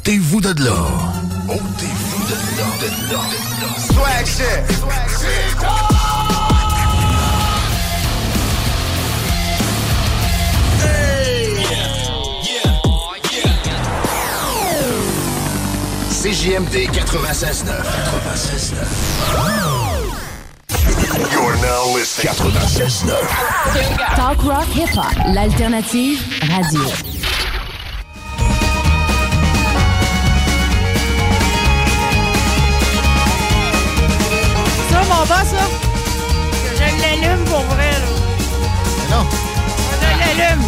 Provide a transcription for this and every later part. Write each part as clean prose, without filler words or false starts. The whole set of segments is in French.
Ôtez-vous de là. Ôtez-vous de là. Swag shit. CJMD 96.9. You're now listening. 96.9. Talk rock hip-hop, l'alternative radio. Ça, mon boss, là, que je l'allume pour vrai, là. Mais non. Je l'allume.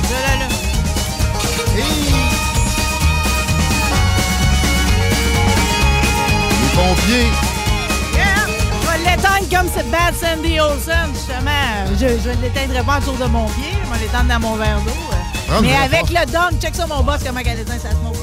Les pompiers. Yeah! Je vais l'éteindre comme cette bad Sandy Olsen, justement. Je ne l'éteindrai pas autour de mon pied, je vais l'éteindre dans mon verre d'eau. Ah, mais avec le dunk, check ça, mon boss, comment elle éteint sa smoke.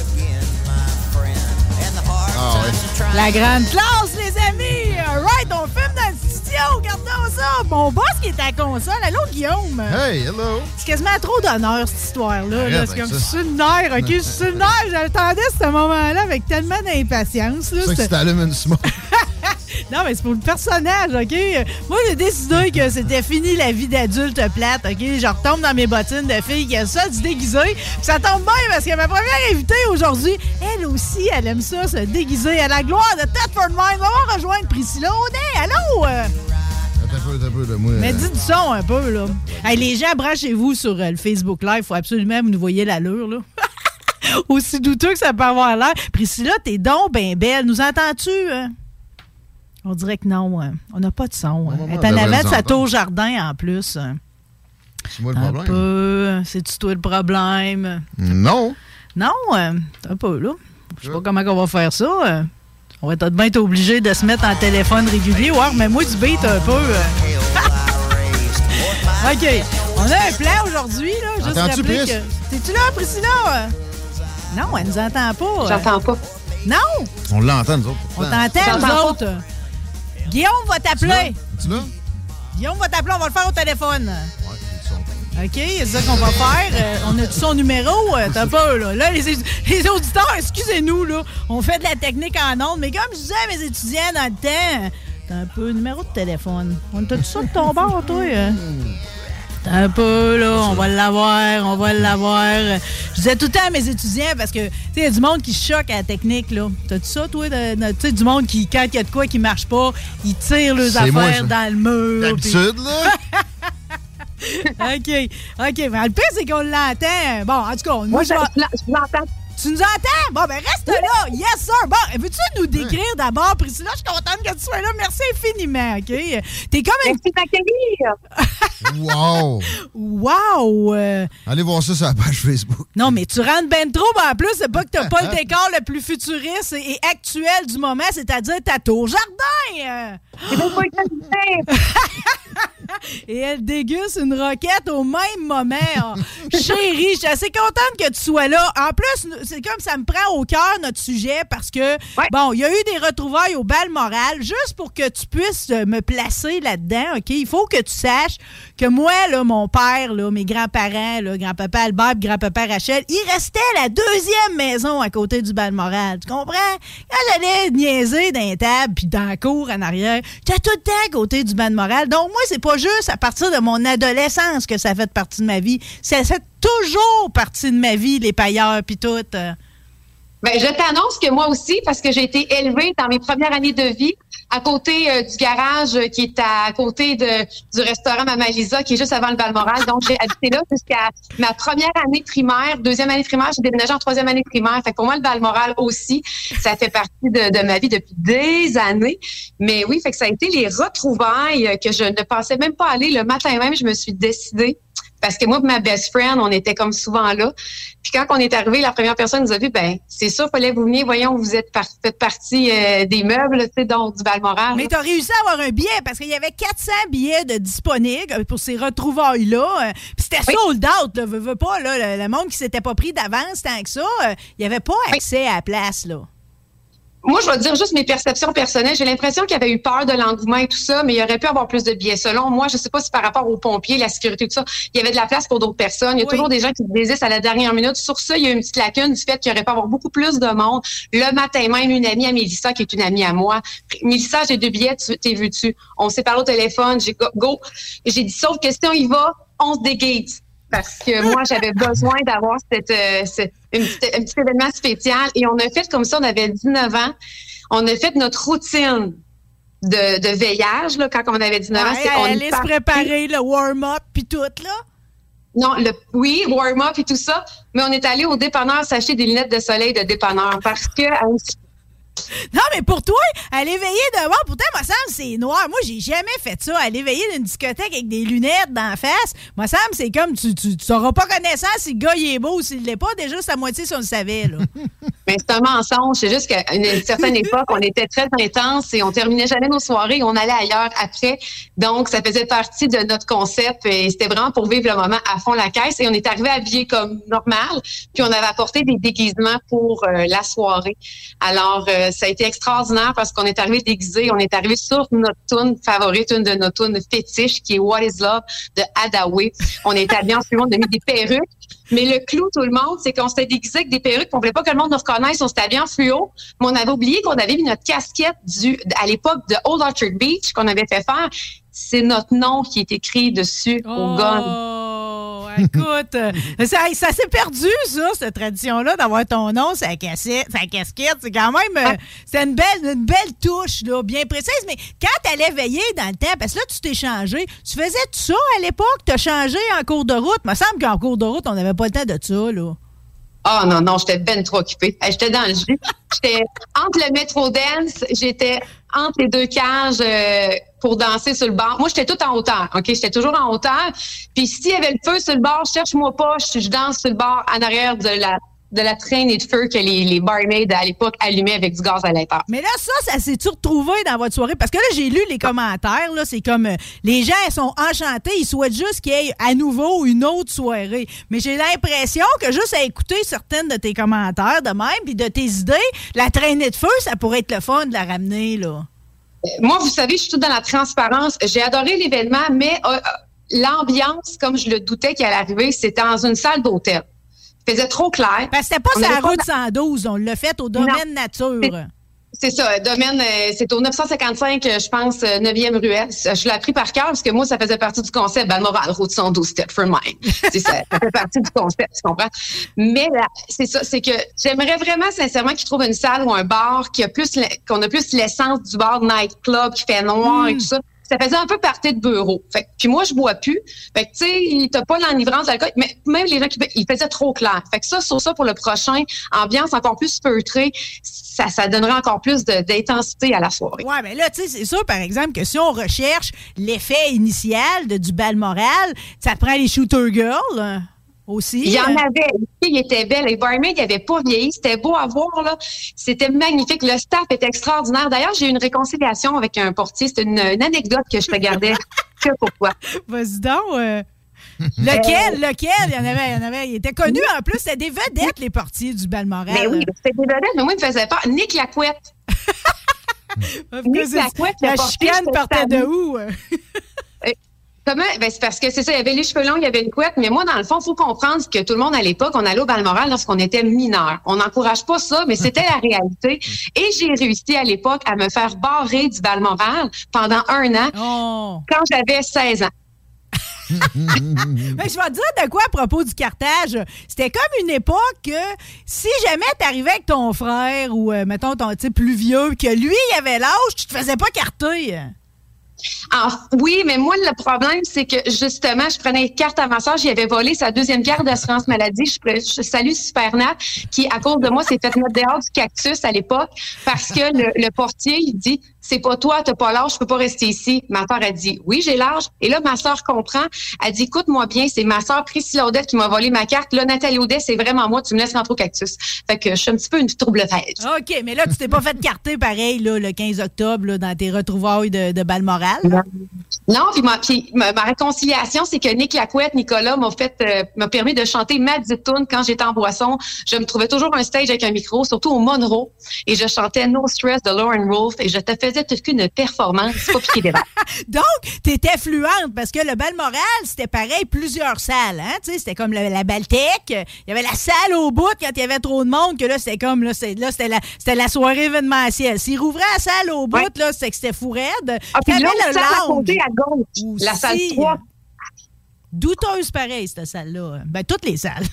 Ah ouais. La grande classe, les amis! Alright, on filme dans le studio, regardons ça! Mon boss qui est à la console, allô Guillaume! Hey, hello! C'est quasiment trop d'honneur, cette histoire-là. Là. C'est comme ça. sur le nerf, OK? Sur le nerf, j'attendais ce moment-là avec tellement d'impatience. C'est ça que tu t'allumes une smoke. Non, mais c'est pour le personnage, OK? Moi, j'ai décidé que c'était fini la vie d'adulte plate, OK? Je retombe dans mes bottines de fille qui a ça du déguisé. Puis ça tombe bien parce que ma première invitée aujourd'hui, elle aussi, elle aime ça, se déguiser à la gloire de Thetford Mines. On va rejoindre Priscilla Audet. Allô? T'as peu de moi. Mais dis du son un peu, là. Hey, les gens, branchez-vous sur le Facebook Live. Faut absolument que vous nous voyez l'allure, là. Aussi douteux que ça peut avoir l'air. Priscilla, t'es donc ben belle. Nous entends-tu? On dirait que non. On n'a pas de son. Elle est en avant de sa tour jardin, en plus. C'est moi le problème. Un peu. C'est-tu toi le problème? Non. Non, un peu, là. Je sais pas comment on va faire ça. On va peut-être bien être obligé de se mettre en téléphone régulier. Ouais, mais moi, du beat un peu. OK. On a un plan aujourd'hui, là. Juste rappeler que... T'es-tu là, Priscilla? Non, elle nous entend pas. J'entends pas. Non! On l'entend, nous autres. On t'entend, nous autres. Guillaume va t'appeler. Tu là? Guillaume va t'appeler, on va le faire au téléphone. Ouais, c'est du son. OK, c'est ça qu'on va faire. On a son numéro. T'as peur, là. Là, les auditeurs, excusez-nous, là. On fait de la technique en ondes, mais comme je disais à mes étudiants dans le temps, t'as un peu numéro de téléphone. On t'a tout ça de ton bord, toi? T'as un peu, là. On va l'avoir. Je disais tout le temps à mes étudiants, parce que, tu sais, il y a du monde qui choque à la technique, là. T'as-tu ça, toi? Tu sais, du monde qui, quand il y a de quoi qui marche pas, ils tirent leurs affaires dans le mur. D'habitude, là. OK. Mais le pire, c'est qu'on l'entend. Bon, en tout cas, moi, je l'entends. Tu nous entends? Bon, ben reste là. Yes, sir. Bon, veux-tu nous décrire d'abord, Priscilla? Je suis contente que tu sois là. Merci infiniment, OK? T'es comme une... Merci d'accueillir. Wow! Wow! Allez voir ça sur la page Facebook. Non, mais tu rentres ben trop. Ben, en plus, c'est pas que t'as pas le décor le plus futuriste et actuel du moment, c'est-à-dire ta tour jardin. C'est même pas exactement. Et elle déguste une roquette au même moment. Oh, chérie, je suis assez contente que tu sois là. En plus, c'est comme ça me prend au cœur notre sujet parce que, bon, il y a eu des retrouvailles au Balmoral. Juste pour que tu puisses me placer là-dedans, OK? Il faut que tu saches que moi, là, mon père, là, mes grands-parents, là, grand-papa Albert et grand-papa Rachel, il restait la deuxième maison à côté du Balmoral. Tu comprends? Quand j'allais niaiser dans les tables puis dans la cour en arrière, j'étais tout le temps à côté du Balmoral. Donc, moi, c'est pas juste à partir de mon adolescence que ça fait partie de ma vie. Ça fait toujours partie de ma vie, les pailleurs puis tout. Ben, je t'annonce que moi aussi, parce que j'ai été élevée dans mes premières années de vie à côté du garage qui est à côté du restaurant Mama Lisa, qui est juste avant le Balmoral. Donc, j'ai habité là jusqu'à ma première année primaire, deuxième année primaire. J'ai déménagé en troisième année primaire. Fait que pour moi, le Balmoral aussi, ça fait partie de ma vie depuis des années. Mais oui, fait que ça a été les retrouvailles que je ne pensais même pas aller. Le matin même, je me suis décidée. Parce que moi et ma best friend, on était comme souvent là. Puis quand on est arrivé, la première personne nous a vu, ben c'est sûr, fallait vous venir, voyons, vous êtes faites partie des meubles, tu sais, donc du Balmoral. Mais t'as réussi à avoir un billet, parce qu'il y avait 400 billets de disponibles pour ces retrouvailles-là. Puis c'était sold out, là, veux pas, là, le monde qui s'était pas pris d'avance tant que ça, il n'y avait pas accès à la place, là. Moi, je vais dire juste mes perceptions personnelles. J'ai l'impression qu'il y avait eu peur de l'engouement et tout ça, mais il y aurait pu avoir plus de billets. Selon moi, je sais pas si par rapport aux pompiers, la sécurité, tout ça, il y avait de la place pour d'autres personnes. Il y a toujours des gens qui désistent à la dernière minute. Sur ça, il y a une petite lacune du fait qu'il y aurait pu avoir beaucoup plus de monde. Le matin même, une amie à Mélissa, qui est une amie à moi. Mélissa, j'ai 2 billets, t'es vu-tu? On s'est parlé au téléphone, j'ai go. J'ai dit, sauf que si on y va, on se déguise. Parce que moi, j'avais besoin d'avoir un petit événement spécial. Et on a fait comme ça, on avait 19 ans. On a fait notre routine de veillage là, quand on avait 19 ans. On allait se préparer, le warm-up puis tout, là. Non, warm-up et tout ça. Mais on est allé au dépanneur s'acheter des lunettes de soleil de dépanneur parce que... Non, mais pour toi, aller veiller devant, pourtant, moi, ça me semble, c'est noir. Moi, j'ai jamais fait ça. Aller veiller dans une discothèque avec des lunettes dans la face, moi, ça me semble, c'est comme, tu sauras pas connaissance si le gars, il est beau ou s'il l'est pas. Déjà, c'est à moitié si on le savait, là. Mais c'est un mensonge. C'est juste qu'à une certaine époque, on était très intense et on terminait jamais nos soirées. On allait ailleurs après. Donc, ça faisait partie de notre concept et c'était vraiment pour vivre le moment à fond la caisse. Et on est arrivé habillés comme normal. Puis, on avait apporté des déguisements pour la soirée. Alors, ça a été extraordinaire parce qu'on est arrivé déguisés. On est arrivé sur notre tune favorite, une de nos tunes fétiches qui est What is Love de Hadaway. On est habillés en suivant, on a mis des perruques. Mais le clou, tout le monde, c'est qu'on s'était déguisé avec des perruques, on voulait pas que le monde nous reconnaisse, on s'était habillé en fluo, mais on avait oublié qu'on avait mis notre casquette à l'époque de Old Orchard Beach qu'on avait fait faire. C'est notre nom qui est écrit dessus au gun. Écoute, ça s'est perdu, ça, cette tradition-là, d'avoir ton nom sur la casquette. C'est quand même, c'est une belle touche, là, bien précise. Mais quand t'allais veiller dans le temps, parce que là, tu t'es changé, tu faisais tout ça à l'époque? T'as changé en cours de route? Il me semble qu'en cours de route, on n'avait pas le temps de ça, là. Ah non, j'étais ben trop occupée. J'étais dans le jus. J'étais entre le métro dance, j'étais entre les 2 cages pour danser sur le bar. Moi, j'étais toute en hauteur, OK? J'étais toujours en hauteur. Puis s'il y avait le feu sur le bar, cherche-moi pas, je danse sur le bar en arrière de la traînée de feu que les barmaids à l'époque allumaient avec du gaz à l'intérieur. Mais là, ça s'est-tu retrouvé dans votre soirée? Parce que là, j'ai lu les commentaires, là, c'est comme les gens sont enchantés, ils souhaitent juste qu'il y ait à nouveau une autre soirée. Mais j'ai l'impression que juste à écouter certaines de tes commentaires de même, puis de tes idées, la traînée de feu, ça pourrait être le fun de la ramener, là. Moi, vous savez, je suis toute dans la transparence. J'ai adoré l'événement, mais l'ambiance, comme je le doutais qu'elle allait arriver, c'était dans une salle d'hôtel. Il faisait trop clair. Parce que c'était pas sur la route 112, on l'a fait au domaine nature. C'est ça, domaine, c'est au 955, je pense, 9e ruelle. Je l'ai appris par cœur parce que moi, ça faisait partie du concept. Balmoral, route 112, Stepford Mine. C'est ça, ça fait partie du concept, tu comprends? Mais là, c'est ça, c'est que j'aimerais vraiment sincèrement qu'ils trouvent une salle ou un bar qu'on a plus l'essence du bar nightclub qui fait noir et tout ça. Ça faisait un peu partie de bureau. Fait puis moi, je bois plus. Fait que, tu sais, t'as pas l'enivrance d'alcool. Mais même les gens il faisait trop clair. Fait que ça, sur ça, pour le prochain, ambiance encore plus feutrée, ça donnerait encore plus d'intensité à la soirée. Ouais, mais là, tu sais, c'est sûr, par exemple, que si on recherche l'effet initial du Balmoral, ça prend les shooter girls, aussi. Il y en avait. Les filles étaient belles. Les barmaids, ils n'avaient pas vieilli. C'était beau à voir, là. C'était magnifique. Le staff était extraordinaire. D'ailleurs, j'ai eu une réconciliation avec un portier. C'est une anecdote que je te gardais que pour toi. Vas-y donc. Lequel? Il y en avait. Il était connu en plus. C'était des vedettes, les portiers du Balmoral. Mais oui, c'était des vedettes, mais moi, il me faisait peur. Nick Lacouette. Nick Lacouette, la chicane partait de où? Comment? Ben, c'est parce que c'est ça, il y avait les cheveux longs, il y avait une couette, mais moi, dans le fond, il faut comprendre que tout le monde à l'époque, on allait au Balmoral lorsqu'on était mineur. On n'encourage pas ça, mais c'était la réalité. Et j'ai réussi à l'époque à me faire barrer du Balmoral pendant 1 an quand j'avais 16 ans. Mais je vais te dire de quoi à propos du cartage. C'était comme une époque que si jamais t'arrivais avec ton frère ou, mettons, ton plus vieux, que lui, il avait l'âge, tu te faisais pas carter. Oui, mais moi, le problème, c'est que justement, je prenais une carte à ma soeur, j'y avais volé sa 2e carte d'assurance maladie. Je salue Supernat, qui, à cause de moi, s'est fait mettre dehors du cactus à l'époque, parce que le portier, il dit, c'est pas toi, t'as pas l'âge, je peux pas rester ici. Ma sœur a dit, oui, j'ai l'âge. Et là, ma sœur comprend. Elle dit, écoute-moi bien, c'est ma sœur Priscilla Audet qui m'a volé ma carte. Là, Nathalie Audet, c'est vraiment moi, tu me laisses rentrer au Cactus. Fait que je suis un petit peu une trouble-fête. OK, mais là, tu t'es pas fait carter pareil, là, le 15 octobre, là, dans tes retrouvailles de Balmoral? Non, puis ma réconciliation, c'est que Nick Lacouette, Nicolas, m'a permis de chanter ma petite toune quand j'étais en boisson. Je me trouvais toujours un stage avec un micro, surtout au Monroe, et je chantais No Stress de Lauren Wolf, et je te faisais toute une performance, pas piquer des verres. Donc, t'étais fluente, parce que le Balmoral, c'était pareil, plusieurs salles, hein, tu sais, c'était comme la Baltec, il y avait la salle au bout quand il y avait trop de monde, que là, c'était comme, c'était la soirée événementielle. S'ils rouvraient la salle au bout, là, c'était que c'était fou raide. Ah, puis là, le salle à lounge côté, à gauche, aussi. la salle 3. Douteuse pareil, cette salle-là. Ben, toutes les salles.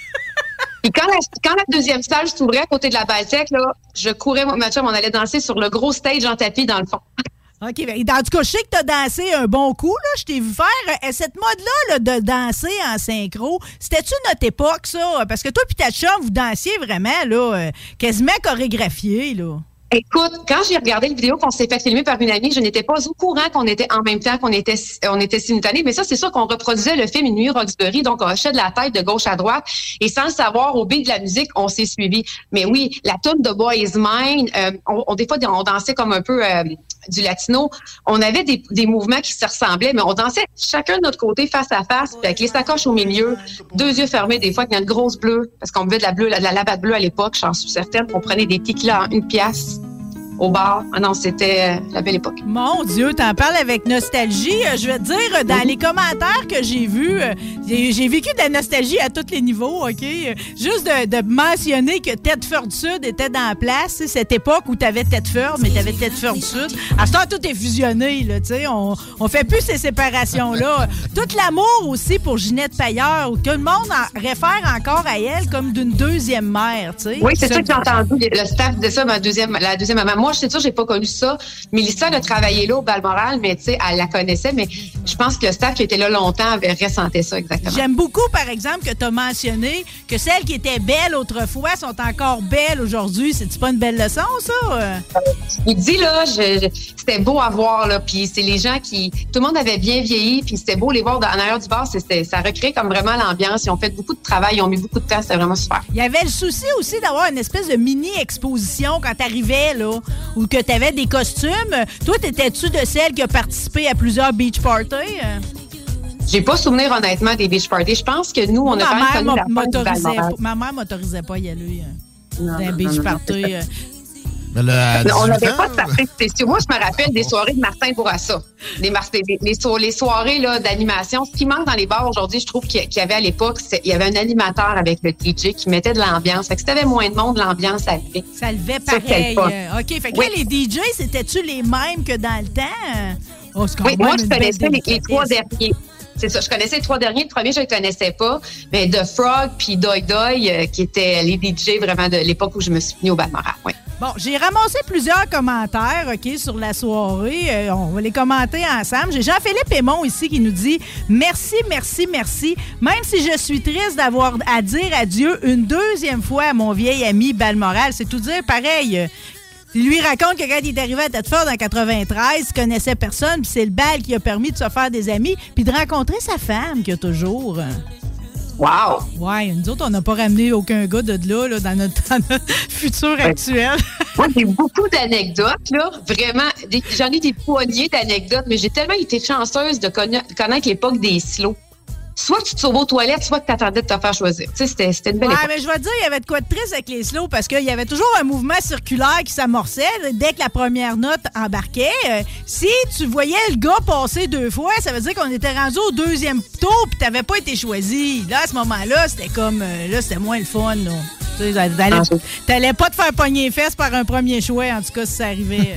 Puis quand la deuxième salle s'ouvrait à côté de la Baltec, là, je courais, ma chum, on allait danser sur le gros stage en tapis dans le fond. OK. Ben, en tout cas, je sais que tu as dansé un bon coup. Là. Je t'ai vu faire cette mode-là là, de danser en synchro. C'était-tu notre époque, ça? Parce que toi et ta chum, vous dansiez vraiment là, quasiment chorégraphié, là. Écoute, quand j'ai regardé la vidéo qu'on s'est fait filmer par une amie, je n'étais pas au courant qu'on était en même temps, qu'on était simultanés. Mais ça, c'est sûr qu'on reproduisait le film Une nuit Roxbury, donc on hochait de la tête de gauche à droite. Et sans le savoir, au beat de la musique, on s'est suivis. Mais oui, la tune de Boy Is Mine, des fois, on dansait comme un peu du latino. On avait des mouvements qui se ressemblaient, mais on dansait chacun de notre côté, face à face, puis avec les sacoches au milieu, 2 yeux fermés, des fois, avec notre grosse bleue, parce qu'on buvait de la lavade bleue à l'époque, j'en suis certaine, on prenait des tequilas en 1 pièce. Au bar. Ah non, c'était la belle époque. Mon Dieu, t'en parles avec nostalgie. Je vais te dire, dans les commentaires que j'ai vus, j'ai vécu de la nostalgie à tous les niveaux, OK? Juste de mentionner que Thetford Sud était dans la place, cette époque où t'avais Thetford, mais t'avais Thetford Sud. À ce temps, tout est fusionné, là, tu sais. On fait plus ces séparations-là. Tout l'amour aussi pour Ginette Pailleur, où tout le monde réfère encore à elle comme d'une deuxième mère, tu sais. Oui, c'est ça que j'ai entendu. Le staff de ça, la deuxième maman. Moi, c'est sûr, j'ai pas connu ça. Mélissa a travaillé là au Balmoral, mais tu sais, elle la connaissait, mais je pense que le staff qui était là longtemps avait ressenti ça exactement. J'aime beaucoup, par exemple, que tu as mentionné que celles qui étaient belles autrefois sont encore belles aujourd'hui. C'est-tu pas une belle leçon, ça? Il dit, là, c'était beau à voir, là, puis c'est les gens qui... Tout le monde avait bien vieilli, puis c'était beau les voir en arrière du bar. Ça recrée comme vraiment l'ambiance. Ils ont fait beaucoup de travail, ils ont mis beaucoup de temps. C'était vraiment super. Il y avait le souci aussi d'avoir une espèce de mini-exposition quand t'arrivais, là, ou que t'avais des costumes. Toi, t'étais-tu de celle qui a participé à plusieurs beach parties? J'ai pas souvenir, honnêtement, des beach parties. Je pense que nous, on a quand même connu la fin du Balmoral. Ma mère m'autorisait pas à y aller dans un beach party. On n'avait pas de parties spéciaux. Moi, je me rappelle des soirées de Martin Bourassa. Les soirées là, d'animation. Ce qui manque dans les bars aujourd'hui, je trouve qu'il y avait à l'époque, il y avait un animateur avec le DJ qui mettait de l'ambiance. Fait que si t'avais moins de monde, l'ambiance, ça levait. Ça levait pareil. OK. Fait que là, les DJ, c'était-tu les mêmes que dans le temps? Oh, oui, moi, je connaissais les 3 derniers. C'est ça, je connaissais les 3 derniers. Le premier, je ne le connaissais pas. Mais The Frog puis Doi Doi, qui étaient les DJ vraiment de l'époque où je me suis venue au Balmoral. Oui. Bon, j'ai ramassé plusieurs commentaires, OK, sur la soirée. On va les commenter ensemble. J'ai Jean-Philippe Aymon ici qui nous dit « Merci, merci, merci. Même si je suis triste d'avoir à dire adieu une deuxième fois à mon vieil ami Balmoral. » C'est tout dire pareil. Il lui raconte que quand il est arrivé à Thetford en 93, il connaissait personne, puis c'est le bal qui a permis de se faire des amis, puis de rencontrer sa femme qu'il a toujours. Wow! Ouais, nous autres, on n'a pas ramené aucun gars de là dans notre futur actuel. Moi, j'ai beaucoup d'anecdotes, là. Vraiment, j'en ai des poignées d'anecdotes, mais j'ai tellement été chanceuse de connaître l'époque des slows. Soit tu te sauves aux toilettes, soit que tu attendais de te faire choisir. Tu sais, c'était une belle époque. Mais je vais te dire, il y avait de quoi de triste avec les slows parce qu'il y avait toujours un mouvement circulaire qui s'amorçait dès que la première note embarquait. Si tu voyais le gars passer 2 fois, ça veut dire qu'on était rendu au 2e tour puis t'avais pas été choisi. Là, à ce moment-là, c'était comme... là, c'était moins le fun, là. T'allais pas te faire pogner les fesses par un premier choix, en tout cas, si ça arrivait.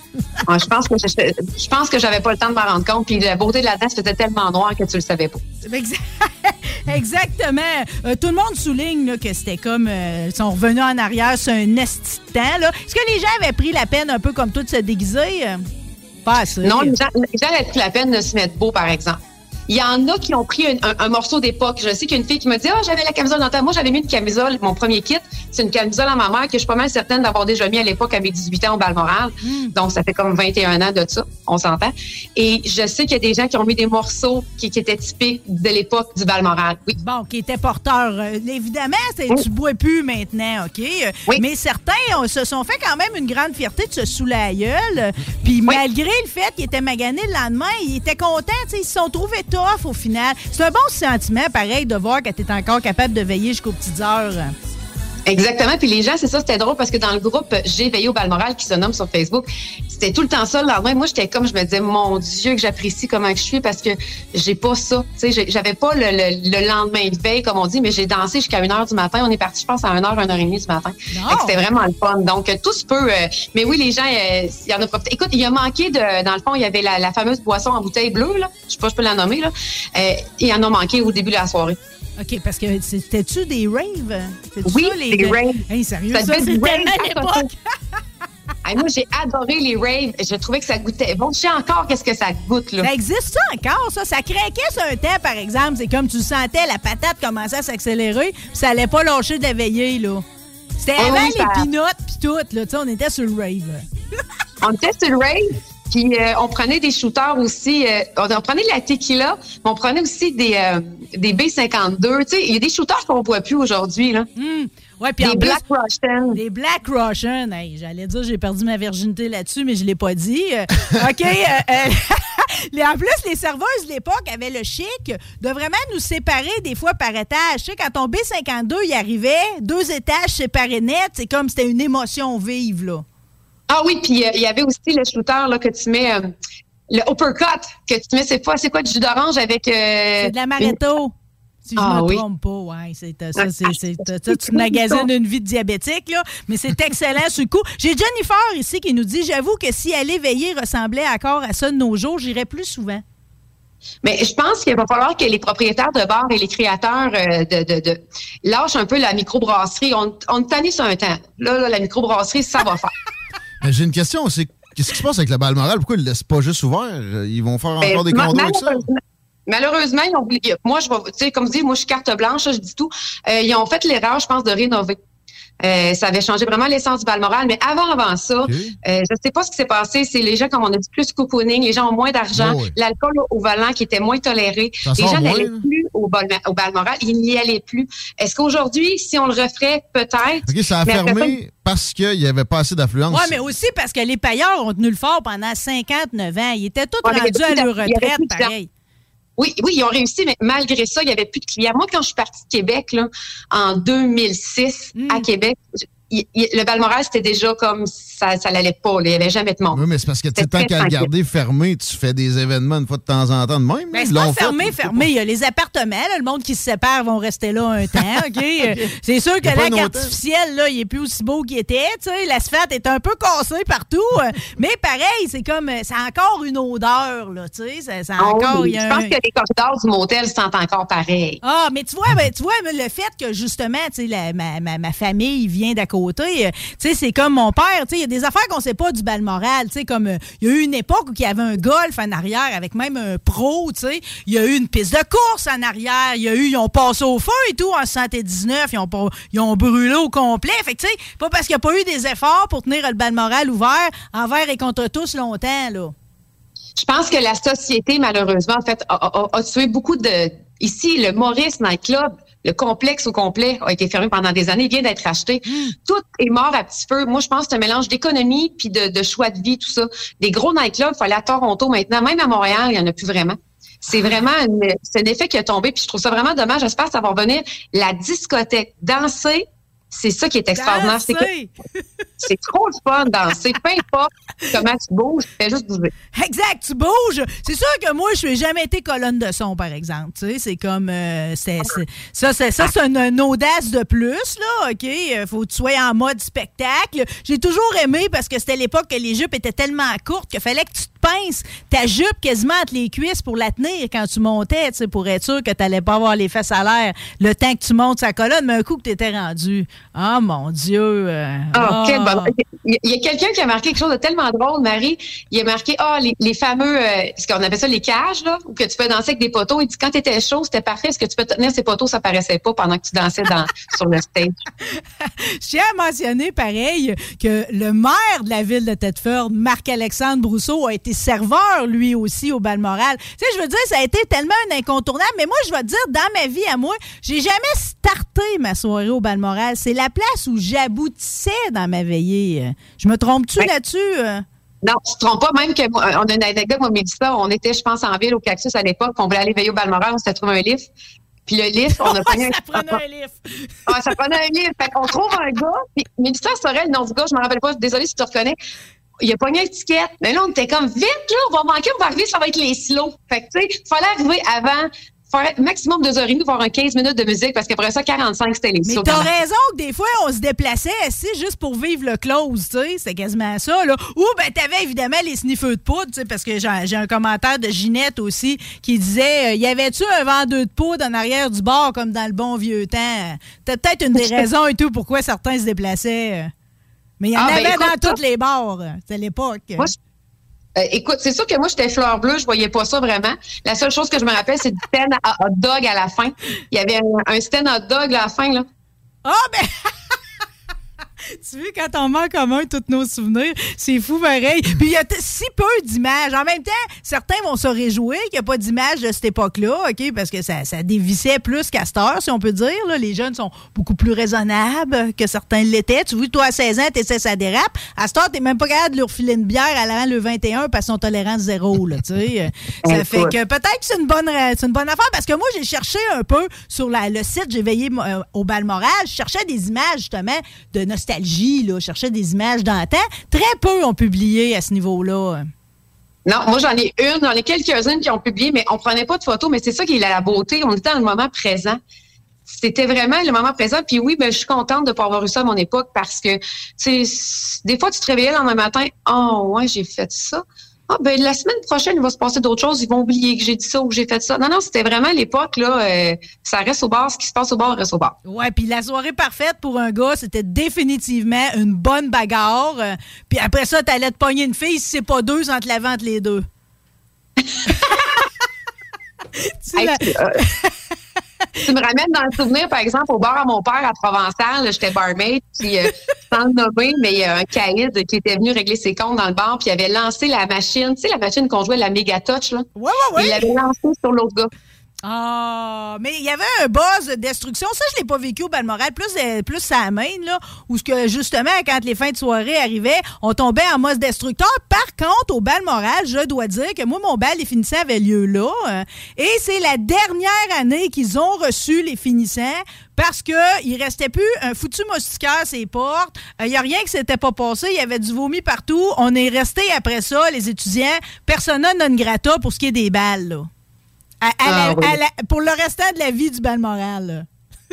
Je pense que j'avais pas le temps de m'en rendre compte. Puis la beauté de la danse faisait tellement noir que tu le savais pas. Exactement. Tout le monde souligne là, que c'était comme... ils sont revenus en arrière sur un esti de temps. Là. Est-ce que les gens avaient pris la peine, un peu comme toi, de se déguiser? Pas assez. Non, les gens avaient pris la peine de se mettre beau, par exemple. Il y en a qui ont pris un morceau d'époque. Je sais qu'il y a une fille qui me dit « Ah, j'avais la camisole dans ta... » Moi, j'avais mis une camisole, mon premier kit, C'est une camisole à ma mère que je suis pas mal certaine d'avoir déjà mis à l'époque à mes 18 ans au Balmoral. Donc, ça fait comme 21 ans de ça, on s'entend. Et je sais qu'il y a des gens qui ont mis des morceaux qui étaient typiques de l'époque du Balmoral. Oui. Bon, qui étaient porteurs. Évidemment, tu bois plus maintenant, OK? Oui. Mais certains se sont fait quand même une grande fierté de se saouler la gueule. Puis malgré le fait qu'ils étaient maganés le lendemain, ils étaient contents. Ils se sont trouvés tough au final. C'est un bon sentiment, pareil, de voir que tu es encore capable de veiller jusqu'aux petites heures. Exactement. Puis les gens, c'est ça, c'était drôle parce que dans le groupe J'ai veillé au Balmoral qui se nomme sur Facebook, c'était tout le temps ça le lendemain. Moi, j'étais comme, je me disais, mon Dieu, que j'apprécie comment je suis parce que j'ai pas ça. Tu sais, j'avais pas le lendemain de veille, comme on dit, mais j'ai dansé jusqu'à 1h du matin. On est parti, je pense, à 1h, 1h30 du matin. C'était vraiment le fun. Donc, tout se peut. Mais oui, les gens, il y en a profité. Écoute, il y a manqué dans le fond, il y avait la fameuse boisson en bouteille bleue, là. Je sais pas, je peux la nommer, là. Il y en a manqué au début de la soirée. OK, parce que c'était-tu des raves? Oui, des raves. Hey, sérieux, ça c'était tellement à l'époque! Hey, moi, j'ai adoré les raves. Je trouvais que ça goûtait. Bon, je sais encore qu'est-ce que ça goûte, là. Ça existe ça encore, ça? Ça craquait sur un temps, par exemple. C'est comme tu sentais, la patate commençait à s'accélérer, puis ça allait pas lâcher de veiller, là. C'était avant les pinottes puis tout, là. Tu sais, on était sur le rave. On était sur le rave. Puis on prenait des shooters aussi. On prenait de la tequila, mais on prenait aussi des B52. Tu sais, il y a des shooters qu'on voit plus aujourd'hui, là. Ouais, puis des Black Russian. Des Black Russian. Hey, j'allais dire, j'ai perdu ma virginité là-dessus, mais je l'ai pas dit. OK. En plus, les serveuses de l'époque avaient le chic de vraiment nous séparer des fois par étage. Tu sais, quand ton B52 y arrivait, 2 étages séparés net, c'est comme c'était une émotion vive, là. Ah oui, puis il y avait aussi le shooter là, que tu mets, le uppercut que tu mets, c'est quoi du jus d'orange avec... c'est de l'amaretto. Si je ne me trompe pas, ouais. Ça, tu magasines une vie de diabétique, là, mais c'est excellent sur le coup. J'ai Jennifer ici qui nous dit, j'avoue que si aller veiller ressemblait encore à ça de nos jours, j'irais plus souvent. Mais je pense qu'il va falloir que les propriétaires de bars et les créateurs de lâchent un peu la microbrasserie. On est tanné sur un temps. Là, la microbrasserie, ça va faire. J'ai une question, c'est qu'est-ce qui se passe avec le Balmoral? Pourquoi ils ne le laissent pas juste ouvert? Ils vont faire encore des condos avec ça? Malheureusement, ils ont oublié. Moi, tu sais, comme je dis, moi, je suis carte blanche, je dis tout. Ils ont fait l'erreur, je pense, de rénover. Ça avait changé vraiment l'essence du Balmoral, mais avant ça, je sais pas ce qui s'est passé. C'est les gens, comme on a dit, plus cocooning, les gens ont moins d'argent, l'alcool au volant qui était moins toléré. Les gens n'allaient plus au Balmoral, ils n'y allaient plus. Est-ce qu'aujourd'hui, si on le referait, peut-être? OK, ça a fermé parce qu'il n'y avait pas assez d'affluence. Oui, mais aussi parce que les payeurs ont tenu le fort pendant 59 ans. Ils étaient tous rendus à leur retraite, pareil. Oui, ils ont réussi, mais malgré ça, il n'y avait plus de clients. Moi, quand je suis partie de Québec, là, en 2006, à Québec, le Balmoral, c'était déjà comme ça l'allait pas. Là, il n'y avait jamais de monde. Oui, mais c'est parce que tant qu'à le garder fermé, tu fais des événements une fois de temps en temps de même. Ben, c'est pas fermé. Il y a les appartements. Là, le monde qui se sépare vont rester là un temps. OK? C'est sûr que lac artificiel, là, il n'est plus aussi beau qu'il était. L'asphalte est un peu cassé partout. Mais pareil, c'est comme... Ça a encore une odeur. Là, ça encore, je pense que les corridors du motel sentent encore pareil. Ah, mais tu vois, le fait que justement, ma famille vient d'à côté, c'est comme mon père. Il y a des affaires qu'on ne sait pas du Balmoral. Comme il y a eu une époque où il y avait un golf en arrière avec même un pro. Il y a eu une piste de course en arrière. Ils ont passé au feu et tout en 79. Ils ont brûlé au complet. Fait que, pas parce qu'il n'y a pas eu des efforts pour tenir le Balmoral ouvert envers et contre tous longtemps. Là. Je pense que la société, malheureusement, en fait, a tué beaucoup de... Ici, le Maurice Nightclub, le complexe au complet a été fermé pendant des années, il vient d'être racheté. Tout est mort à petit feu. Moi, je pense que c'est un mélange d'économie puis de choix de vie, tout ça. Des gros nightclubs, il faut aller à Toronto maintenant. Même à Montréal, il n'y en a plus vraiment. C'est vraiment c'est un effet qui a tombé, puis je trouve ça vraiment dommage. J'espère que ça va revenir. La discothèque, danser, c'est ça qui est extraordinaire. C'est trop le fun de danser. Peu importe comment tu bouges, tu fais juste bouger. Exact, tu bouges. C'est sûr que moi, je n'ai jamais été colonne de son, par exemple. Tu sais, c'est comme... c'est une audace de plus, là, OK? Faut que tu sois en mode spectacle. J'ai toujours aimé parce que c'était l'époque que les jupes étaient tellement courtes qu'il fallait que tu te pince ta jupe quasiment entre les cuisses pour la tenir quand tu montais, tu sais, pour être sûr que tu n'allais pas avoir les fesses à l'air le temps que tu montes sa colonne, mais un coup que tu étais rendu. Ah, mon Dieu! Quel bon. Il y a quelqu'un qui a marqué quelque chose de tellement drôle, Marie. Il a marqué, les fameux, ce qu'on appelle ça les cages, là, où que tu peux danser avec des poteaux. Il dit, quand tu étais chaud, c'était parfait. Est-ce que tu peux tenir ces poteaux? Ça paraissait pas pendant que tu dansais sur le stage. Je tiens à mentionner, pareil, que le maire de la ville de Thetford, Marc-Alexandre Brousseau, a été serveur, lui aussi, au Balmoral. Tu sais, je veux dire, ça a été tellement un incontournable, mais moi, je vais te dire, dans ma vie à moi, j'ai jamais starté ma soirée au Balmoral. C'est la place où j'aboutissais dans ma veillée. Je me trompe-tu là-dessus? Non, tu te trompes pas. Même que on a une anecdote, moi, Mélissa, on était, je pense, en ville au Cactus à l'époque, on voulait aller veiller au Balmoral, on s'était trouvé un livre. Puis le livre, on a pris ça prenait un livre. Ça prenait un livre. Fait qu'on trouve un gars, puis Mélissa saurait le nom du gars, je me rappelle pas, désolée si tu reconnais. Il a pogné une étiquette. Mais là, on était comme, vite, là, on va manquer, on va arriver, ça va être les slows. Fait que, tu sais, il fallait arriver avant, faire maximum 2h30, voir un 15 minutes de musique, parce qu'après ça, 45, c'était les slows. Mais t'as raison que des fois, on se déplaçait assis juste pour vivre le close, tu sais. C'était quasiment ça, là. Ou, ben, t'avais évidemment les sniffeux de poudre, tu sais, parce que j'ai un commentaire de Ginette aussi qui disait, y avait-tu un vendeur de poudre en arrière du bar, comme dans le bon vieux temps? T'as peut-être une des raisons et tout pourquoi certains se déplaçaient. Mais il y en avait dans tous les bars. C'était l'époque. Moi, écoute, c'est sûr que moi, j'étais fleur bleue, je voyais pas ça vraiment. La seule chose que je me rappelle, c'est du stand à hot dog à la fin. Il y avait un stand hot dog à la fin, là. Ah, ben... Tu vois, quand on met en commun tous nos souvenirs, c'est fou pareil. Puis il y a si peu d'images. En même temps, certains vont se réjouir qu'il n'y a pas d'images de cette époque-là, OK? Parce que ça dévissait plus qu'à cette heure, si on peut dire. Là. Les jeunes sont beaucoup plus raisonnables que certains l'étaient. Tu vois, toi, à 16 ans, t'essaies, ça dérape. À cette heure, t'es même pas capable de leur filer une bière à l'avant le 21 parce qu'ils sont tolérants zéro, là, tu sais. Ça fait que peut-être que c'est une bonne affaire parce que moi, j'ai cherché un peu sur le site, j'ai veillé au Balmoral, je cherchais des images, justement, de nostalgie. Là, cherchais des images d'antan. Très peu ont publié à ce niveau-là. Non, moi, j'en ai quelques-unes qui ont publié, mais on prenait pas de photos, mais c'est ça qui est la beauté. On était dans le moment présent. C'était vraiment le moment présent. Puis oui, ben, je suis contente de pas avoir eu ça à mon époque parce que, tu sais, des fois, tu te réveillais le lendemain matin, ouais, j'ai fait ça. Ben, la semaine prochaine, il va se passer d'autres choses. Ils vont oublier que j'ai dit ça ou que j'ai fait ça. Non, c'était vraiment l'époque, là. Ça reste au bar. Ce qui se passe au bar reste au bar. Ouais, puis la soirée parfaite pour un gars, c'était définitivement une bonne bagarre. Puis après ça, t'allais te pogner une fille. Si c'est pas deux, entre la vente les deux. Tu me ramènes dans le souvenir, par exemple, au bar à mon père à Provençal. J'étais barmaid, puis sans le nommer, mais il y a un caïd qui était venu régler ses comptes dans le bar, puis il avait lancé la machine, tu sais, la machine qu'on jouait, la Méga Touch, là. Ouais. Il l'avait lancé sur l'autre gars. Ah, mais il y avait un buzz de destruction. Ça, je l'ai pas vécu au Balmoral. Plus ça amène, là, où ce que, justement, quand les fins de soirée arrivaient, on tombait en mode destructeur. Par contre, au Balmoral, je dois dire que moi, mon bal, les finissants avaient lieu là. Et c'est la dernière année qu'ils ont reçu les finissants parce que il restait plus un foutu moustiquaire à ses portes. Il y a rien qui s'était pas passé. Il y avait du vomi partout. On est resté après ça, les étudiants, persona non grata pour ce qui est des balles, là. Pour le restant de la vie du Balmoral.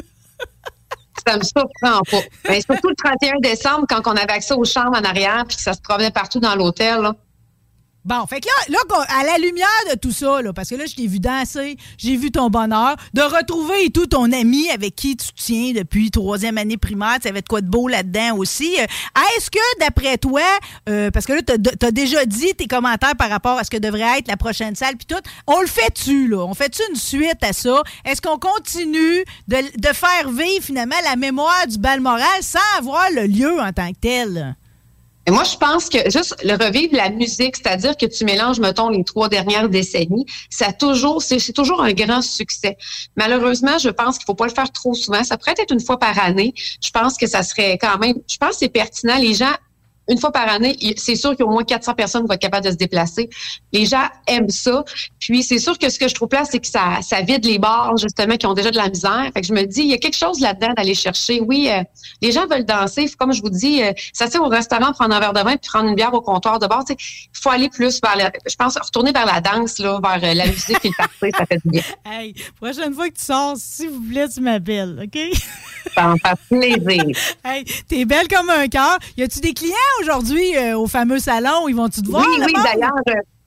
Ça me surprend pas. Ben, surtout le 31 décembre, quand on avait accès aux chambres en arrière puis que ça se promenait partout dans l'hôtel, là. Bon, fait que là, à la lumière de tout ça, là, parce que là, je t'ai vu danser, j'ai vu ton bonheur, de retrouver et tout ton ami avec qui tu tiens depuis 3e année primaire, tu avais de quoi de beau là-dedans aussi. Est-ce que, d'après toi, parce que là, t'as déjà dit tes commentaires par rapport à ce que devrait être la prochaine salle, puis tout, on le fait-tu, là? On fait-tu une suite à ça? Est-ce qu'on continue de faire vivre, finalement, la mémoire du Balmoral sans avoir le lieu en tant que tel? Et moi, je pense que juste le revivre la musique, c'est-à-dire que tu mélanges, mettons, les 3 dernières décennies, c'est toujours un grand succès. Malheureusement, je pense qu'il faut pas le faire trop souvent. Ça pourrait être une fois par année. Je pense que ça serait quand même, je pense que c'est pertinent. Les gens, une fois par année, c'est sûr qu'il y a au moins 400 personnes qui vont être capables de se déplacer. Les gens aiment ça. Puis, c'est sûr que ce que je trouve là, c'est que ça vide les bars, justement, qui ont déjà de la misère. Fait que je me dis, il y a quelque chose là-dedans d'aller chercher. Oui, les gens veulent danser. Comme je vous dis, ça c'est au restaurant, prendre un verre de vin puis prendre une bière au comptoir de bar. Il faut aller plus vers je pense, retourner vers la danse, là, vers la musique et le party, ça fait du bien. Hey, prochaine fois que tu sors, s'il vous plaît, tu m'appelles, OK? Ça me fait plaisir. Hey, t'es belle comme un cœur. Y a-tu des clients aujourd'hui au fameux salon? Ils vont-tu te voir? Oui, d'ailleurs.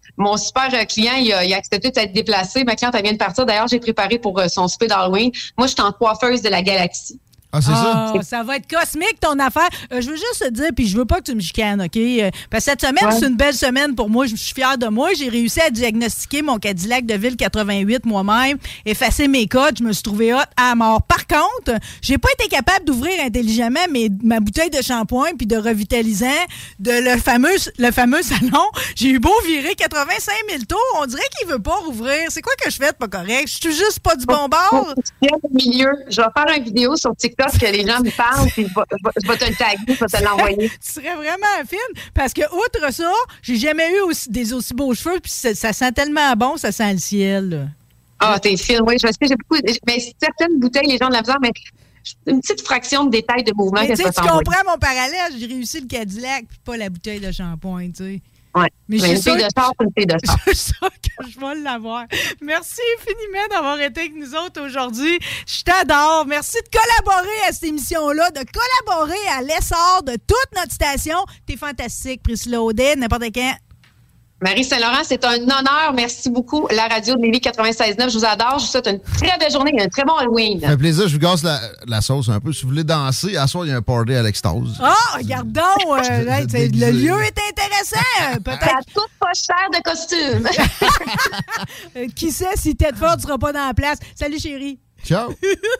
mon super client, il a accepté d'être déplacé. Ma cliente, elle vient de partir. D'ailleurs, j'ai préparé pour son souper d'Halloween. Moi, je suis en coiffeuse de la galaxie. Ah, c'est ça? Ça va être cosmique, ton affaire. Je veux juste te dire, puis je veux pas que tu me chicanes, OK? Parce que cette semaine, c'est une belle semaine pour moi. Je suis fière de moi. J'ai réussi à diagnostiquer mon Cadillac de ville 88 moi-même, effacer mes codes. Je me suis trouvé hot à mort. Par contre, j'ai pas été capable d'ouvrir intelligemment ma bouteille de shampoing puis de revitalisant de le fameux salon. J'ai eu beau virer 85 000 tours. On dirait qu'il veut pas rouvrir. C'est quoi que je fais de pas correct? Je suis juste pas du bon bord. Je vais faire une vidéo sur TikTok que les gens me parlent, puis je vais te le taguer, je vais te l'envoyer. Tu serais vraiment fine, parce que outre ça, j'ai jamais eu des aussi beaux cheveux, puis ça sent tellement bon, ça sent le ciel. Ah, t'es fine, oui, je sais, j'ai beaucoup... Mais certaines bouteilles, les gens de la misère, mais une petite fraction de détail de mouvement. Mais tu comprends mon parallèle, j'ai réussi le Cadillac, puis pas la bouteille de shampoing, tu sais. Oui, mais une fille de char, c'est une fille de char. C'est ça que je vais l'avoir. Merci infiniment d'avoir été avec nous autres aujourd'hui. Je t'adore. Merci de collaborer à cette émission-là, de collaborer à l'essor de toute notre station. T'es fantastique, Priscilla Audet, n'importe quand. Marie Saint-Laurent, c'est un honneur. Merci beaucoup. La radio de Lévis 96.9, je vous adore. Je vous souhaite une très belle journée et un très bon Halloween. Ça fait plaisir. Je vous gasse la sauce un peu. Si vous voulez danser, à soir, il y a un party à l'Extase. Ah, regarde donc. Le lieu est intéressant. Peut-être. Ça coûte pas cher de costume. Qui sait si Tedford ne sera pas dans la place. Salut, chérie. Ciao.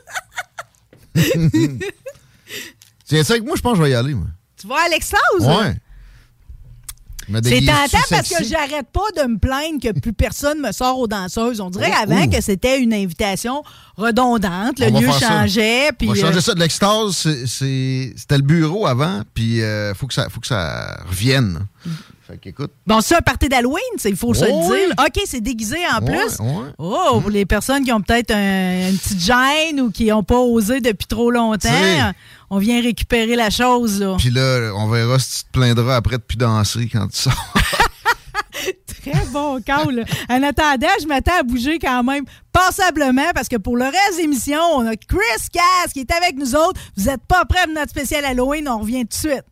Tiens, ça avec moi, je pense que je vais y aller. Moi. Tu vas à l'Extase? Ouais. C'est tentant parce que j'arrête pas de me plaindre que plus personne me sort aux danseuses. On dirait avant que c'était une invitation redondante. Le lieu changeait. On va changer ça de l'Extase. C'était le bureau avant, puis faut que ça revienne. Fait qu'écoute. Bon, c'est un party d'Halloween, il faut se le dire. OK, c'est déguisé en plus. Oh, pour les personnes qui ont peut-être une petite gêne ou qui n'ont pas osé depuis trop longtemps. On vient récupérer la chose, là. Puis là, on verra si tu te plaindras après de plus danser quand tu sors. Très bon call. En attendant, je m'attends à bouger quand même passablement parce que pour le reste de l'émission, on a Chris Cass qui est avec nous autres. Vous n'êtes pas prêts pour notre spécial Halloween, on revient tout de suite.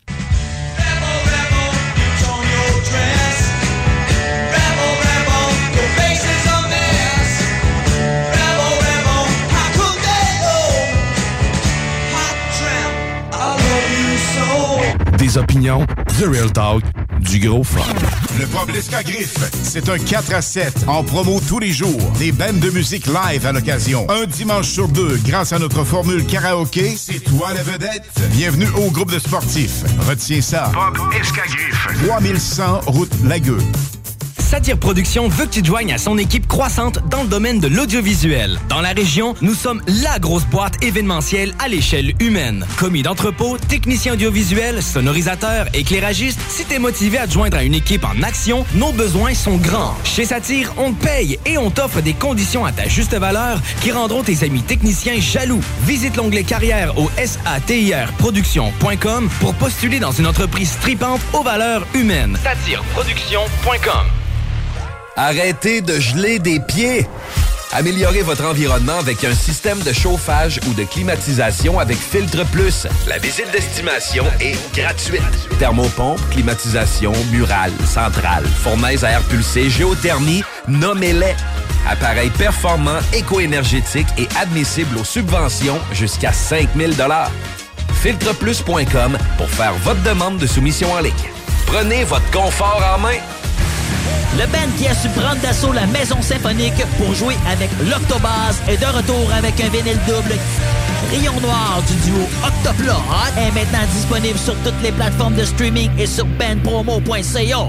Des opinions, The Real Talk, du gros fun. Le Poblesque à Griffe, c'est un 4-7 en promo tous les jours. Des bandes de musique live à l'occasion. Un dimanche sur deux, grâce à notre formule karaoké, c'est toi la vedette. Bienvenue au groupe de sportifs. Retiens ça. Poblesque à Griffe, 3100 route Lagueux. Satire Productions veut que tu te joignes à son équipe croissante dans le domaine de l'audiovisuel. Dans la région, nous sommes la grosse boîte événementielle à l'échelle humaine. Commis d'entrepôt, technicien audiovisuel, sonorisateur, éclairagiste, si t'es motivé à te joindre à une équipe en action, nos besoins sont grands. Chez Satire, on te paye et on t'offre des conditions à ta juste valeur qui rendront tes amis techniciens jaloux. Visite l'onglet carrière au satirproduction.com pour postuler dans une entreprise tripante aux valeurs humaines. Satireproduction.com. Arrêtez de geler des pieds! Améliorez votre environnement avec un système de chauffage ou de climatisation avec Filtre Plus. La visite d'estimation est gratuite. Thermopompe, climatisation, murale, centrale, fournaise à air pulsé, géothermie, nommez-les. Appareil performant, éco-énergétique et admissible aux subventions jusqu'à 5 000 $. Filtreplus.com pour faire votre demande de soumission en ligne. Prenez votre confort en main. Le band qui a su prendre d'assaut la Maison Symphonique pour jouer avec l'Octobase est de retour avec un vinyle double. Rayon Noir du duo Octoplot est maintenant disponible sur toutes les plateformes de streaming et sur bandpromo.ca.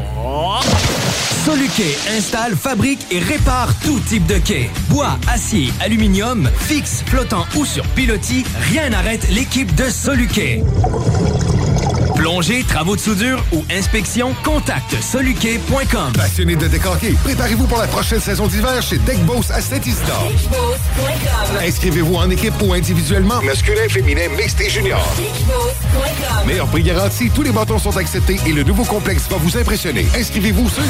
Soluquet installe, fabrique et répare tout type de quai. Bois, acier, aluminium, fixe, flottant ou sur pilotis, rien n'arrête l'équipe de Soluquet. Plongée, travaux de soudure ou inspection, contacte soluquet.com. Passionné de décorquer, préparez-vous pour la prochaine saison d'hiver chez Deckboss à Saint-Isidore. Inscrivez-vous en équipe ou individuellement, masculin, féminin, mixte et junior. Meilleur prix garanti, tous les bâtons sont acceptés et le nouveau complexe va vous impressionner. Inscrivez-vous sur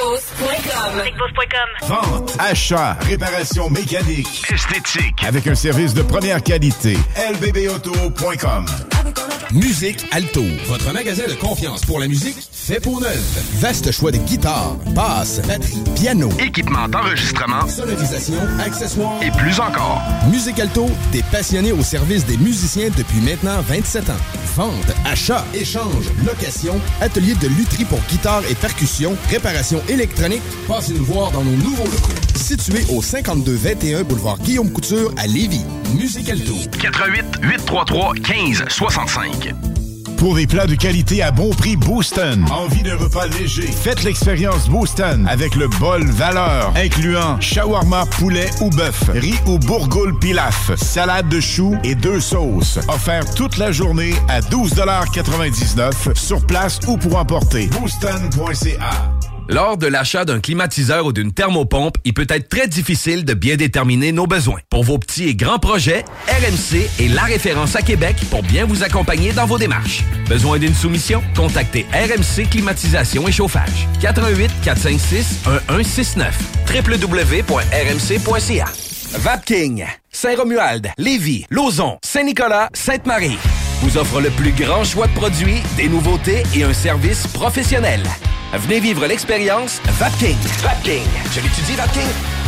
Vente, achat, réparation mécanique, esthétique, avec un service de première qualité. lbbauto.com. Musique Alto, votre magasin de confiance pour la musique fait pour neuf. Vaste choix de guitares, basses, batteries, piano, équipement d'enregistrement, sonorisation, accessoires et plus encore. Musique Alto, des passionnés au service des musiciens depuis maintenant 27 ans. Vente, achat, échange, location, atelier de lutherie pour guitare et percussion, réparation électronique. Passez nous voir dans nos nouveaux locaux. Situé au 5221 boulevard Guillaume Couture à Lévis. Musique Alto. 88 833 15 65. Pour des plats de qualité à bon prix, Booston. Envie d'un repas léger? Faites l'expérience Booston avec le bol valeur, incluant shawarma, poulet ou bœuf, riz ou bourgoule pilaf, salade de choux et 2 sauces. Offert toute la journée à 12,99 $ sur place ou pour emporter. Booston.ca. Lors de l'achat d'un climatiseur ou d'une thermopompe, il peut être très difficile de bien déterminer nos besoins. Pour vos petits et grands projets, RMC est la référence à Québec pour bien vous accompagner dans vos démarches. Besoin d'une soumission? Contactez RMC Climatisation et Chauffage. 88 456 1169 www.rmc.ca. Vapking, Saint-Romuald, Lévis, Lauson, Saint-Nicolas, Sainte-Marie vous offre le plus grand choix de produits, des nouveautés et un service professionnel. Venez vivre l'expérience Vapking. Vapking. Je l'étudie, Vapking.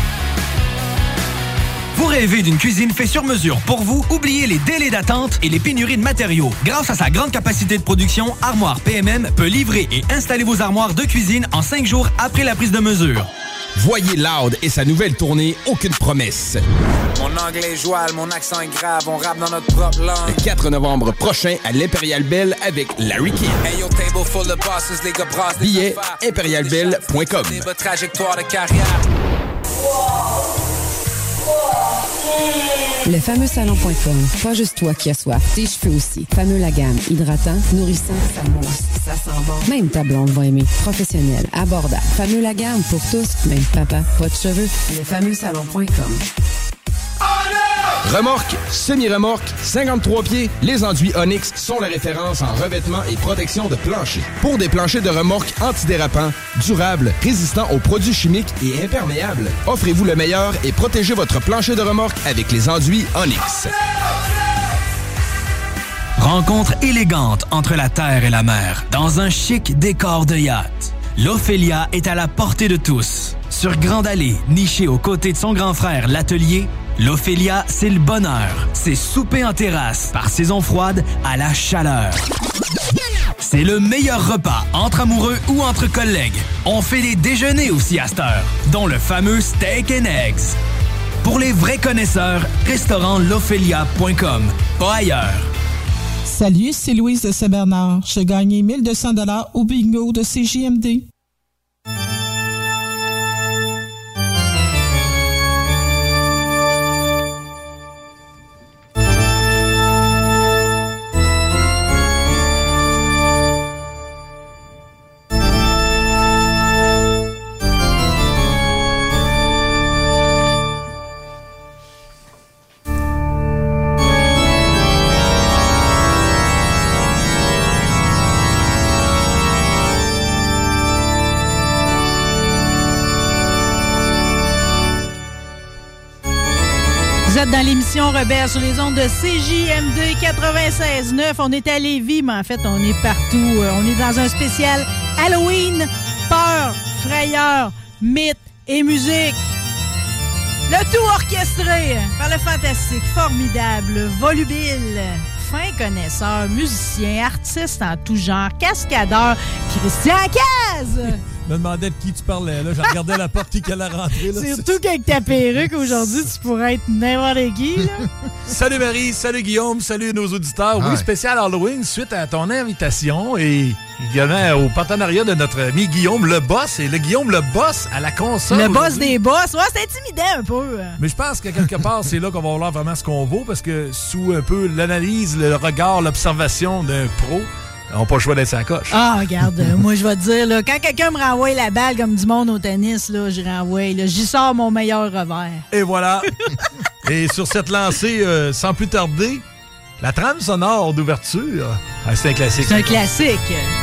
Vous rêvez d'une cuisine faite sur mesure pour vous? Oubliez les délais d'attente et les pénuries de matériaux. Grâce à sa grande capacité de production, Armoire PMM peut livrer et installer vos armoires de cuisine en 5 jours après la prise de mesure. Voyez Loud et sa nouvelle tournée Aucune promesse. Mon anglais est joual, mon accent est grave, on rappe dans notre propre langue. Le 4 novembre prochain à l'Impérial Bell avec Larry King. Hey, yo, table full of bosses, les gars brassent des Billets affaires. impérialbell.com. Trajectoire de carrière. Le fameux salon.com. Pas juste toi qui as soif, tes cheveux aussi. Fameux la gamme. Hydratant, nourrissant, ça mousse, ça sent bon. Même ta blonde va aimer. Professionnel, abordable. Fameux la gamme pour tous. Même papa, pas de cheveux. Le fameux salon.com. Remorque, semi-remorque, 53 pieds, les enduits Onyx sont la référence en revêtement et protection de plancher. Pour des planchers de remorque antidérapants, durables, résistants aux produits chimiques et imperméables, offrez-vous le meilleur et protégez votre plancher de remorque avec les enduits Onyx. Rencontre élégante entre la terre et la mer, dans un chic décor de yacht. L'Ophélia est à la portée de tous. Sur Grande Allée, nichée aux côtés de son grand frère, l'Atelier, l'Ophélia, c'est le bonheur. C'est souper en terrasse, par saison froide à la chaleur. C'est le meilleur repas entre amoureux ou entre collègues. On fait des déjeuners aussi à cette heure, dont le fameux steak and eggs. Pour les vrais connaisseurs, restaurantLophélia.com, pas ailleurs. Salut, c'est Louise de Saint-Bernard. J'ai gagné 1200 $ au bingo de CJMD. Dans l'émission Rebelle sur les ondes de CJMD 96.9. On est à Lévis, mais en fait, on est partout. On est dans un spécial Halloween, peur, frayeur, mythe et musique. Le tout orchestré par le fantastique, formidable, volubile, fin connaisseur, musicien, artiste en tout genre, cascadeur, Christian Caz! Je me demandais de qui tu parlais. Là. Je regardais la porte qui allait rentrer. Là. Surtout qu'avec ta perruque, aujourd'hui, tu pourrais être n'importe qui. Là. Salut Marie, salut Guillaume, salut nos auditeurs. Oui, spécial Halloween suite à ton invitation et également au partenariat de notre ami Guillaume Le Boss. Et le Guillaume Le Boss à la console. Le boss des boss. Ouais, c'est intimidant un peu. Mais je pense que quelque part, c'est là qu'on va voir vraiment ce qu'on vaut parce que sous un peu l'analyse, le regard, l'observation d'un pro, on n'a pas le choix d'être sa coche. Ah, regarde, moi, je vais te dire, là, quand quelqu'un me renvoie la balle comme du monde au tennis, là, je renvoie, là, j'y sors mon meilleur revers. Et voilà. Et sur cette lancée, sans plus tarder, la trame sonore d'ouverture. Ah, c'est un classique. C'est un classique.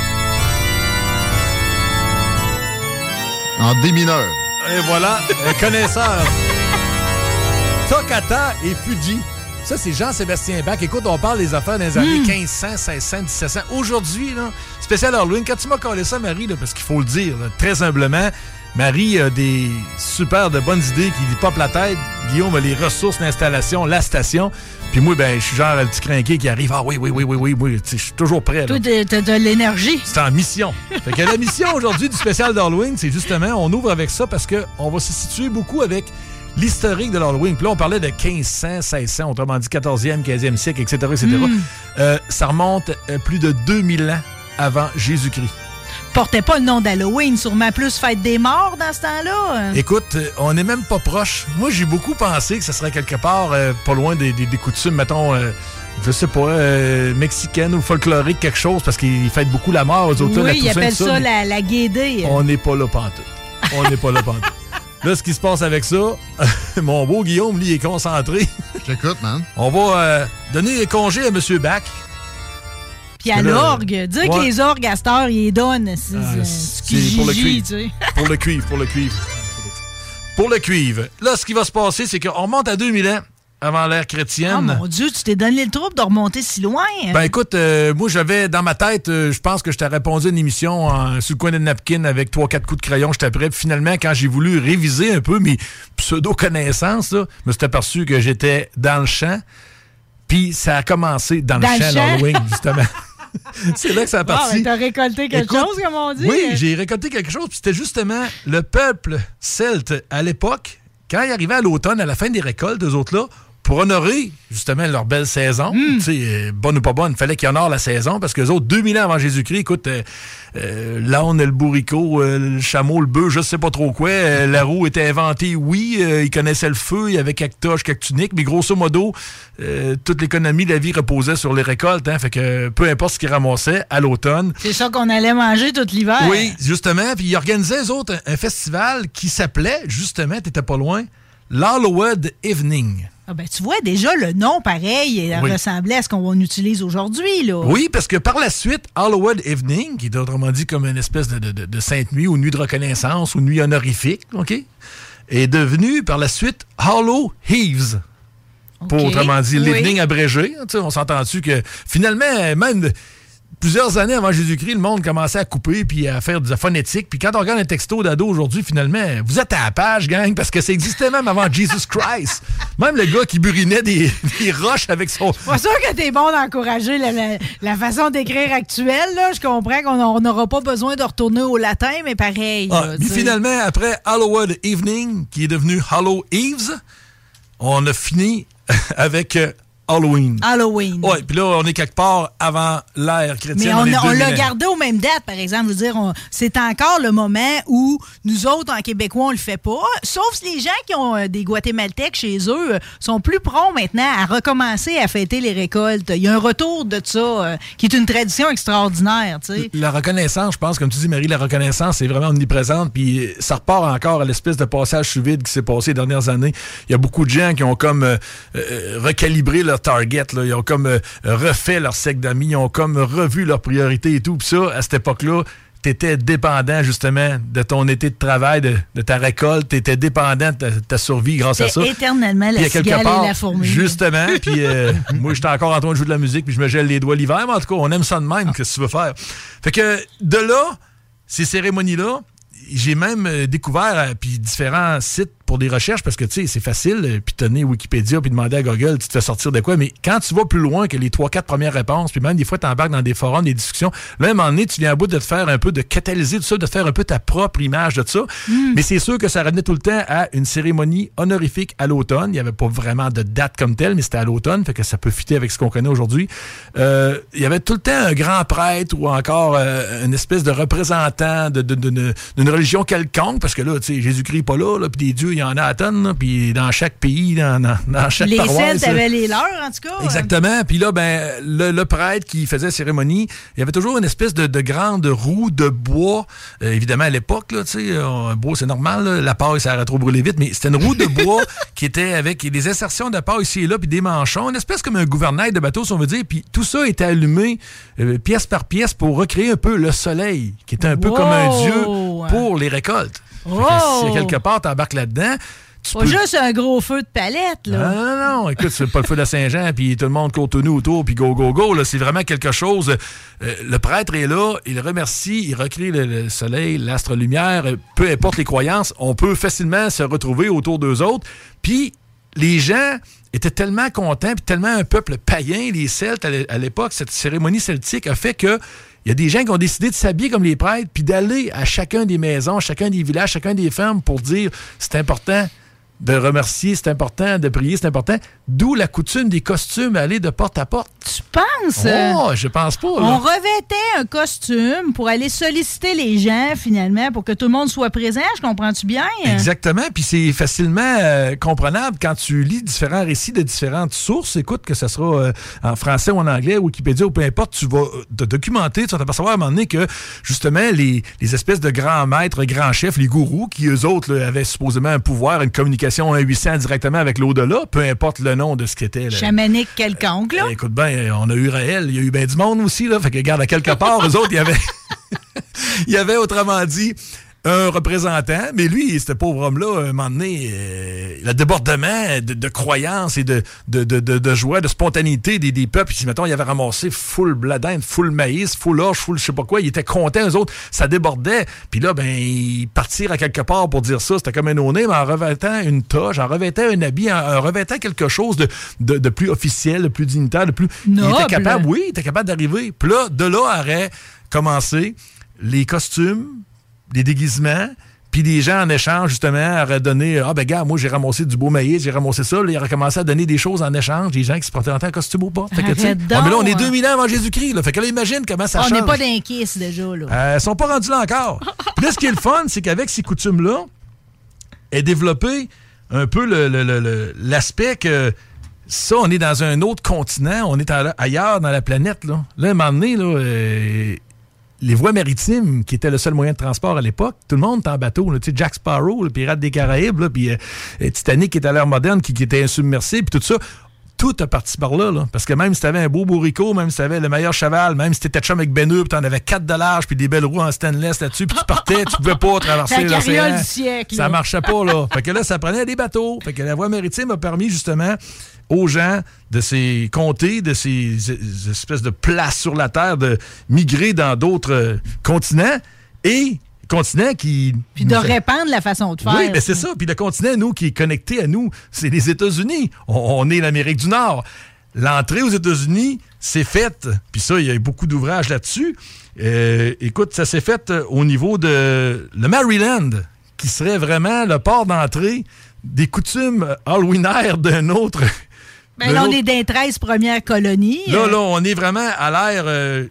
En D mineur. Et voilà, un connaisseur. Toccata et Fuji. Ça, c'est Jean-Sébastien Bach. Écoute, on parle des affaires dans les années 1500, 1600, 1700. Aujourd'hui, là, spécial Halloween, quand tu m'as collé ça, Marie, là, parce qu'il faut le dire, là, très humblement, Marie a des super de bonnes idées qui lui popent la tête. Guillaume a les ressources, l'installation, la station. Puis moi, ben, je suis genre le petit crinqué qui arrive. Ah oui. Je suis toujours prêt. Toi, t'as de l'énergie. C'est en mission. Fait que la mission aujourd'hui du spécial d'Halloween, c'est justement, on ouvre avec ça parce qu'on va se situer beaucoup avec l'historique de l'Halloween. Puis là, on parlait de 1500, 1600, autrement dit 14e, 15e siècle, etc. Ça remonte plus de 2000 ans avant Jésus-Christ. Portait pas le nom d'Halloween, sûrement plus fête des morts dans ce temps-là. Écoute, on n'est même pas proche. Moi, j'ai beaucoup pensé que ça serait quelque part pas loin des coutumes, mettons, je sais pas, mexicaines ou folkloriques, quelque chose, parce qu'ils fêtent beaucoup la mort aux auteurs. Oui, ils appellent ça la guédée. On n'est pas là pantoute. Là, ce qui se passe avec ça, mon beau Guillaume, lui, est concentré. Je t'écoute, man. On va donner congé à M. Bach. Puis à l'orgue. Dire que les orgues à cette heure, ils les donnent. C'est pour le cuivre. Tu sais. Pour le cuivre. Là, ce qui va se passer, c'est qu'on remonte à 2000 ans avant l'ère chrétienne. Oh mon Dieu, tu t'es donné le trouble de remonter si loin. Ben écoute, moi, j'avais dans ma tête, je pense que je t'ai répondu à une émission sur le coin de napkin avec 3-4 coups de crayon, j'étais prêt. Puis finalement, quand j'ai voulu réviser un peu mes pseudo-connaissances, là, je me suis aperçu que j'étais dans le champ. Puis ça a commencé dans le champ d'Halloween, justement. C'est là que ça a parti. Mais t'as récolté quelque chose, comme on dit? Oui, j'ai récolté quelque chose. Puis c'était justement le peuple celte à l'époque, quand il arrivait à l'automne, à la fin des récoltes, eux autres là, pour honorer justement leur belle saison, tu sais, bonne ou pas bonne, il fallait qu'ils honorent la saison parce que les autres, 2000 ans avant Jésus-Christ, écoute, l'âne, le bourricot, le chameau, le bœuf, je sais pas trop quoi, la roue était inventée, oui, ils connaissaient le feu, il y avait quelques toches, quelques tuniques, mais grosso modo, toute l'économie de la vie reposait sur les récoltes, hein, fait que peu importe ce qu'ils ramassaient à l'automne. C'est ça qu'on allait manger tout l'hiver. Oui, justement, puis ils organisaient, eux autres, un festival qui s'appelait, justement, t'étais pas loin, l'Halloween Evening. Ah ben, tu vois, déjà, le nom, pareil, ressemblait à ce qu'on utilise aujourd'hui, là. Oui, parce que par la suite, Halloween Evening, qui est autrement dit comme une espèce de sainte nuit ou nuit de reconnaissance ou nuit honorifique, OK, est devenu par la suite Hallow Eves. Pour autrement dit, l'evening abrégé. Tu sais, on s'entend-tu que finalement, même plusieurs années avant Jésus-Christ, le monde commençait à couper puis à faire de la phonétique. Puis quand on regarde un texto d'ado aujourd'hui, finalement, vous êtes à la page, gang, parce que ça existait même avant Jesus Christ. Même le gars qui burinait des roches avec son... Je suis pas sûr que t'es bon d'encourager la façon d'écrire actuelle. Là. Je comprends qu'on n'aura pas besoin de retourner au latin, mais pareil. Puis finalement, après Halloween Evening, qui est devenu Hallow Eves, on a fini avec... Halloween. Oui, puis là, on est quelque part avant l'ère chrétienne. Mais on l'a gardé aux mêmes dates, par exemple. Je veux dire, c'est encore le moment où nous autres, en Québécois, on le fait pas. Sauf les gens qui ont des Guatémaltèques chez eux sont plus prompts maintenant à recommencer à fêter les récoltes. Il y a un retour de ça qui est une tradition extraordinaire, tu sais. La reconnaissance, je pense, comme tu dis, Marie, la reconnaissance, c'est vraiment omniprésente. Puis ça repart encore à l'espèce de passage sous vide qui s'est passé les dernières années. Il y a beaucoup de gens qui ont comme recalibré leur target, là. Ils ont comme refait leur cercle d'amis, ils ont comme revu leurs priorités et tout. Puis ça, à cette époque-là, t'étais dépendant justement de ton été de travail, de ta récolte, t'étais dépendant de ta survie grâce à ça. Éternellement la cigale et la fourmi. Justement, puis moi j'étais encore en train de jouer de la musique puis je me gèle les doigts l'hiver, mais en tout cas, on aime ça de même, qu'est-ce que tu veux faire? Fait que de là, ces cérémonies-là, j'ai même découvert puis différents sites pour des recherches parce que, tu sais, c'est facile, puis tenir Wikipédia puis demander à Google, tu te fais sortir de quoi, mais quand tu vas plus loin que les 3-4 premières réponses, puis même des fois, tu embarques dans des forums, des discussions, là, à un moment donné, tu viens à bout de te faire un peu, de catalyser tout ça, de faire un peu ta propre image de ça, mais c'est sûr que ça revenait tout le temps à une cérémonie honorifique à l'automne. Il n'y avait pas vraiment de date comme telle, mais c'était à l'automne, fait que ça peut fitter avec ce qu'on connaît aujourd'hui. Il y avait tout le temps un grand prêtre ou encore une espèce de représentant d'une religion quelconque, parce que là, tu sais, Jésus-Christ n'est pas là puis des dieux, il y en a à tonnes, puis dans chaque pays, dans chaque paroisse. Les Celtes avaient les leurs, en tout cas. Exactement. Puis là, ben, le prêtre qui faisait la cérémonie, il y avait toujours une espèce de grande roue de bois. Évidemment, à l'époque, là, tu sais, un bois, c'est normal, là, la paille, ça aurait trop brûlé vite, mais c'était une roue de bois qui était avec des insertions de paille ici et là, puis des manchons, une espèce comme un gouvernail de bateau, si on veut dire, puis tout ça était allumé pièce par pièce pour recréer un peu le soleil, qui était un peu comme un dieu pour les récoltes. Si quelque part, t'embarques là-dedans, Pas juste un gros feu de palette, là. Non. Écoute, c'est pas le feu de la Saint-Jean, puis tout le monde court-nous autour, puis go, go, go. Là, c'est vraiment quelque chose. Le prêtre est là, il remercie, il recrée le soleil, l'astre-lumière, peu importe les croyances, on peut facilement se retrouver autour d'eux autres. Puis les gens étaient tellement contents, puis tellement un peuple païen, les Celtes, à l'époque, cette cérémonie celtique a fait que il y a des gens qui ont décidé de s'habiller comme les prêtres, puis d'aller à chacun des maisons, chacun des villages, chacun des fermes pour dire c'est important de remercier, c'est important de prier, c'est important. D'où la coutume des costumes à aller de porte à porte. Tu penses? Oh, je pense pas. Là. On revêtait un costume pour aller solliciter les gens, finalement, pour que tout le monde soit présent. Je comprends-tu bien? Exactement. Puis c'est facilement comprenable quand tu lis différents récits de différentes sources. Écoute, que ce sera en français ou en anglais, Wikipédia ou peu importe, tu vas te documenter, tu vas t'apercevoir à un moment donné que, justement, les espèces de grands maîtres, grands chefs, les gourous, qui eux autres là, avaient supposément un pouvoir, une communication 1-800 directement avec l'au-delà, peu importe le nom de ce qu'était. Chamanique quelconque, là. Écoute bien, on a eu Raël, il y a eu bien du monde aussi, là. Fait que, regarde, à quelque part, eux autres, il y avait... il y avait, autrement dit, un représentant, mais lui, ce pauvre homme-là, à un moment donné, le débordement de croyances et de joie, de spontanéité des peuples. Si, mettons, il avait ramassé full bladin, full maïs, full orge, full je sais pas quoi, il était content, eux autres, ça débordait. Puis là, partir à quelque part pour dire ça, c'était comme un nez, mais en revêtant une toge, en revêtant un habit, en revêtant quelque chose de plus officiel, de plus dignitaire, de plus... Noble. Il était capable d'arriver. Puis là, de là aurait commencé les costumes, des déguisements, puis les gens, en échange, justement, auraient donné « Ah, ben gars, moi, j'ai ramassé du beau maïs, j'ai ramassé ça. » Là, ils auraient commencé à donner des choses en échange, des gens qui se portaient en costume ou pas. Fait que, mais là, on est 2000 ans avant Jésus-Christ. Là. Fait que là, imagine comment ça change. On n'est pas d'un kiss, déjà, là. Ils sont pas rendus là encore. Puis là, ce qui est le fun, c'est qu'avec ces coutumes-là, est développé un peu l'aspect que ça, on est dans un autre continent, on est ailleurs dans la planète. Là, à un moment donné, là... les voies maritimes, qui étaient le seul moyen de transport à l'époque, tout le monde était en bateau. Tu sais, Jack Sparrow, le pirate des Caraïbes, puis Titanic, qui est à l'ère moderne, qui était insubmersible, puis tout ça. Tout a parti par là, là. Parce que même si t'avais un beau bourricot, même si t'avais le meilleur cheval, même si t'étais chum avec Ben Hur, puis t'en avais 4 de large, puis des belles roues en stainless là-dessus, puis tu partais, tu pouvais pas traverser l'océan. Du siècle, ça marchait pas, là. Fait que là, ça prenait des bateaux. Fait que la voie maritime a permis, justement, aux gens de ces comtés, de ces espèces de places sur la Terre, de migrer dans d'autres continents et continent qui... Puis de répandre la façon de faire. Oui, mais c'est ça. Puis le continent, nous, qui est connecté à nous, c'est les États-Unis. On est l'Amérique du Nord. L'entrée aux États-Unis s'est faite, puis ça, il y a eu beaucoup d'ouvrages là-dessus. Écoute, ça s'est fait au niveau de le Maryland, qui serait vraiment le port d'entrée des coutumes halloweenaires d'un autre... Ben là, on est dans les 13 premières colonies. Là, on est vraiment à l'ère...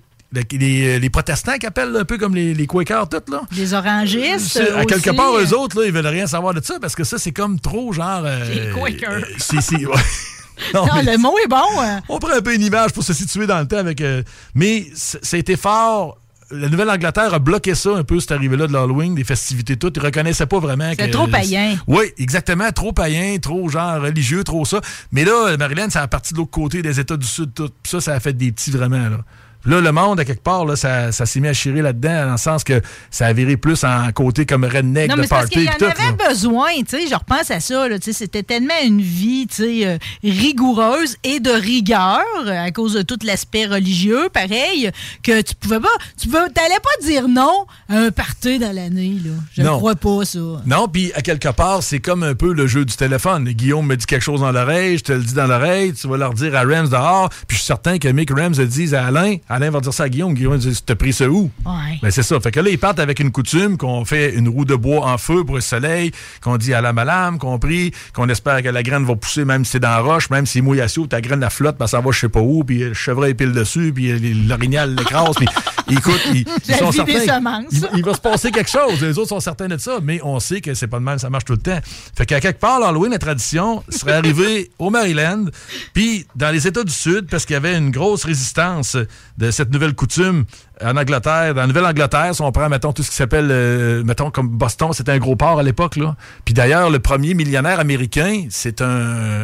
les protestants qui appellent un peu comme les Quakers, tout, là. Les orangistes. À quelque part, eux autres, là, ils veulent rien savoir de ça parce que ça, c'est comme trop genre. Les Quakers. Ouais. Non, le mot est bon. Hein. On prend un peu une image pour se situer dans le temps avec. Mais ça a été fort. La Nouvelle-Angleterre a bloqué ça un peu, cette arrivée-là de l'Halloween, des festivités toutes. Ils reconnaissaient pas vraiment que... C'est trop païen. Oui, exactement. Trop païen, trop genre religieux, trop ça. Mais là, Maryland, ça a parti de l'autre côté des États du Sud, tout. Puis ça a fait des petits vraiment, là. Là, le monde, à quelque part, là, ça s'est mis à chirer là-dedans, dans le sens que ça a viré plus en côté comme redneck, de party. Non, mais parce qu'il y en avait besoin, tu sais, je repense à ça, tu sais, c'était tellement une vie, tu sais, rigoureuse et de rigueur, à cause de tout l'aspect religieux, pareil, que tu pouvais pas, t'allais pas dire non à un party dans l'année, là. Je ne crois pas, ça. Non, puis à quelque part, c'est comme un peu le jeu du téléphone. Guillaume me dit quelque chose dans l'oreille, je te le dis dans l'oreille, tu vas leur dire à Rams dehors, puis je suis certain que Mick Rams le dise à Alain va dire ça à Guillaume. Guillaume va dire, t'as pris ça où? Ouais. Ben, c'est ça. Fait que là, ils partent avec une coutume qu'on fait une roue de bois en feu pour le soleil, qu'on dit à la malame, qu'on prie, qu'on espère que la graine va pousser même si c'est dans la roche, même si mouille à sous, ta graine la flotte, ben, ça va je sais pas où, puis le chevreuil pile dessus, puis l'orignal l'écrase, puis écoute, ils sont certains. Il va se passer quelque chose. Les autres sont certains de ça, mais on sait que c'est pas de même, ça marche tout le temps. Fait qu'à quelque part, l'Halloween, la tradition serait arrivée au Maryland, puis dans les États du Sud, parce qu'il y avait une grosse résistance de cette nouvelle coutume en Angleterre. Dans la Nouvelle-Angleterre, si on prend, mettons, tout ce qui s'appelle, mettons, comme Boston, c'était un gros port à l'époque, là. Puis d'ailleurs, le premier millionnaire américain, c'est un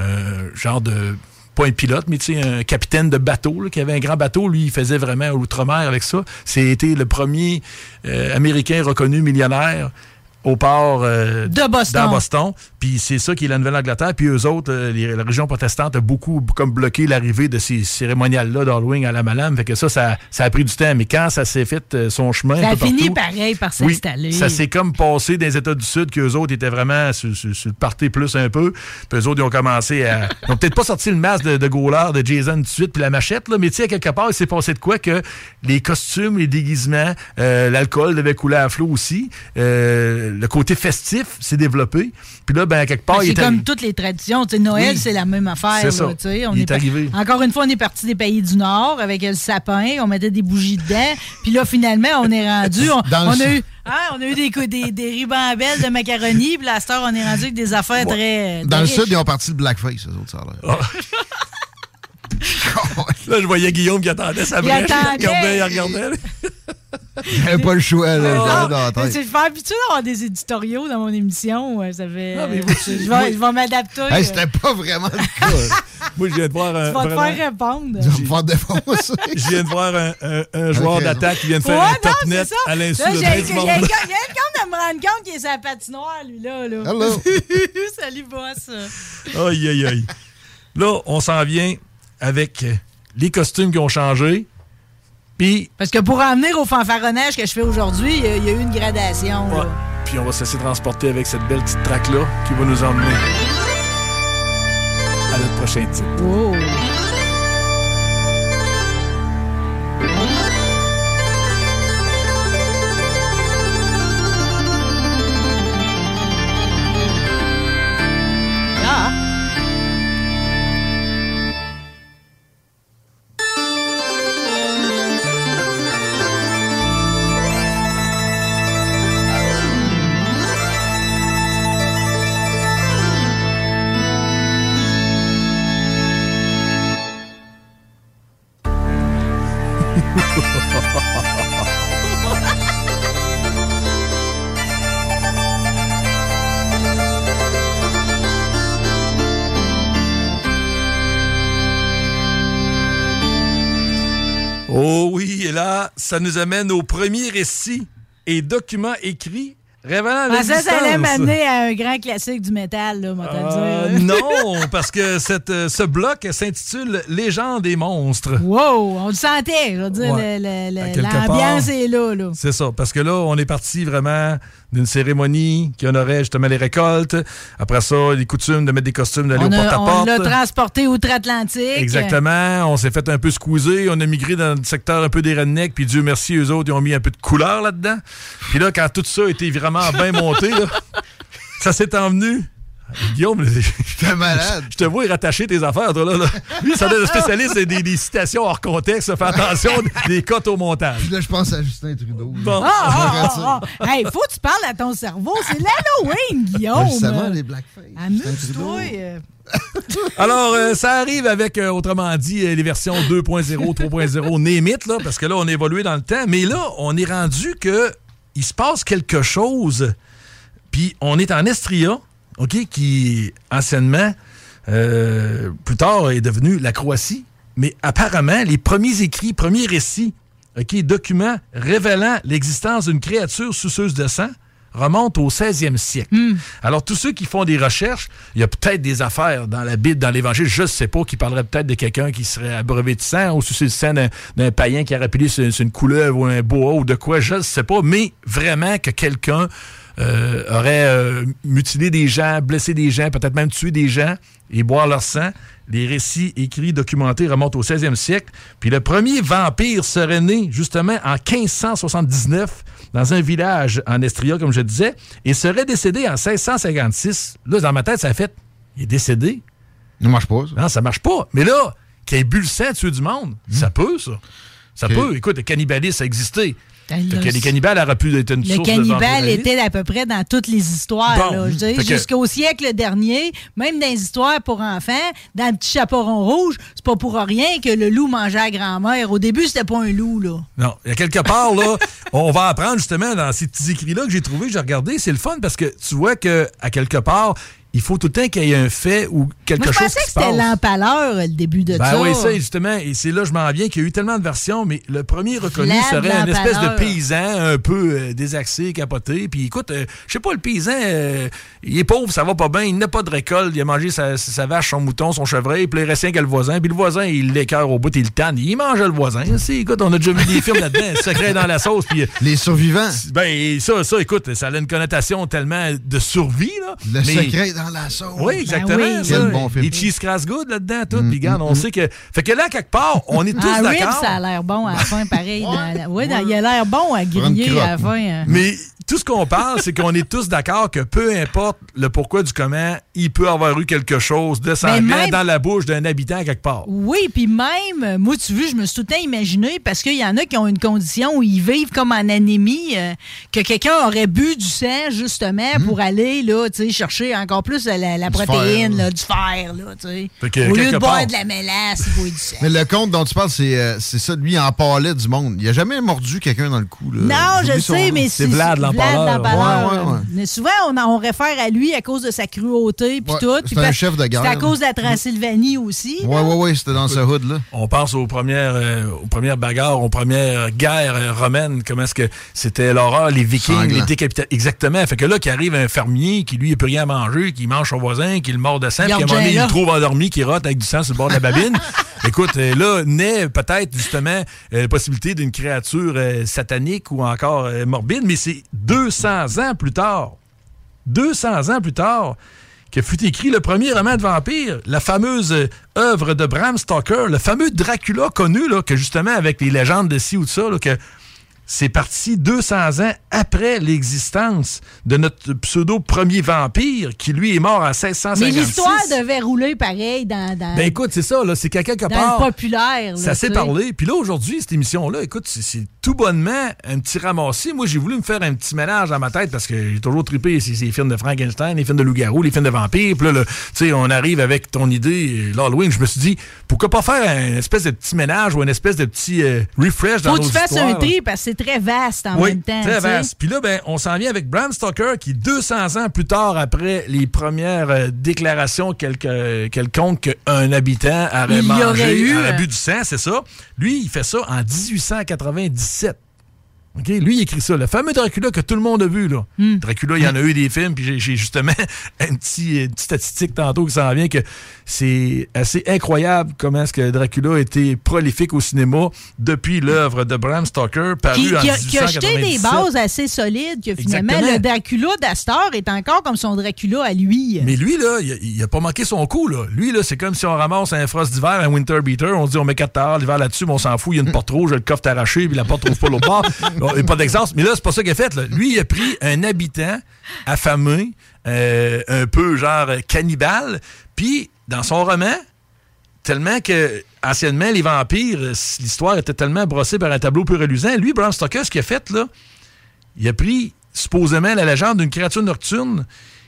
genre de... pas un pilote, mais tu sais, un capitaine de bateau, là, qui avait un grand bateau. Lui, il faisait vraiment outre-mer avec ça. C'était le premier Américain reconnu millionnaire au port de Boston. Dans Boston. Puis c'est ça qui est la Nouvelle-Angleterre. Puis eux autres, la région protestante a beaucoup comme bloqué l'arrivée de ces cérémoniales-là d'Halloween à la Malame. Fait que ça a pris du temps. Mais quand ça s'est fait son chemin... Ça a fini partout, pareil par s'installer. Oui, ça s'est comme passé dans les États du Sud qu'eux autres étaient vraiment sur le party plus un peu. Puis eux autres, ils ont commencé à... Ils n'ont peut-être pas sorti le masque de Gaulard, de Jason tout de suite, puis la machette, là, mais tu sais, à quelque part, il s'est passé de quoi que les costumes, les déguisements, l'alcool devait couler à flot aussi. Le côté festif s'est développé. Puis là, ben, à quelque part, c'est comme toutes les traditions. T'sais, Noël, c'est la même affaire. C'est ça. On est arrivé. Encore une fois, on est parti des pays du Nord avec le sapin. On mettait des bougies dedans. Puis là, finalement, on est rendu... On a eu des ribambelles de macaroni. Puis là, à cette heure, on est rendu avec des affaires très... Dans le Sud, ils ont parti le blackface, eux autres, ça a l'air. Là, je voyais Guillaume qui attendait sa brèche. Il regardait. J'avais pas le choix. Là, je suis habitué d'avoir des éditoriaux dans mon émission. Ça fait... je vais m'adapter. Hey, c'était pas vraiment le cas. Moi, je viens de voir tu vas te faire répondre. Tu vas me faire défoncer. Je viens de voir un joueur d'attaque qui vient de faire un top net à l'insu de bien du monde. Il vient de me rendre compte qu'il est sa patinoire, lui, là. Hello. Salut, boss. Aïe, aïe, aïe. Là, on s'en vient avec les costumes qui ont changé. Puis... Parce que pour en venir au fanfaronnage que je fais aujourd'hui, il y a eu une gradation. Ouais. Puis on va se laisser transporter avec cette belle petite traque-là qui va nous emmener à notre prochain titre. Oh. Oh oui, et là, ça nous amène au premier récit et document écrit révélant l'existence. Ça allait m'amener à un grand classique du métal, là, moi, te dire. Non, parce que ce bloc s'intitule « Légende des monstres ». Wow, on le sentait, je veux dire, ouais. L'ambiance est là. C'est ça, parce que là, on est parti vraiment d'une cérémonie qui honorait justement les récoltes. Après ça, les coutumes de mettre des costumes, d'aller au porte-à-porte. On l'a transporté outre-Atlantique. Exactement. On s'est fait un peu squeezer. On a migré dans le secteur un peu des rednecks. Puis Dieu merci, eux autres, ils ont mis un peu de couleur là-dedans. Puis là, quand tout ça était vraiment bien monté, là, ça s'est envenu. Guillaume, j'étais malade. Je te vois rattacher tes affaires, toi, là. Lui, ça donne un spécialiste des citations hors contexte. Fais attention, des cotes au montage. Là, je pense à Justin Trudeau. Bon. Hey, faut que tu parles à ton cerveau. C'est l'Halloween, Guillaume. Justement, les blackface. Amuse-toi. Alors, ça arrive avec, autrement dit, les versions 2.0, 3.0, name it, là, parce que là, on a évolué dans le temps. Mais là, on est rendu que il se passe quelque chose. Puis, on est en Estria. OK, qui, anciennement, plus tard, est devenu la Croatie. Mais apparemment, les premiers écrits, premiers récits, OK, documents révélant l'existence d'une créature suceuse de sang remontent au 16e siècle. Alors, tous ceux qui font des recherches, il y a peut-être des affaires dans la Bible, dans l'Évangile, je ne sais pas, qui parleraient peut-être de quelqu'un qui serait abreuvé de sang ou sucé le sang d'un païen qui aurait appelé sur une couleuvre ou un boa ou de quoi, je ne sais pas, mais vraiment que quelqu'un aurait mutilé des gens, blessé des gens, peut-être même tué des gens et boire leur sang. Les récits écrits, documentés remontent au 16e siècle. Puis le premier vampire serait né justement en 1579 dans un village en Estria, comme je disais, et serait décédé en 1656. Là, dans ma tête, ça a fait, il est décédé. Ça marche pas, ça. Non, ça marche pas. Mais là, qu'il ait bu le sang tuer du monde, ça peut, ça. Ça peut. Écoute, le cannibalisme, ça existait. Les cannibales auraient pu être une source de vampire. Le cannibale était à peu près dans toutes les histoires. Bon, là, jusqu'au siècle dernier, même dans les histoires pour enfants, dans le petit chaperon rouge, c'est pas pour rien que le loup mangeait à grand-mère. Au début, c'était pas un loup, là. Non, il y a quelque part, là, on va apprendre justement dans ces petits écrits-là que j'ai trouvés, que j'ai regardé. C'est le fun parce que tu vois qu'à quelque part, il faut tout le temps qu'il y ait un fait ou quelque chose qui se passe. Je pensais que c'était l'empaleur, le début de ça. Ben oui, ça, justement. Et c'est là, je m'en viens, qu'il y a eu tellement de versions, mais le premier reconnu serait une espèce de paysan un peu désaxé, capoté. Puis écoute, je sais pas, le paysan, il est pauvre, ça va pas bien, il n'a pas de récolte, il a mangé sa vache, son mouton, son chevreuil, puis il reste rien que le voisin. Puis le voisin, il l'écœure au bout, il le tanne, il mange le voisin. Écoute, on a déjà vu des films là-dedans, secret dans la sauce. Puis, les survivants. Ben, ça, écoute, ça a une connotation tellement de survie, là. Le secret dans la sauce. Oui, exactement. Ben oui. Quel bon film. Et Cheese Crass Good là-dedans, tout. Puis, regarde, on sait que. Fait que là, quelque part, on est tous d'accord. Ribs, ça a l'air bon à la fin, pareil. Il a l'air bon à griller à la fin. Mais tout ce qu'on parle, c'est qu'on est tous d'accord que peu importe le pourquoi du comment, il peut avoir eu quelque chose de sanglant dans la bouche d'un habitant quelque part. Oui, puis même, moi, tu vois, je me suis tout le temps imaginé, parce qu'il y en a qui ont une condition où ils vivent comme en anémie, que quelqu'un aurait bu du sang, justement, pour aller, là, tu sais, chercher encore plus la protéine, là, du fer, là, tu sais. Au lieu de boire de la mélasse, il boit du sang. Mais le conte dont tu parles, c'est ça, lui, il en parlait du monde. Il a jamais mordu quelqu'un dans le cou, là. Non, je sais, mais c'est Vlad l'empaleur. Ouais. Mais souvent, on réfère à lui à cause de sa cruauté, puis tout. C'est un chef de guerre. C'est à cause de la Transylvanie aussi. Oui, c'était dans ce hood-là. On pense aux premières bagarres, aux premières guerres romaines, comment est-ce que c'était l'horreur, les Vikings, les décapitations. Exactement. Fait que là, qu'arrive un fermier qui, lui, n'a plus rien à manger, qui mange son voisin, qui le mord de sang, puis qu'à un moment donné, il le trouve endormi, qui rote avec du sang sur le bord de la babine. Écoute, là, naît peut-être, justement, la possibilité d'une créature satanique ou encore morbide, mais c'est 200 ans plus tard que fut écrit le premier roman de vampire, la fameuse œuvre de Bram Stoker, le fameux Dracula connu, là, que justement, avec les légendes de ci ou de ça, là, que c'est parti 200 ans après l'existence de notre pseudo-premier vampire, qui, lui, est mort en 1656. Mais l'histoire devait rouler pareil dans ben écoute, c'est ça, là, c'est qu'à quelque part... Dans le populaire. Ça s'est parlé. Puis là, aujourd'hui, cette émission-là, écoute, c'est tout bonnement un petit ramassis. Moi, j'ai voulu me faire un petit ménage dans ma tête, parce que j'ai toujours trippé ces films de Frankenstein, les films de loup-garou, les films de vampires. Puis là, tu sais, on arrive avec ton idée, l'Halloween. Je me suis dit, pourquoi pas faire une espèce de petit ménage ou une espèce de petit refresh dans nos histoires. Faut que tu fasses un tri, parce que c'est très vaste en même temps. Très vaste. Puis là, ben, on s'en vient avec Bram Stoker, qui, 200 ans plus tard, après les premières déclarations quelconques qu'un habitant aurait mangé, aurait bu du sang, c'est ça. Lui, il fait ça en 1897. Okay? Lui, il écrit ça. Le fameux Dracula que tout le monde a vu. Là. Dracula, il y en a eu des films, puis j'ai justement une petite statistique tantôt qui s'en vient que c'est assez incroyable comment est-ce que Dracula a été prolifique au cinéma depuis l'œuvre de Bram Stoker, paru en 1897. Qui a jeté des bases assez solides, que finalement, le Dracula d'Astor est encore comme son Dracula à lui. Mais lui, là, il a pas manqué son coup. Là. Lui, là, c'est comme si on ramasse un frost d'hiver, un winter beater, on se dit on met 4 tares l'hiver là-dessus, mais on s'en fout, il y a une porte rouge, le coffre est arraché, puis la porte trouve pas l'autre bord. Il n'y a pas d'exemple. Mais là, c'est pas ça qu'il a fait. Là. Lui, il a pris un habitant affamé, un peu genre cannibale, puis dans son roman, tellement que, anciennement, les vampires, l'histoire était tellement brossée par un tableau peu reluisant. Lui, Bram Stoker, ce qu'il a fait, là, il a pris, supposément, la légende d'une créature nocturne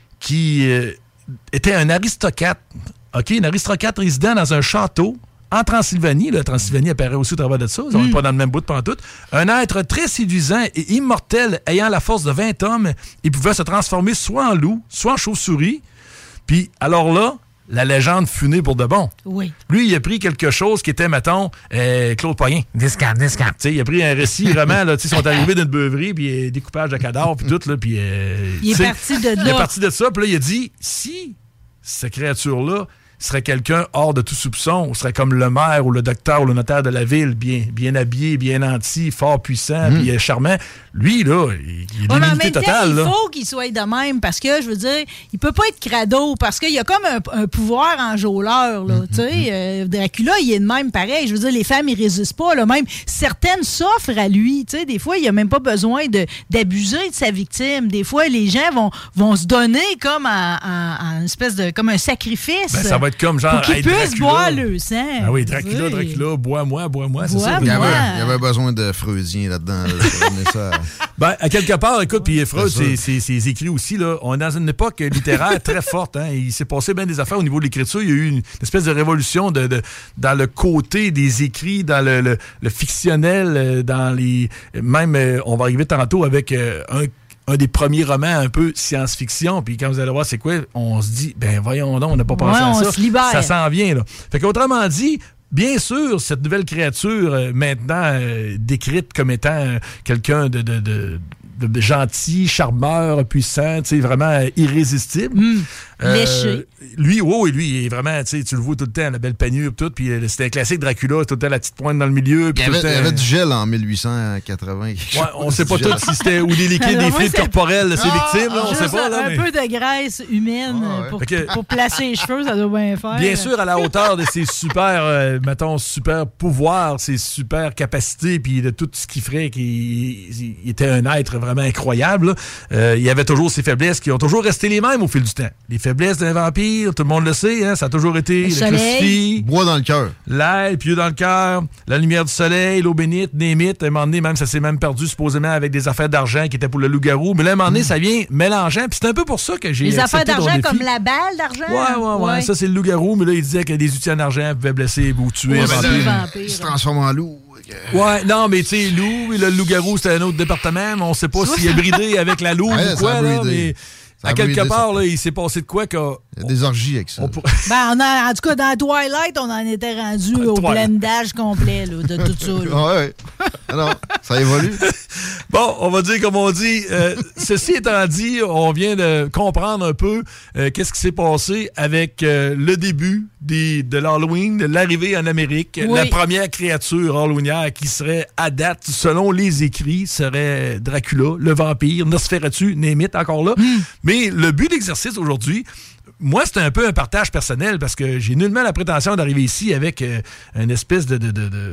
qui était un aristocrate. OK? Un aristocrate résident dans un château en Transylvanie. La Transylvanie apparaît aussi au travers de ça. Ils sont pas dans le même bout de pantoute. Un être très séduisant et immortel ayant la force de 20 hommes, il pouvait se transformer soit en loup, soit en chauve-souris. Puis, alors là, la légende fut née pour de bon. Oui. Lui, il a pris quelque chose qui était, mettons, Claude Poyen. Discap. Il a pris un récit vraiment, là, ils sont arrivés d'une beuverie, puis découpage de cadavres, puis tout, là, puis... il est parti de là. Il est parti de ça, puis là, il a dit, si cette créature-là serait quelqu'un hors de tout soupçon, ou serait comme le maire ou le docteur ou le notaire de la ville, bien habillé, bien nanti, fort puissant, puis charmant. Lui, là, il est l'humilité totale. Il faut qu'il soit de même, parce que, je veux dire, il peut pas être crado, parce qu'il y a comme un pouvoir enjôleur, là, tu sais. Dracula, il est de même pareil. Je veux dire, les femmes, ils résistent pas, là, même. Certaines s'offrent à lui, tu sais. Des fois, il a même pas besoin d'abuser de sa victime. Des fois, les gens vont se donner comme en espèce de, comme un sacrifice. Ben, ça va être comme genre, pour qu'ils puissent boire le sang. Ah oui, Dracula, bois-moi, c'est ça. Il y avait besoin de Freudien là-dedans, ça. Ben, à quelque part, écoute, puis Freud, c'est écrit aussi, là. On est dans une époque littéraire très forte, hein. Il s'est passé bien des affaires au niveau de l'écriture. Il y a eu une espèce de révolution dans le côté des écrits, dans le fictionnel, dans les... Même, on va arriver tantôt avec un des premiers romans un peu science-fiction. Puis quand vous allez voir c'est quoi, on se dit, ben voyons donc, on n'a pas pensé à ça. On se libère. Ça s'en vient, là. Fait qu'autrement dit, bien sûr, cette nouvelle créature, maintenant décrite comme étant quelqu'un de gentil, charmeur, puissant, tu sais, vraiment irrésistible. Léché. Lui, il est vraiment, tu sais, tu le vois tout le temps, la belle panure, tout, puis c'était un classique Dracula, tout le temps la petite pointe dans le milieu. Il y avait du gel en 1880. Ouais, on sait pas tout si c'était ou des liquides, des fluides corporels de ses victimes, là, on sait pas. Là, un peu de graisse humaine pour placer les cheveux, ça doit bien faire. Bien sûr, à la hauteur de ses super, super pouvoirs, ses super capacités, puis de tout ce qu'il ferait, qu'il était un être vraiment incroyable. Il y avait toujours ses faiblesses qui ont toujours resté les mêmes au fil du temps. Les faiblesses d'un vampire, tout le monde le sait, hein, ça a toujours été le crucifix, bois dans le cœur, l'ail, pieux dans le cœur, la lumière du soleil, l'eau bénite, némite. À un moment donné, même ça s'est même perdu supposément avec des affaires d'argent qui étaient pour le loup-garou. Mais là, à un moment donné, ça vient mélangeant. Puis c'est un peu pour ça que j'ai les affaires d'argent comme la balle d'argent. Ouais. Ça, c'est le loup-garou. Mais là, il disait que des outils en argent pouvaient blesser ou tuer un vampire. Il se transforme en loup. Ouais, non, mais tu sais, loup, le loup-garou, c'était un autre département, mais on sait pas s'il est bridé avec la louve ou quoi, là, mais à quelque part, là, il s'est passé de quoi que... Il y a des orgies avec ça. En tout cas, dans Twilight, on en était rendu au blendage complet là, de tout ça. Ouais. Alors, ça évolue. Bon, on va dire comme on dit. Ceci étant dit, on vient de comprendre un peu qu'est-ce qui s'est passé avec le début de l'Halloween, de l'arrivée en Amérique. Oui. La première créature halloweenière qui serait, à date, selon les écrits, serait Dracula, le vampire, Nosferatu, Némite, encore là. Mais le but de l'exercice aujourd'hui, moi, c'était un peu un partage personnel parce que j'ai nullement la prétention d'arriver ici avec une espèce de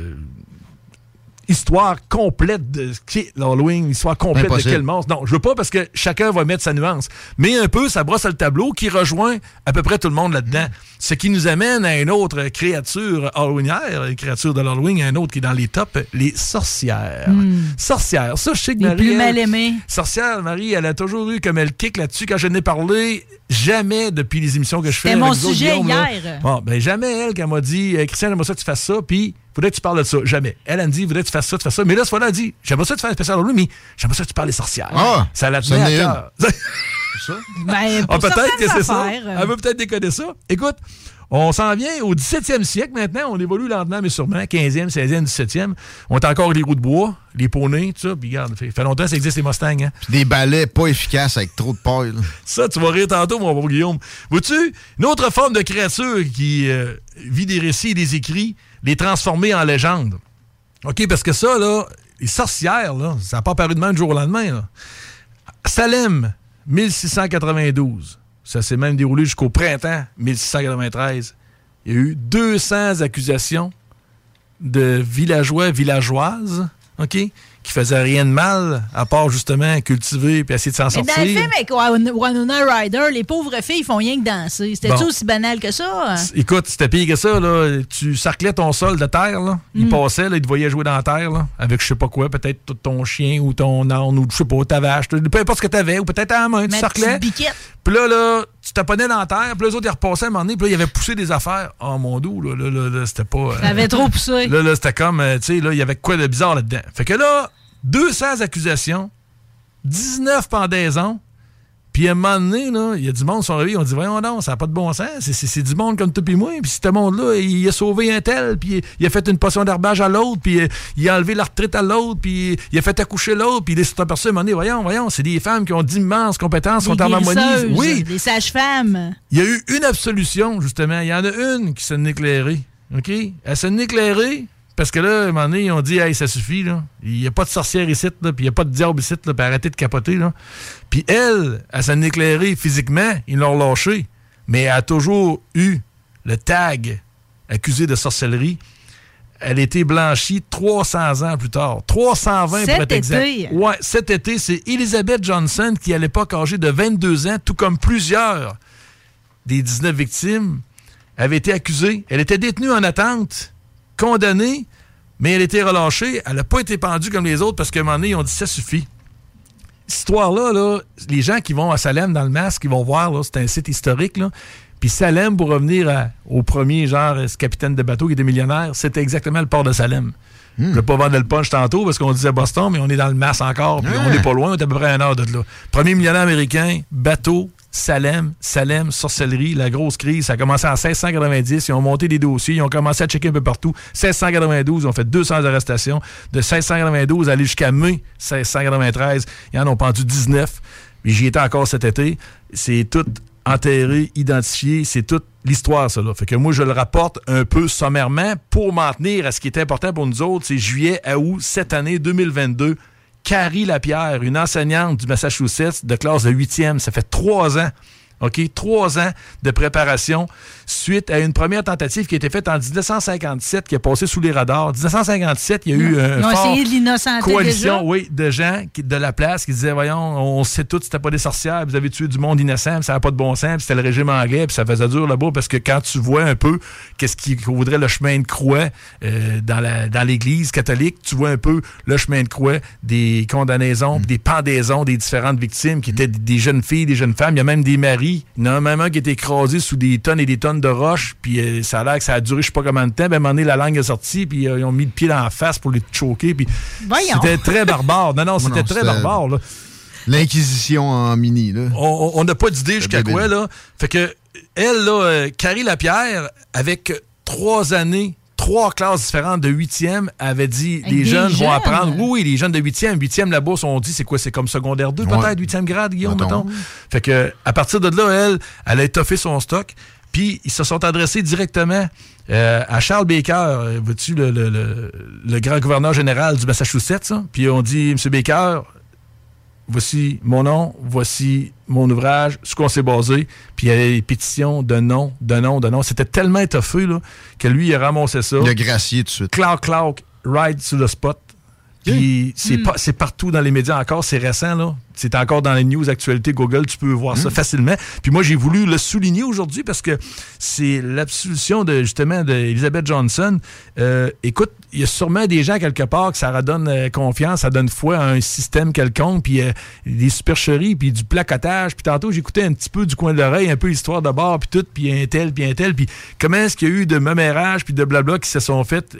histoire complète de ce qu'est l'Halloween, histoire complète de quel monstre. Non, je veux pas parce que chacun va mettre sa nuance. Mais un peu, ça brosse le tableau qui rejoint à peu près tout le monde là-dedans. Ce qui nous amène à une autre créature halloweenière, une créature de l'Halloween, un autre qui est dans les tops, les sorcières. Sorcières. Ça, je sais que Marie... Les plus mal aimées. Sorcière, Marie, elle a toujours eu comme elle kick là-dessus. Quand je n'ai parlé, jamais depuis les émissions que je fais. C'était mon sujet hier. Bon, ben jamais elle qui m'a dit, Christian, j'aimerais ça que tu fasses ça, puis faudrait que tu parles de ça. Jamais. Elle me dit, faudrait que tu fasses ça, tu fasses ça. Mais là, ce fois-là, elle dit, j'aimerais ça que tu fasses un spécial Halloween, mais j'aimerais ça que tu parles des sorcières. Ah, ça la tenait à cœur. C'est ça? Ben, peut-être que c'est ça. Elle veut peut-être déconner ça. Écoute, on s'en vient au 17e siècle maintenant. On évolue lentement, mais sûrement. 15e, 16e, 17e. On a encore les roues de bois, les poneys, tout ça. Puis regarde, ça fait longtemps que ça existe, les Mustangs. Hein? Puis des balais pas efficaces avec trop de paille. Ça, tu vas rire tantôt, mon bon Guillaume. Vois-tu, une autre forme de créature qui vit des récits et des écrits, les transformer en légendes. OK, parce que ça, là, les sorcières, là, ça n'a pas apparu de même du jour au lendemain. Là. Salem, 1692. Ça s'est même déroulé jusqu'au printemps 1693. Il y a eu 200 accusations de villageois, villageoises, OK, qui faisaient rien de mal, à part justement cultiver et essayer de s'en sortir. Dans le film avec Winona Ryder, les pauvres filles font rien que danser. C'était-tu aussi banal que ça? Écoute, c'était pire que ça. Là. Tu sarclais ton sol de terre. Là. Il passait, là, il te voyait jouer dans la terre, là, avec je sais pas quoi, peut-être ton chien ou ton âne ou je sais pas, ta vache, peu importe ce que tu avais, ou peut-être à la main, tu sarclais. Puis là, tu taponnais dans la terre, puis les autres, ils repassaient à un moment donné, puis là, ils avaient poussé des affaires. Oh, mon doux, là, c'était pas... Ça avait trop poussé. Là, c'était comme, tu sais, là, il y avait quoi de bizarre là-dedans. Fait que là, 200 accusations, 19 pendaisons, puis à un moment donné, là, il y a du monde qui sont réveillés, on dit, voyons donc, ça n'a pas de bon sens, c'est du monde comme toi puis moi, puis ce monde-là, il a sauvé un tel, puis il a fait une potion d'herbage à l'autre, puis il a enlevé la retraite à l'autre, puis il a fait accoucher l'autre, puis il s'est aperçu à un moment donné, voyons, c'est des femmes qui ont d'immenses compétences, sont en harmonie. Oui. Des sages-femmes. Il y a eu une absolution, justement. Il y en a une qui s'est éclairée. OK? Elle s'est éclairée. Parce que là, à un moment donné, ils ont dit, hey, ça suffit, là. Il n'y a pas de sorcière ici, là, puis il n'y a pas de diable ici, là, puis arrêtez de capoter, là. Puis elle s'en est éclairée physiquement, ils l'ont lâchée, mais elle a toujours eu le tag accusé de sorcellerie. Elle a été blanchie 300 ans plus tard. 320 pour être exact. Ouais, cet été, c'est Elizabeth Johnson qui, à l'époque, âgée de 22 ans, tout comme plusieurs des 19 victimes, avait été accusée. Elle était détenue en attente, condamnée, mais elle a été relâchée. Elle n'a pas été pendue comme les autres parce qu'à un moment donné, ils ont dit ça suffit. Cette histoire-là, là, les gens qui vont à Salem dans le masque, ils vont voir, là, c'est un site historique, là. Puis Salem, pour revenir au premier, genre, ce capitaine de bateau qui était millionnaire, c'était exactement le port de Salem. Je ne vais pas vendre le punch tantôt parce qu'on disait Boston, mais on est dans le Mass encore, puis on n'est pas loin, on est à peu près à 1 heure de là. Premier millionnaire américain, bateau, Salem, sorcellerie, la grosse crise, ça a commencé en 1690, ils ont monté des dossiers, ils ont commencé à checker un peu partout. 1692, ils ont fait 200 arrestations. De 1692 aller jusqu'à mai 1693, ils en ont pendu 19. Puis j'y étais encore cet été. C'est tout enterré, identifié, c'est toute l'histoire, ça, là. Fait que moi, je le rapporte un peu sommairement pour m'en tenir à ce qui est important pour nous autres. C'est juillet à août, cette année 2022. Carrie Lapierre, une enseignante du Massachusetts de classe de 8e. Ça fait 3 ans. OK? 3 ans de préparation suite à une première tentative qui a été faite en 1957, qui a passé sous les radars. En 1957, il y a eu une coalition de gens de la place qui disaient, voyons, on sait tous que c'était pas des sorcières, vous avez tué du monde innocent, ça n'a pas de bon sens, puis c'était le régime anglais, puis ça faisait dur là-bas, parce que quand tu vois un peu qu'est-ce qui couvrait le chemin de croix dans l'Église catholique, tu vois un peu le chemin de croix des condamnaisons, des pendaisons des différentes victimes, qui étaient des jeunes filles, des jeunes femmes, il y a même des maris. Il y en a même un qui a été écrasé sous des tonnes et des tonnes de roches, puis ça a l'air que ça a duré je sais pas combien de temps, puis à un moment donné, la langue est sortie, puis ils ont mis le pied dans la face pour les choquer, puis c'était très barbare. Non, c'était très barbare, là. L'Inquisition en mini, là. On n'a pas d'idée jusqu'à quoi, là. Fait que, elle, là, Carrie Lapierre, avec 3 années, 3 classes différentes de 8e, avait dit les jeunes vont apprendre. Oui, les jeunes de 8e. 8e là-bas, on dit c'est quoi? C'est comme secondaire 2, peut-être, 8e grade, Guillaume, mettons. Fait que, à partir de là, elle a étoffé son stock. Puis, ils se sont adressés directement à Charles Baker, vois-tu, le grand gouverneur général du Massachusetts. Ça? Puis, on dit, M. Baker, voici mon nom, voici mon ouvrage, ce qu'on s'est basé. Puis il y avait des pétitions de nom. C'était tellement étoffé là, que lui, il a ramassé ça. Il a gracié tout de suite. Clark, ride sur le spot. Puis c'est partout dans les médias encore, c'est récent, là. C'est encore dans les news actualités Google, tu peux voir ça facilement. Puis moi, j'ai voulu le souligner aujourd'hui parce que c'est l'absolution d'Elizabeth Johnson. Écoute, il y a sûrement des gens quelque part que ça redonne confiance, ça donne foi à un système quelconque, puis des supercheries, puis du placotage. Puis tantôt, j'écoutais un petit peu du coin de l'oreille, un peu l'histoire de bord, puis tout, puis un tel, puis comment est-ce qu'il y a eu de mémérage, puis de blabla qui se sont faites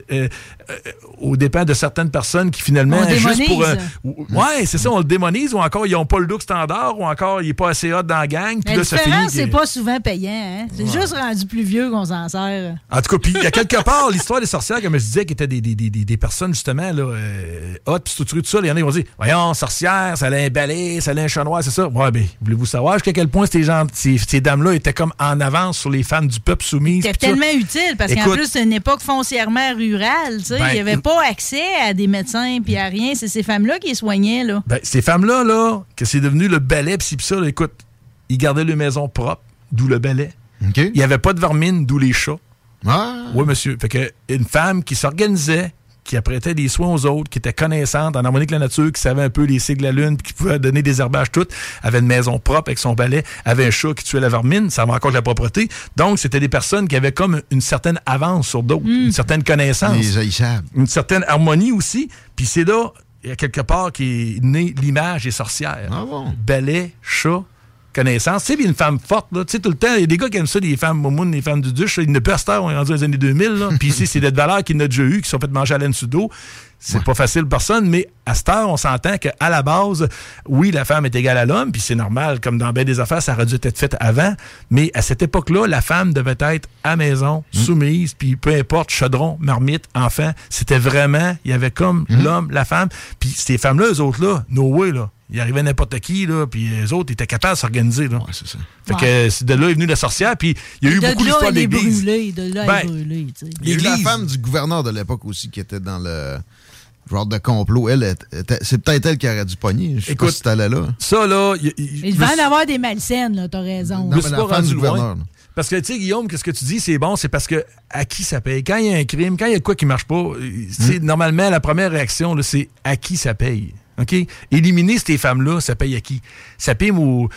aux dépens de certaines personnes qui finalement... juste pour ouais, c'est ça, on le démonise, ou encore ils n'ont pas le look standard, ou encore il n'est pas assez hot dans la gang. La différence, c'est pas souvent payant. Hein? C'est juste rendu plus vieux qu'on s'en sert. En tout cas, puis il y a quelque part l'histoire des sorcières, comme je disais, qui étaient des personnes justement là, hot, puis structurées, tout ça. Il y en a qui vont dire, voyons, sorcière, ça a un balai, ça a un chat noir, c'est ça. Ouais, ben, voulez-vous savoir jusqu'à quel point ces dames-là étaient comme en avance sur les femmes du peuple soumises. C'était tellement utile, parce qu'en plus, c'est une époque foncièrement rurale. Tu sais, il n'y avait pas accès à des médecins, puis à rien. C'est ces femmes-là qui les soignaient. Là. Ben, ces femmes-là, là, que c'est devenu le balai, puis ça, là, écoute, ils gardaient les maisons propres, d'où le balai. Okay. Il n'y avait pas de vermine, d'où les chats. Ah. Oui, monsieur. Fait que une femme qui s'organisait, qui apprêtait des soins aux autres, qui était connaissante en harmonie avec la nature, qui savait un peu les cycles de la lune, puis qui pouvait donner des herbages tout, avait une maison propre avec son balai, avait un chat qui tuait la vermine, ça avait encore de la propreté. Donc, c'était des personnes qui avaient comme une certaine avance sur d'autres, une certaine connaissance. Les haïssables. Une certaine harmonie aussi. Puis c'est là, il y a quelque part qui est née l'image des sorcières. Ah bon? Balai, chat, connaissance. Tu sais, puis une femme forte, là. Tu sais, tout le temps, il y a des gars qui aiment ça, des femmes moumounes, des femmes du duche. Ils ne peuvent pas, on est rendu dans les années 2000, là. Puis ici, c'est des valeurs qu'il y en a déjà eu, qui sont faites manger à laine sous dos. C'est pas facile, personne, mais à cette heure, on s'entend qu'à la base, oui, la femme est égale à l'homme, puis c'est normal, comme dans bien des affaires, ça aurait dû être fait avant, mais à cette époque-là, la femme devait être à maison, soumise, puis peu importe, chaudron, marmite, enfant, c'était vraiment, il y avait comme l'homme, la femme, puis ces femmes-là, eux autres-là, no way, là, il arrivait n'importe qui, là, puis les autres étaient capables de s'organiser, là. Ouais, c'est ça. Fait que c'est de là est venue la sorcière, puis il y a eu beaucoup d'histoires d'église. De là, elle est brûlée, tu sais. Il y a eu la femme du gouverneur de l'époque aussi qui était dans le genre de complot. C'est peut-être elle qui aurait dû pogner. Je sais pas si t'allais là. Ça, là... Il devait en avoir des malsaines, là, t'as raison. Non, mais la femme du gouverneur. Parce que, tu sais, Guillaume, qu'est-ce que tu dis, c'est bon, c'est parce que à qui ça paye? Quand il y a un crime, quand il y a de quoi qui marche pas, normalement, la première réaction, là, c'est à qui ça paye? OK? Éliminer ces femmes-là, ça paye à qui? Ça paye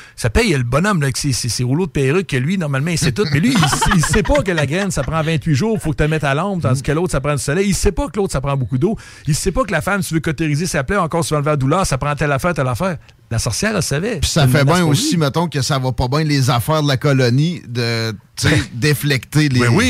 le bonhomme là, avec ses rouleaux de perruque que lui, normalement, il sait tout. Mais lui, il sait pas que la graine, ça prend 28 jours, il faut que tu la mettes à l'ombre, tandis que l'autre, ça prend du soleil. Il sait pas que l'autre, ça prend beaucoup d'eau. Il sait pas que la femme, si tu veux cautériser sa plaie, encore sur la douleur, ça prend telle affaire, telle affaire. La sorcière, elle savait. Puis ça fait bien aussi, mettons, que ça va pas bien les affaires de la colonie de déflecter les... Oui.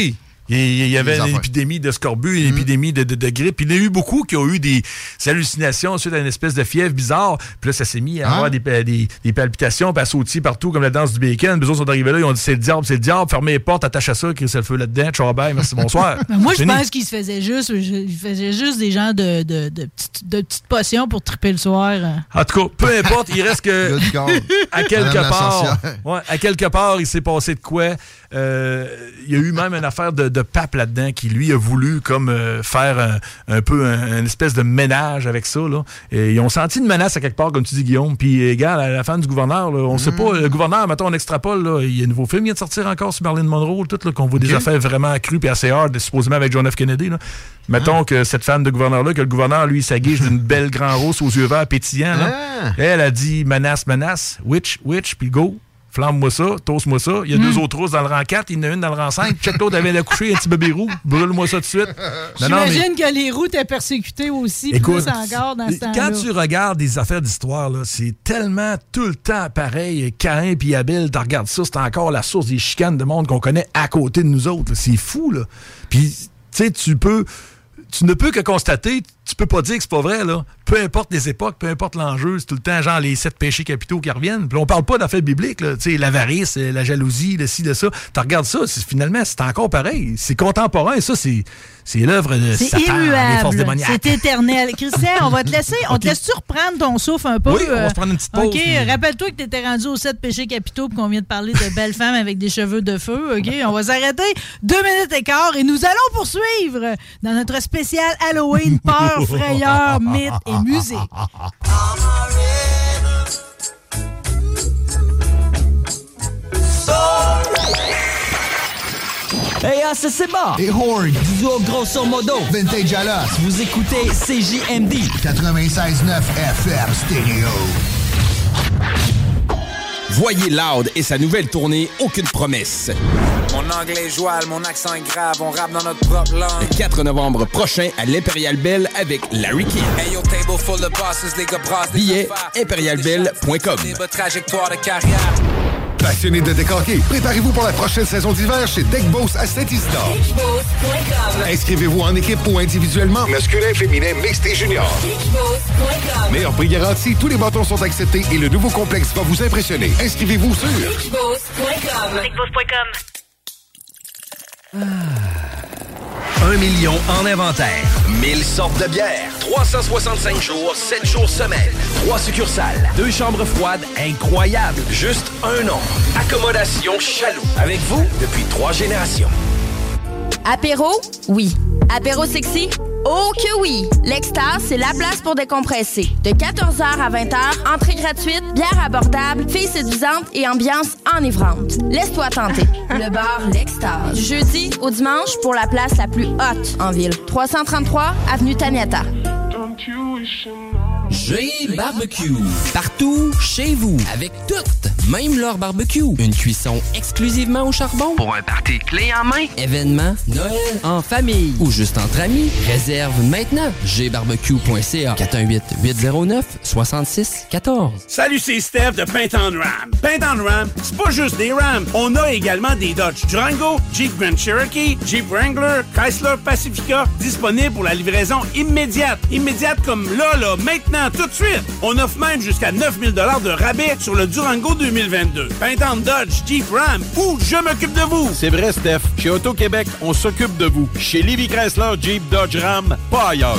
Il y avait une épidémie de scorbut, une épidémie de grippe. Il y en a eu beaucoup qui ont eu des hallucinations suite à une espèce de fièvre bizarre. Puis là, ça s'est mis à avoir des palpitations, puis à sautiller partout comme la danse du bacon. Les autres sont arrivés là, ils ont dit c'est le diable. Fermez les portes, attache à ça, qu'il y a le feu là-dedans. Ciao, bye, merci, bonsoir. Moi, je pense qu'il se faisait juste des genres de petites potions pour triper le soir. En tout cas, peu importe, il reste que à quelque part, il s'est passé de quoi. Il y a eu même une affaire de pape là-dedans qui, lui, a voulu comme faire un peu une espèce de ménage avec ça. Là. Et ils ont senti une menace à quelque part, comme tu dis, Guillaume. Puis, égal, à la fin du gouverneur, là, on sait pas, le gouverneur, mettons, on extrapole, là, il y a un nouveau film qui vient de sortir encore sur Marilyn Monroe, tout, là, qu'on voit des affaires vraiment accrues puis assez hard, supposément avec John F. Kennedy. Là. Mettons que cette femme de gouverneur-là, que le gouverneur, lui, s'aguiche d'une belle grande rousse aux yeux verts pétillants. Là. Elle a dit menace, witch, puis go. Flambe-moi ça, toast-moi ça. Il y a 2 autres rousses dans le rang 4, il y en a une dans le rang 5. Check l'autre, elle vient d'accoucher, un petit bébé roux. Brûle-moi ça tout de suite. J'imagine que les roux t'es persécuté aussi. Écoute, plus encore dans ce temps-là. Quand tu regardes des affaires d'histoire, là, c'est tellement tout le temps pareil. Caïn puis Abel, tu regardes ça, c'est encore la source des chicanes de monde qu'on connaît à côté de nous autres. Là. C'est fou, là. Puis, tu sais, tu ne peux que constater, tu peux pas dire que c'est pas vrai, là. Peu importe les époques, peu importe l'enjeu, c'est tout le temps genre les 7 péchés capitaux qui reviennent. Puis on parle pas d'affaires bibliques, là. Tu sais, l'avarice, la jalousie, le ci, le ça. Tu regardes ça, finalement, c'est encore pareil. C'est contemporain, ça, c'est l'œuvre de Satan, des forces démoniaques. C'est éternel. Christian, on va te laisser. On te laisse-tu reprendre ton souffle un peu? Oui, on va se prendre une petite pause. OK, rappelle-toi que tu étais rendu aux 7 péchés capitaux puis qu'on vient de parler de belles femmes avec des cheveux de feu. OK, on va s'arrêter 2 minutes et quart et nous allons poursuivre dans notre spécial Halloween, peur, frayeur, mythe et musique. Hey, c'est bon! Et Horde. Du duo grosso modo. Vintage Alas. Vous écoutez CJMD. 96.9 FM Stereo. Voyez Loud et sa nouvelle tournée Aucune promesse. Mon anglais est joual, mon accent est grave, on rappe dans notre propre langue. Le 4 novembre prochain à l'Imperial Bell avec Larry King. Hey, yo, table full of bosses, les gars brassent des Billets imperialbell.com. Trajectoire de carrière. Passionné de décorquer, préparez-vous pour la prochaine saison d'hiver chez Deck Boss à Saint-Isidore. Inscrivez-vous en équipe ou individuellement. Masculin, féminin, mixte et junior. Meilleur prix garanti, tous les bâtons sont acceptés et le nouveau complexe va vous impressionner. Inscrivez-vous sur Deckboss.com. 1 million en inventaire. 1000 sortes de bières. 365 jours, 7 jours semaine. 3 succursales. 2 chambres froides incroyables. Juste un nom. Accommodation Chaloux. Avec vous depuis 3 générations. Apéro? Oui. Apéro sexy? Oh que oui! L'Extase, c'est la place pour décompresser. De 14h à 20h, entrée gratuite, bière abordable, filles séduisantes et ambiance enivrante. Laisse-toi tenter. Le bar L'Extase. Du jeudi au dimanche pour la place la plus haute en ville. 333 avenue Taniata. G-Barbecue. Partout, chez vous, avec tout, même leur barbecue. Une cuisson exclusivement au charbon. Pour un party clé en main. Événement, Noël, en famille ou juste entre amis. Réserve maintenant. gbarbecue.ca 418-809-6614. Salut, c'est Steph de Paint on Ram. Paint on Ram, c'est pas juste des Rams. On a également des Dodge Durango, Jeep Grand Cherokee, Jeep Wrangler, Chrysler Pacifica, disponibles pour la livraison immédiate. Immédiate comme là, maintenant, tout de suite. On offre même jusqu'à 9 000 $ de rabais sur le Durango 2022. Paint on Dodge, Jeep Ram, ou je m'occupe de vous. C'est vrai, Steph. Chez Auto-Québec, on s'occupe de vous. Chez Lévis Chrysler, Jeep, Dodge, Ram, pas ailleurs.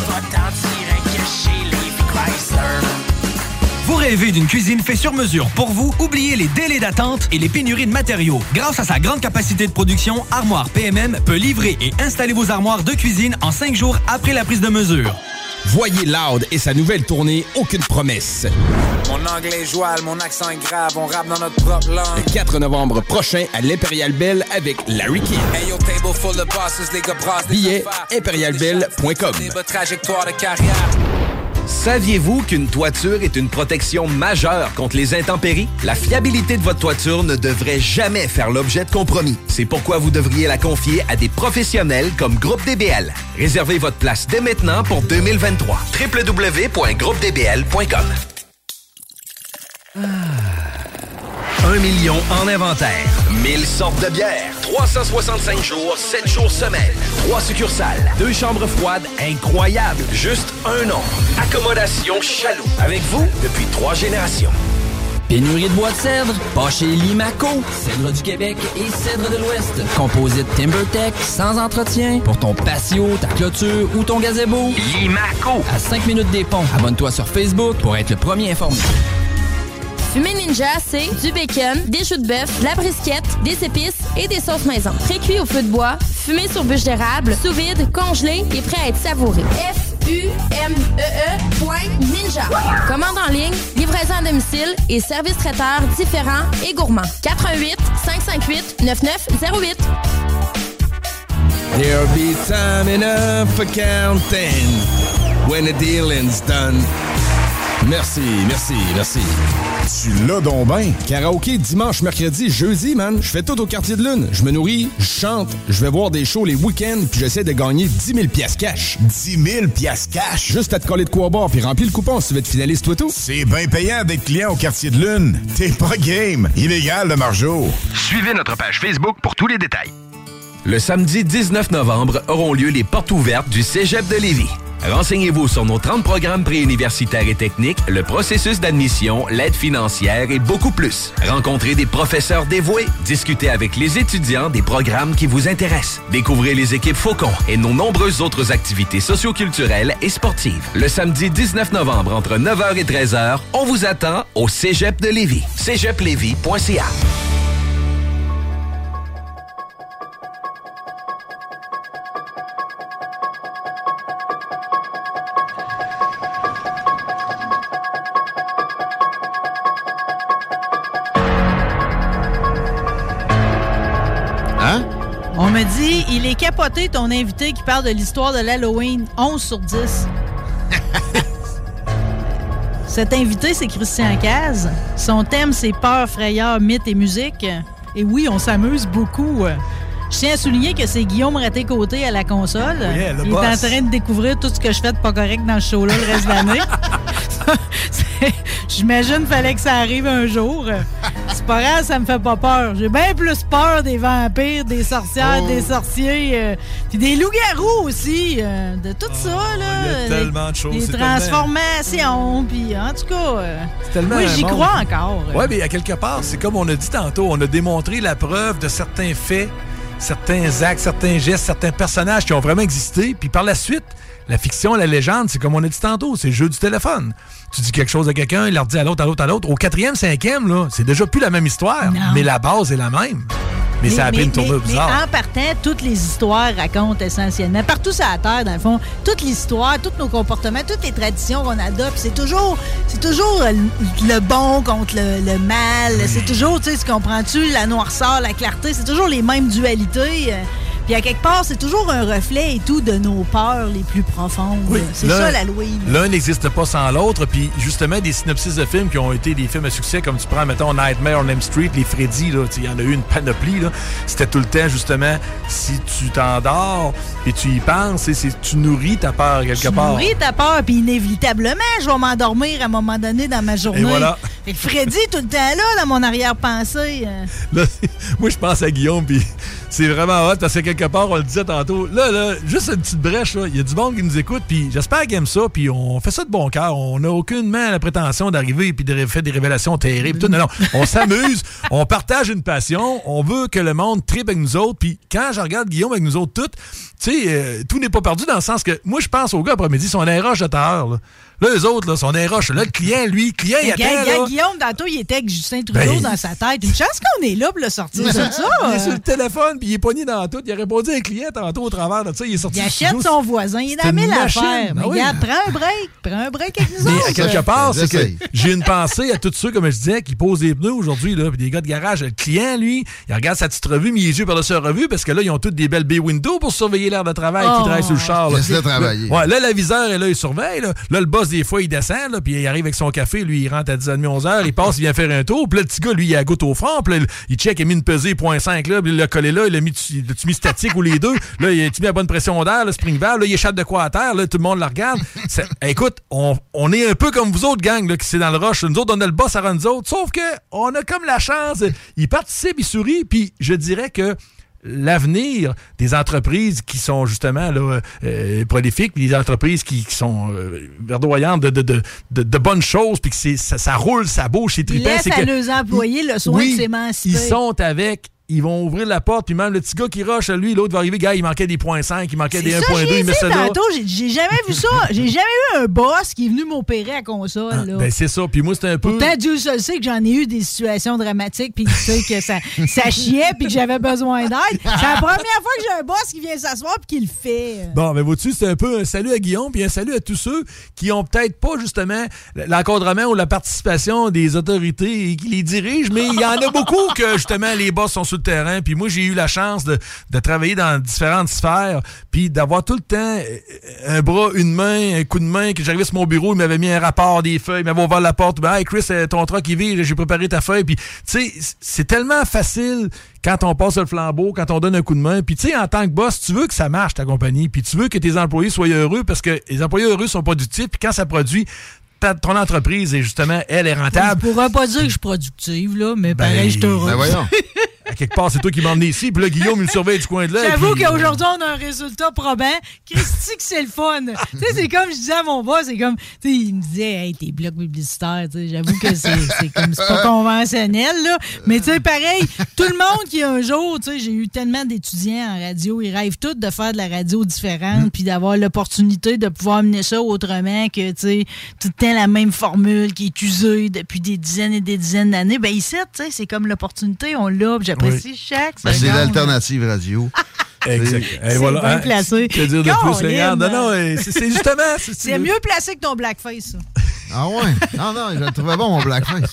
Vous rêvez d'une cuisine faite sur mesure pour vous? Oubliez les délais d'attente et les pénuries de matériaux. Grâce à sa grande capacité de production, Armoire PMM peut livrer et installer vos armoires de cuisine en 5 jours après la prise de mesure. Voyez Loud et sa nouvelle tournée Aucune promesse. Mon anglais est joual, mon accent est grave, on rappe dans notre propre langue. Le 4 novembre prochain à l'Imperial Bell avec Larry King. Hey, yo, table full of bosses, les gars brassent des Billets imperialbell.com. Trajectoire de carrière. Saviez-vous qu'une toiture est une protection majeure contre les intempéries? La fiabilité de votre toiture ne devrait jamais faire l'objet de compromis. C'est pourquoi vous devriez la confier à des professionnels comme Groupe DBL. Réservez votre place dès maintenant pour 2023. www.groupedbl.com. 1 million en inventaire. 1000 sortes de bières. 365 jours, 7 jours semaine. 3 succursales, 2 chambres froides incroyables. Juste un nom. Accommodation Chaloux. Avec vous depuis 3 générations. Pénurie de bois de cèdre? Pas chez Limaco. Cèdre du Québec et cèdre de l'Ouest. Composite TimberTech, sans entretien. Pour ton patio, ta clôture ou ton gazebo. Limaco. À 5 minutes des ponts. Abonne-toi sur Facebook pour être le premier informé. Fumée Ninja, c'est du bacon, des choux de bœuf, de la brisquette, des épices et des sauces maison. Pré-cuit au feu de bois, fumé sur bûche d'érable, sous vide, congelé et prêt à être savouré. FUMEE.ninja. Commande en ligne, livraison à domicile et service traiteur différents et gourmands. 88 558 9908. There'll be time enough for counting when the dealing's done. Merci. Tu l'as donc ben. Karaoké dimanche, mercredi, jeudi, man. Je fais tout au Quartier de Lune. Je me nourris, je chante, je vais voir des shows les week-ends, puis j'essaie de gagner 10 000 piastres cash. 10 000 piastres cash? Juste à te coller de quoi boire, puis remplis le coupon si tu veux être finaliste, toi tout. C'est bien payant d'être client au Quartier de Lune. T'es pas game. Illégal, le margeau. Suivez notre page Facebook pour tous les détails. Le samedi 19 novembre auront lieu les portes ouvertes du Cégep de Lévis. Renseignez-vous sur nos 30 programmes préuniversitaires et techniques, le processus d'admission, l'aide financière et beaucoup plus. Rencontrez des professeurs dévoués, discutez avec les étudiants des programmes qui vous intéressent. Découvrez les équipes Faucon et nos nombreuses autres activités socio-culturelles et sportives. Le samedi 19 novembre, entre 9h et 13h, on vous attend au Cégep de Lévis. cégeplévis.ca. On me dit, il est capoté, ton invité qui parle de l'histoire de l'Halloween. 11 sur 10. Cet invité, c'est Christian Caz. Son thème, c'est peur, frayeur, mythe et musique. Et oui, on s'amuse beaucoup. Je tiens à souligner que c'est Guillaume Raté-Côté à la console. Yeah, il est en train de découvrir tout ce que je fais de pas correct dans ce show-là le reste de l'année. J'imagine qu'il fallait que ça arrive un jour. C'est pas grave, ça me fait pas peur. J'ai bien plus peur des vampires, des sorcières, des sorciers, puis des loups-garous aussi, de tout ça, là. Il y a tellement de choses. Des transformations, puis en tout cas, oui, j'y crois encore. Oui, mais à quelque part, c'est comme on a dit tantôt, on a démontré la preuve de certains faits, certains actes, certains gestes, certains personnages qui ont vraiment existé, puis par la suite, la fiction, la légende, c'est comme on a dit tantôt, c'est le jeu du téléphone. Tu dis quelque chose à quelqu'un, il leur dit à l'autre, à l'autre, à l'autre. Au 4e, 5e, là, c'est déjà plus la même histoire, mais la base est la même. Mais ça a pris une tournure bizarre. Mais en partant, toutes les histoires racontent essentiellement, partout sur la Terre, dans le fond, toute l'histoire, tous nos comportements, toutes les traditions qu'on adopte, c'est toujours le bon contre le mal. C'est toujours, tu sais, comprends-tu, la noirceur, la clarté, c'est toujours les mêmes dualités. Puis à quelque part, c'est toujours un reflet et tout de nos peurs les plus profondes. Oui, c'est ça l'Halloween. L'un n'existe pas sans l'autre. Puis justement, des synopsis de films qui ont été des films à succès, comme tu prends, mettons, Nightmare on Elm Street, les Freddy, il y en a eu une panoplie. Là. C'était tout le temps, justement, si tu t'endors et tu y penses, tu nourris ta peur quelque part. Tu nourris ta peur, puis inévitablement, je vais m'endormir à un moment donné dans ma journée. Et voilà. Et Freddy, tout le temps là, dans mon arrière-pensée. Là, moi, je pense à Guillaume, puis c'est vraiment hot, parce que quelque part, on le disait tantôt, là, juste une petite brèche, il y a du monde qui nous écoute, puis j'espère qu'ils aiment ça, puis on fait ça de bon cœur. On n'a aucunement la prétention d'arriver et puis de faire des révélations terribles. Tout. Non, on s'amuse, on partage une passion, on veut que le monde tripe avec nous autres, puis quand je regarde Guillaume avec nous autres toutes, tu sais, tout n'est pas perdu dans le sens que, moi, je pense au gars après-midi, son RH de terreur, là. Là, eux autres, là, son RH, là, le client, il attend, là. Guillaume, tantôt, il était avec Justin Trudeau dans sa tête. Une chance qu'on est là pour le sortir de ça. Il est sur le téléphone, puis il est pogné dans tout. Il a répondu à un client tantôt au travers de ça. Il est sorti. Il achète son voisin. Il est dans 1000 affaires. Mais regarde, prends un break avec nous autres. Mais à quelque part, c'est que j'ai une pensée à tous ceux, comme je disais, qui posent des pneus aujourd'hui, là, puis des gars de garage. Le client, lui, il regarde sa petite revue, mais il est yeux par-dessus la revue, parce que là, ils ont toutes des belles bay windows pour surveiller l'air de travail qui travaille sur le char. Laisse-le travailler. Ouais, là, l'aviseur est là, il surveille. Là, le boss, des fois, il descend. Là, puis il arrive avec son café, lui, il rentre à 10h30, 11h, il passe, il vient faire un tour, puis là, le petit gars, lui, il a la goutte au front, puis là, il check, il a mis une pesée 0.5, là, puis il l'a collé là, il a mis statique ou les deux, là, il a mis à bonne pression d'air, le spring valve, là, il échappe de quoi à terre, là, tout le monde le regarde. Écoute, on est un peu comme vous autres, gang, là, qui c'est dans le rush. Nous autres, on a le boss avant nous autres, sauf que on a comme la chance, il participe, il sourit, puis je dirais que l'avenir des entreprises qui sont justement là, prolifiques, puis des entreprises qui sont verdoyantes de bonnes choses, puis que ça roule, ça bouge, c'est trippant. Laisse à leurs employés le soin de s'émanciper. Ils sont avec... Ils vont ouvrir la porte, puis même le petit gars qui rush, lui, l'autre va arriver, gars, il manquait des 0.5, il manquait des 1.2, il met ça là. J'ai jamais vu ça. J'ai jamais eu un boss qui est venu m'opérer à console. Là. Ben c'est ça, puis moi, c'était un peu... Pourtant, Dieu seul sait que j'en ai eu des situations dramatiques, puis tu sais que ça chiait, puis que j'avais besoin d'aide. C'est la première fois que j'ai un boss qui vient s'asseoir puis qui le fait. Bon, ben vois-tu, c'est un peu un salut à Guillaume, puis un salut à tous ceux qui ont peut-être pas, justement, l'encadrement ou la participation des autorités qui les dirigent, mais il y en a beaucoup que, justement, les boss sont sur le terrain, puis moi, j'ai eu la chance de travailler dans différentes sphères, puis d'avoir tout le temps un bras, une main, un coup de main, que j'arrivais sur mon bureau, il m'avait mis un rapport, des feuilles, il m'avait ouvert la porte, ben, hey Chris, ton truck il vire, j'ai préparé ta feuille, puis tu sais, c'est tellement facile quand on passe le flambeau, quand on donne un coup de main, puis tu sais, en tant que boss, tu veux que ça marche ta compagnie, puis tu veux que tes employés soient heureux, parce que les employés heureux sont productifs, puis quand ça produit, ton entreprise, et justement, elle est rentable. Je pourrais pas dire que je suis productive, là, mais pareil, je te heureux. Ben voyons. À quelque part, c'est toi qui m'as emmené ici, puis là, Guillaume, il me surveille du coin de là. J'avoue qu'aujourd'hui, on a un résultat probant. Christy, que c'est le fun. Tu sais, c'est comme je disais à mon boss, c'est comme, tu sais, il me disait, hey, tes blocs publicitaires, tu sais, j'avoue que c'est pas conventionnel, là. Mais tu sais, pareil, tout le monde qui un jour, tu sais, j'ai eu tellement d'étudiants en radio, ils rêvent tous de faire de la radio différente, puis d'avoir l'opportunité de pouvoir amener ça autrement que, tu sais, tout le temps la même formule qui est usée depuis des dizaines et des dizaines d'années. Ben ici, tu sais, c'est comme l'opportunité, on l'a, j'apprécie chaque seconde. C'est l'alternative radio. Exact. C'est bien placé. Que dire de plus, regarde? Non, c'est justement... C'est mieux placé que ton blackface, ça. Ah ouais? Non, je le trouvais bon, mon blackface.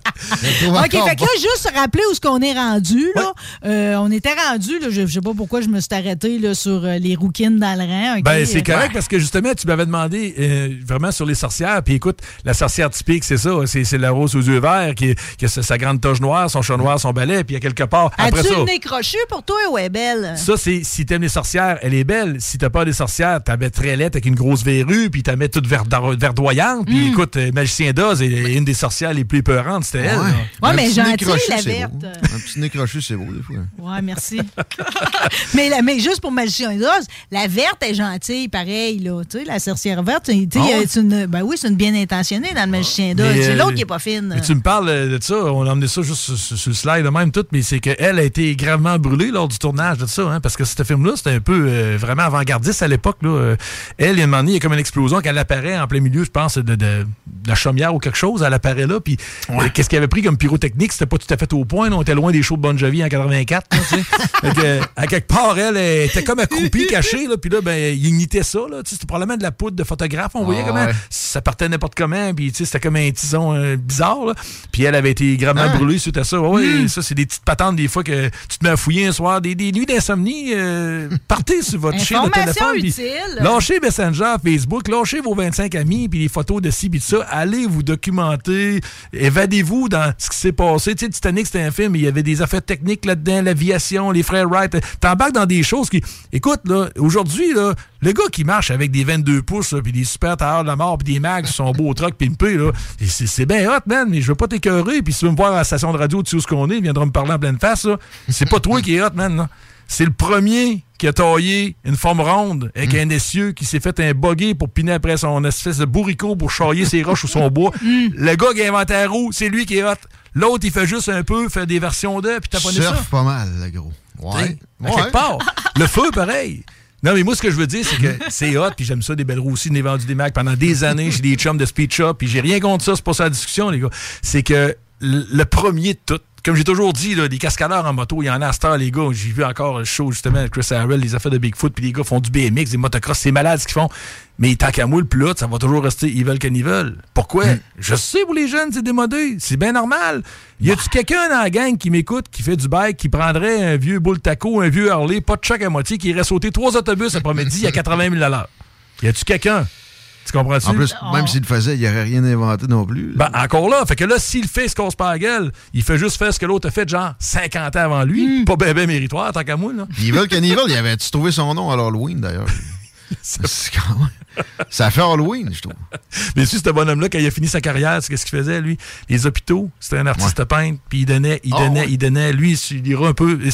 OK, fait que là, juste rappeler où est-ce qu'on est rendu. Là. On était rendu, là, je sais pas pourquoi je me suis arrêté là, sur les rouquines dans le rang. Okay? Ben, c'est correct parce que justement, tu m'avais demandé vraiment sur les sorcières. Puis écoute, la sorcière typique, c'est ça. C'est la rose aux yeux verts qui a sa grande toge noire, son chat noir, son balai. Puis il y a quelque part. Après ça. As-tu le nez crochu pour toi ou est belle? Ça, c'est si t'aimes les sorcières, elle est belle. Si t'as pas des sorcières, t'as mets très laide avec une grosse verrue. Puis t'as mets toute verdoyante. Puis écoute, Magicien d'Oz est une des sorcières les plus peurantes, c'était elle. Ouais, mais gentille, la verte. Un petit nez crochu, c'est beau, des fois. Ouais, merci. mais juste pour Magicien d'Oz, la verte est gentille, pareil, là. Tu sais, la sorcière verte, c'est une bien intentionnée dans le Magicien d'Oz. C'est l'autre qui est pas fine. Mais tu me parles de ça, on a emmené ça juste sur le slide de même, tout, mais c'est qu'elle a été gravement brûlée lors du tournage de ça, hein, parce que ce film-là, c'était un peu vraiment avant-gardiste à l'époque. Là. Elle, il y a un moment donné, il y a comme une explosion quand elle apparaît en plein milieu, je pense, de la chaumière ou quelque chose, elle apparaît là, puis qu'est-ce qu'il avait pris comme pyrotechnique, c'était pas tout à fait au point, là, on était loin des shows de Bon Jovi en 84, là, à quelque part, elle était comme accroupie, cachée, là, puis là, ben, il ignitait ça, là, c'était probablement de la poudre de photographe, on voyait comment ça partait n'importe comment, puis c'était comme un tison bizarre, là, puis elle avait été gravement brûlée suite à ça. Ça, c'est des petites patentes, des fois, que tu te mets à fouiller un soir, des nuits d'insomnie, partez sur votre chaîne de téléphone, puis lâchez Messenger, Facebook, lâchez vos 25 amis, puis les photos de ci, puis de ça, allez vous documenter, évadez-vous dans ce qui s'est passé. Tu sais, Titanic, c'était un film, il y avait des affaires techniques là-dedans, l'aviation, les frères Wright. T'embarques dans des choses qui... Écoute, là, aujourd'hui, là, le gars qui marche avec des 22 pouces, puis des super tailleurs de la mort, puis des mags sur son beau truck pimpé, là, c'est bien hot, man, mais je veux pas t'écœurer, puis si tu veux me voir à la station de radio, tu sais où ce qu'on est, il viendra me parler en pleine face, là. C'est pas toi qui est hot, man, là. C'est le premier qui a taillé une forme ronde avec un essieu qui s'est fait un buggy pour piner après son espèce de bourricot pour charrier ses roches ou son bois. Le gars qui a inventé la roue, c'est lui qui est hot. L'autre, il fait juste un peu, fait des versions d'eux, puis t'as pas ça. Surfe pas mal, le gros. Ouais. À quelque part. Le feu, pareil. Non, mais moi, ce que je veux dire, c'est que c'est hot, puis j'aime ça, des belles roues aussi, j'ai vendu des Macs pendant des années, j'ai des chums de speed shop, puis j'ai rien contre ça, c'est pas ça la discussion, les gars. C'est que le premier de tout, comme j'ai toujours dit, là, des cascadeurs en moto, il y en a à cette heure, les gars. J'ai vu encore le show, justement, avec Chris Harrell, les affaires de Bigfoot, puis les gars font du BMX, des motocross, c'est malade ce qu'ils font. Mais tant qu'à moi, le plus ça va toujours rester ils veulent qu'ils veulent. Pourquoi? Je sais, pour les jeunes, c'est démodé. C'est bien normal. Y a-tu quelqu'un dans la gang qui m'écoute, qui fait du bike, qui prendrait un vieux Bull Taco, un vieux Harley, pas de choc à moitié, qui irait sauter 3 autobus après-midi à 80 000 $? Y a-tu quelqu'un? Tu comprends-tu? En plus, même s'il le faisait, il n'aurait rien inventé non plus. Ben, encore là. Fait que là, s'il le fait, il se casse pas la gueule. Il fait juste faire ce que l'autre a fait, genre 50 ans avant lui. Pas bien méritoire, tant qu'à moi, là. Evil Cannibal, il avait-tu trouvé son nom à l'Halloween, d'ailleurs? Ça fait Halloween, je trouve. Mais si ce bonhomme-là, quand il a fini sa carrière, c'est ce qu'il faisait, lui? Les hôpitaux, c'était un artiste peintre, puis il donnait. Lui, il ira un peu. C'est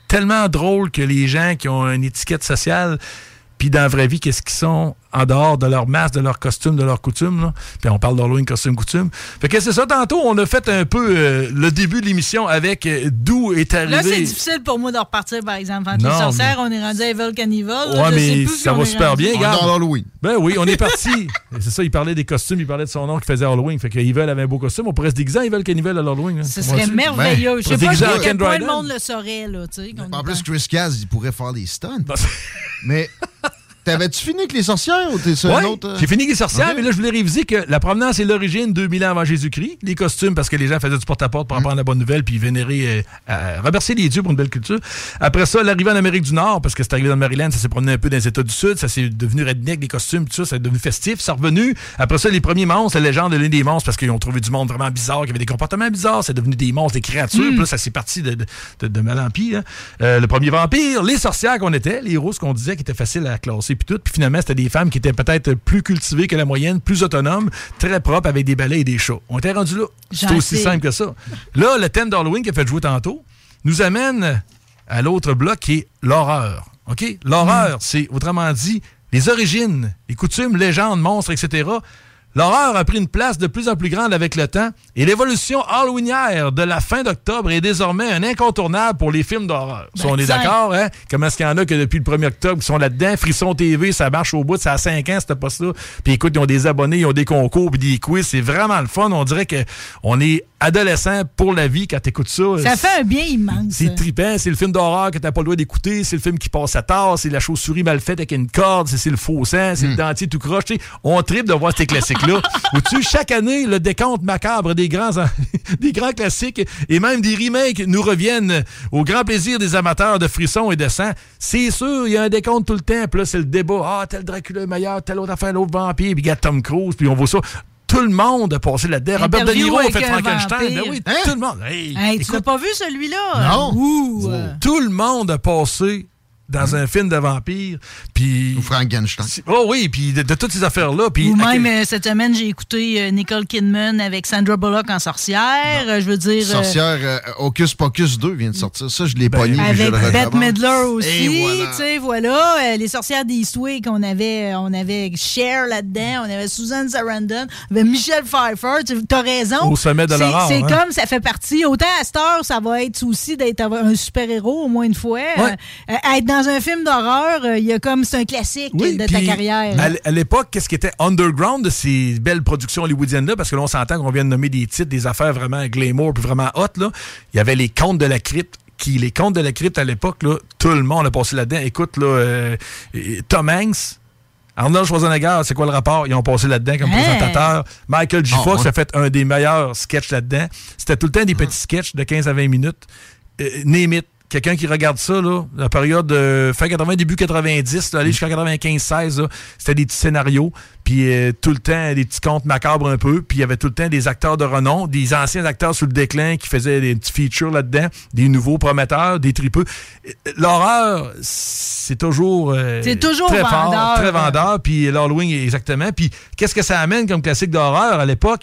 tellement drôle que les gens qui ont une étiquette sociale, puis dans la vraie vie, qu'est-ce qu'ils sont en dehors de leur masque, de leur costume, de leur coutume. Là. Puis on parle d'Halloween, costume, coutume. Fait que c'est ça, tantôt, on a fait un peu le début de l'émission avec d'où est arrivé... Là, c'est difficile pour moi de repartir, par exemple. Entre les sorcières, on est rendu à Evil Cannibal. Ouais, mais ça va super bien, regarde. regarde. Dans Halloween. Ben oui, on est parti. C'est ça, il parlait des costumes, il parlait de son nom qui faisait Halloween. Fait que Evil avait un beau costume. On pourrait se déguiser en Evil Cannibal à l'Halloween. Hein. Ce serait merveilleux. Ben, je sais pas à quel point le monde le saurait. Là, en plus, Chris Caz, il pourrait faire des stunts. Mais... T'avais-tu fini avec les sorcières ou t'es sur un autre? J'ai fini avec les sorcières, mais là, je voulais réviser que la provenance et l'origine 2000 ans avant Jésus-Christ. Les costumes, parce que les gens faisaient du porte-à-porte pour apprendre la bonne nouvelle puis vénérer, remercier les dieux pour une belle culture. Après ça, l'arrivée en Amérique du Nord, parce que c'est arrivé dans le Maryland, ça s'est promené un peu dans les États du Sud, ça s'est devenu redneck, les costumes, tout ça, ça est devenu festif, ça est revenu. Après ça, les premiers monstres, la légende de l'île des monstres, parce qu'ils ont trouvé du monde vraiment bizarre, qui avait des comportements bizarres, c'est devenu des monstres, des créatures, puis là, ça s'est parti de mal en pis. Hein. Le premier vampire, les sorcières qu'on était, les héros, ce qu'on disait, qui était facile à classer, puis tout, puis finalement, c'était des femmes qui étaient peut-être plus cultivées que la moyenne, plus autonomes, très propres, avec des balais et des chats. On était rendu là. C'est aussi simple que ça. Là, le thème d'Halloween qui a fait jouer tantôt nous amène à l'autre bloc qui est l'horreur. OK? L'horreur, c'est, autrement dit, les origines, les coutumes, légendes, monstres, etc. L'horreur a pris une place de plus en plus grande avec le temps et l'évolution halloweenière de la fin d'octobre est désormais un incontournable pour les films d'horreur. Ben, on est d'accord, hein? Comment est-ce qu'il y en a que depuis le 1er octobre qui sont là-dedans? Frisson TV, ça marche au bout, ça a 5 ans, c'était pas ça. Puis écoute, ils ont des abonnés, ils ont des concours puis des quiz, c'est vraiment le fun. On dirait qu'on est adolescent pour la vie quand t'écoutes ça. Ça fait un bien immense. C'est trippant, c'est le film d'horreur que t'as pas le droit d'écouter, c'est le film qui passe à tard, c'est la chauve-souris mal faite avec une corde, c'est le faux sang, c'est le dentier tout croche. On trippe de voir ces classiques-là. Où chaque année, le décompte macabre des grands classiques et même des remakes nous reviennent au grand plaisir des amateurs de frissons et de sang. C'est sûr, il y a un décompte tout le temps, puis là, c'est le débat. Ah, tel Dracula est meilleur, telle autre affaire, l'autre vampire, puis il y a Tom Cruise, puis on voit ça. Tout le monde a passé là-dedans. Robert De Niro a fait Frankenstein. Ben oui, tout le monde. Hey, tu l'as pas vu celui-là? Non. Tout le monde a passé dans un film de vampire. Puis ou Frankenstein. Oh oui, puis de toutes ces affaires-là. Puis ou même, cette semaine, j'ai écouté Nicole Kidman avec Sandra Bullock en sorcière. Je veux dire... Sorcière, Hocus Pocus 2 vient de sortir. Ça, je l'ai pogné. Avec Bette Midler aussi. Tu sais, voilà. Les sorcières d'Eastwick, on avait Cher là-dedans. On avait Susan Sarandon. On avait Michelle Pfeiffer. T'as raison. Au sommet de l'horreur. C'est comme, ça fait partie. Autant à cette heure, ça va être aussi d'être un super-héros au moins une fois. Ouais. Être dans un film d'horreur, il y a comme c'est un classique de ta carrière. À l'époque, qu'est-ce qui était underground de ces belles productions hollywoodiennes-là? Parce que là, on s'entend qu'on vient de nommer des titres, des affaires vraiment glamour puis vraiment hot. Là. Il y avait les Contes de la Crypte. Les Contes de la Crypte, à l'époque, là, tout le monde a passé là-dedans. Écoute, là, Tom Hanks, Arnold Schwarzenegger, c'est quoi le rapport? Ils ont passé là-dedans comme présentateur. Michael J. Fox a fait un des meilleurs sketchs là-dedans. C'était tout le temps des petits sketchs de 15 à 20 minutes. Name it. Quelqu'un qui regarde ça, là, la période fin 80, début 90, là, aller jusqu'à 95-16, c'était des petits scénarios, puis tout le temps des petits contes macabres un peu, puis il y avait tout le temps des acteurs de renom, des anciens acteurs sur le déclin qui faisaient des petits features là-dedans, des nouveaux prometteurs, des tripeux. L'horreur, c'est toujours, c'est toujours très vendeur, fort, très vendeur, puis l'Halloween, exactement. Puis qu'est-ce que ça amène comme classique d'horreur à l'époque?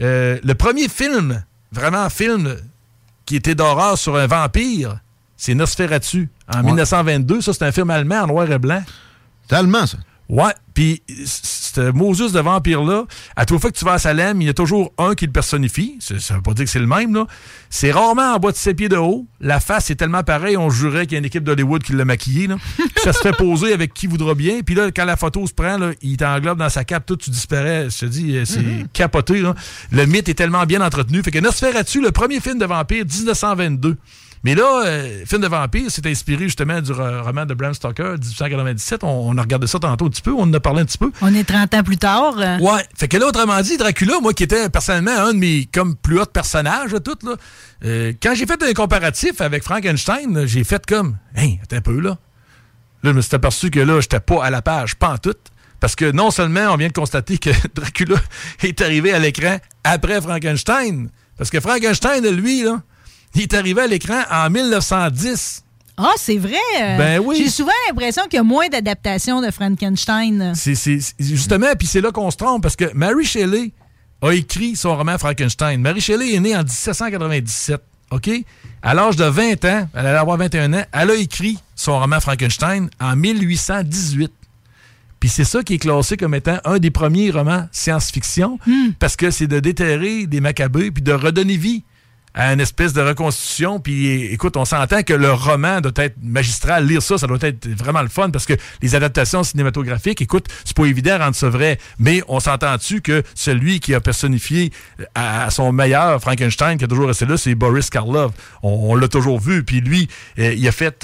Le premier film, vraiment film, qui était d'horreur sur un vampire, c'est Nosferatu, en 1922. Ça, c'est un film allemand en noir et blanc. C'est allemand, ça? Ouais. Puis, ce Moses de vampire-là, à toute fois que tu vas à Salem, il y a toujours un qui le personnifie. Ça veut pas dire que c'est le même, là. C'est rarement en bas de 7 pieds de haut. La face est tellement pareille, on jurait qu'il y a une équipe d'Hollywood qui l'a maquillé, là. Ça se fait poser avec qui voudra bien. Puis là, quand la photo se prend, là, il t'englobe dans sa cape, tout, tu disparais. Je te dis, c'est capoté, là. Le mythe est tellement bien entretenu. Fait que Nosferatu, le premier film de vampire, 1922. Mais là, film de vampire, c'est inspiré justement du roman de Bram Stoker, 1897. On a regardé ça tantôt un petit peu, on en a parlé un petit peu. On est 30 ans plus tard. Ouais. Fait que là, autrement dit, Dracula, moi qui étais personnellement un de mes comme plus hauts personnages, tout, là, quand j'ai fait un comparatif avec Frankenstein, j'ai fait comme, hey, attends un peu, là. Là, je me suis aperçu que là, j'étais pas à la page, pas en tout. Parce que non seulement on vient de constater que Dracula est arrivé à l'écran après Frankenstein, parce que Frankenstein, lui, là, il est arrivé à l'écran en 1910. Ah, c'est vrai? Ben oui. J'ai souvent l'impression qu'il y a moins d'adaptations de Frankenstein. C'est justement, puis c'est là qu'on se trompe, parce que Mary Shelley a écrit son roman Frankenstein. Mary Shelley est née en 1797. OK? À l'âge de 20 ans, elle allait avoir 21 ans, elle a écrit son roman Frankenstein en 1818. Puis c'est ça qui est classé comme étant un des premiers romans science-fiction, parce que c'est de déterrer des macabées puis de redonner vie à une espèce de reconstitution. Puis écoute, on s'entend que le roman doit être magistral. Lire ça doit être vraiment le fun, parce que les adaptations cinématographiques, écoute, c'est pas évident de rendre ça vrai, mais on s'entend-tu que celui qui a personnifié à son meilleur Frankenstein, qui a toujours resté là, c'est Boris Karloff. On l'a toujours vu. Puis lui, il a fait,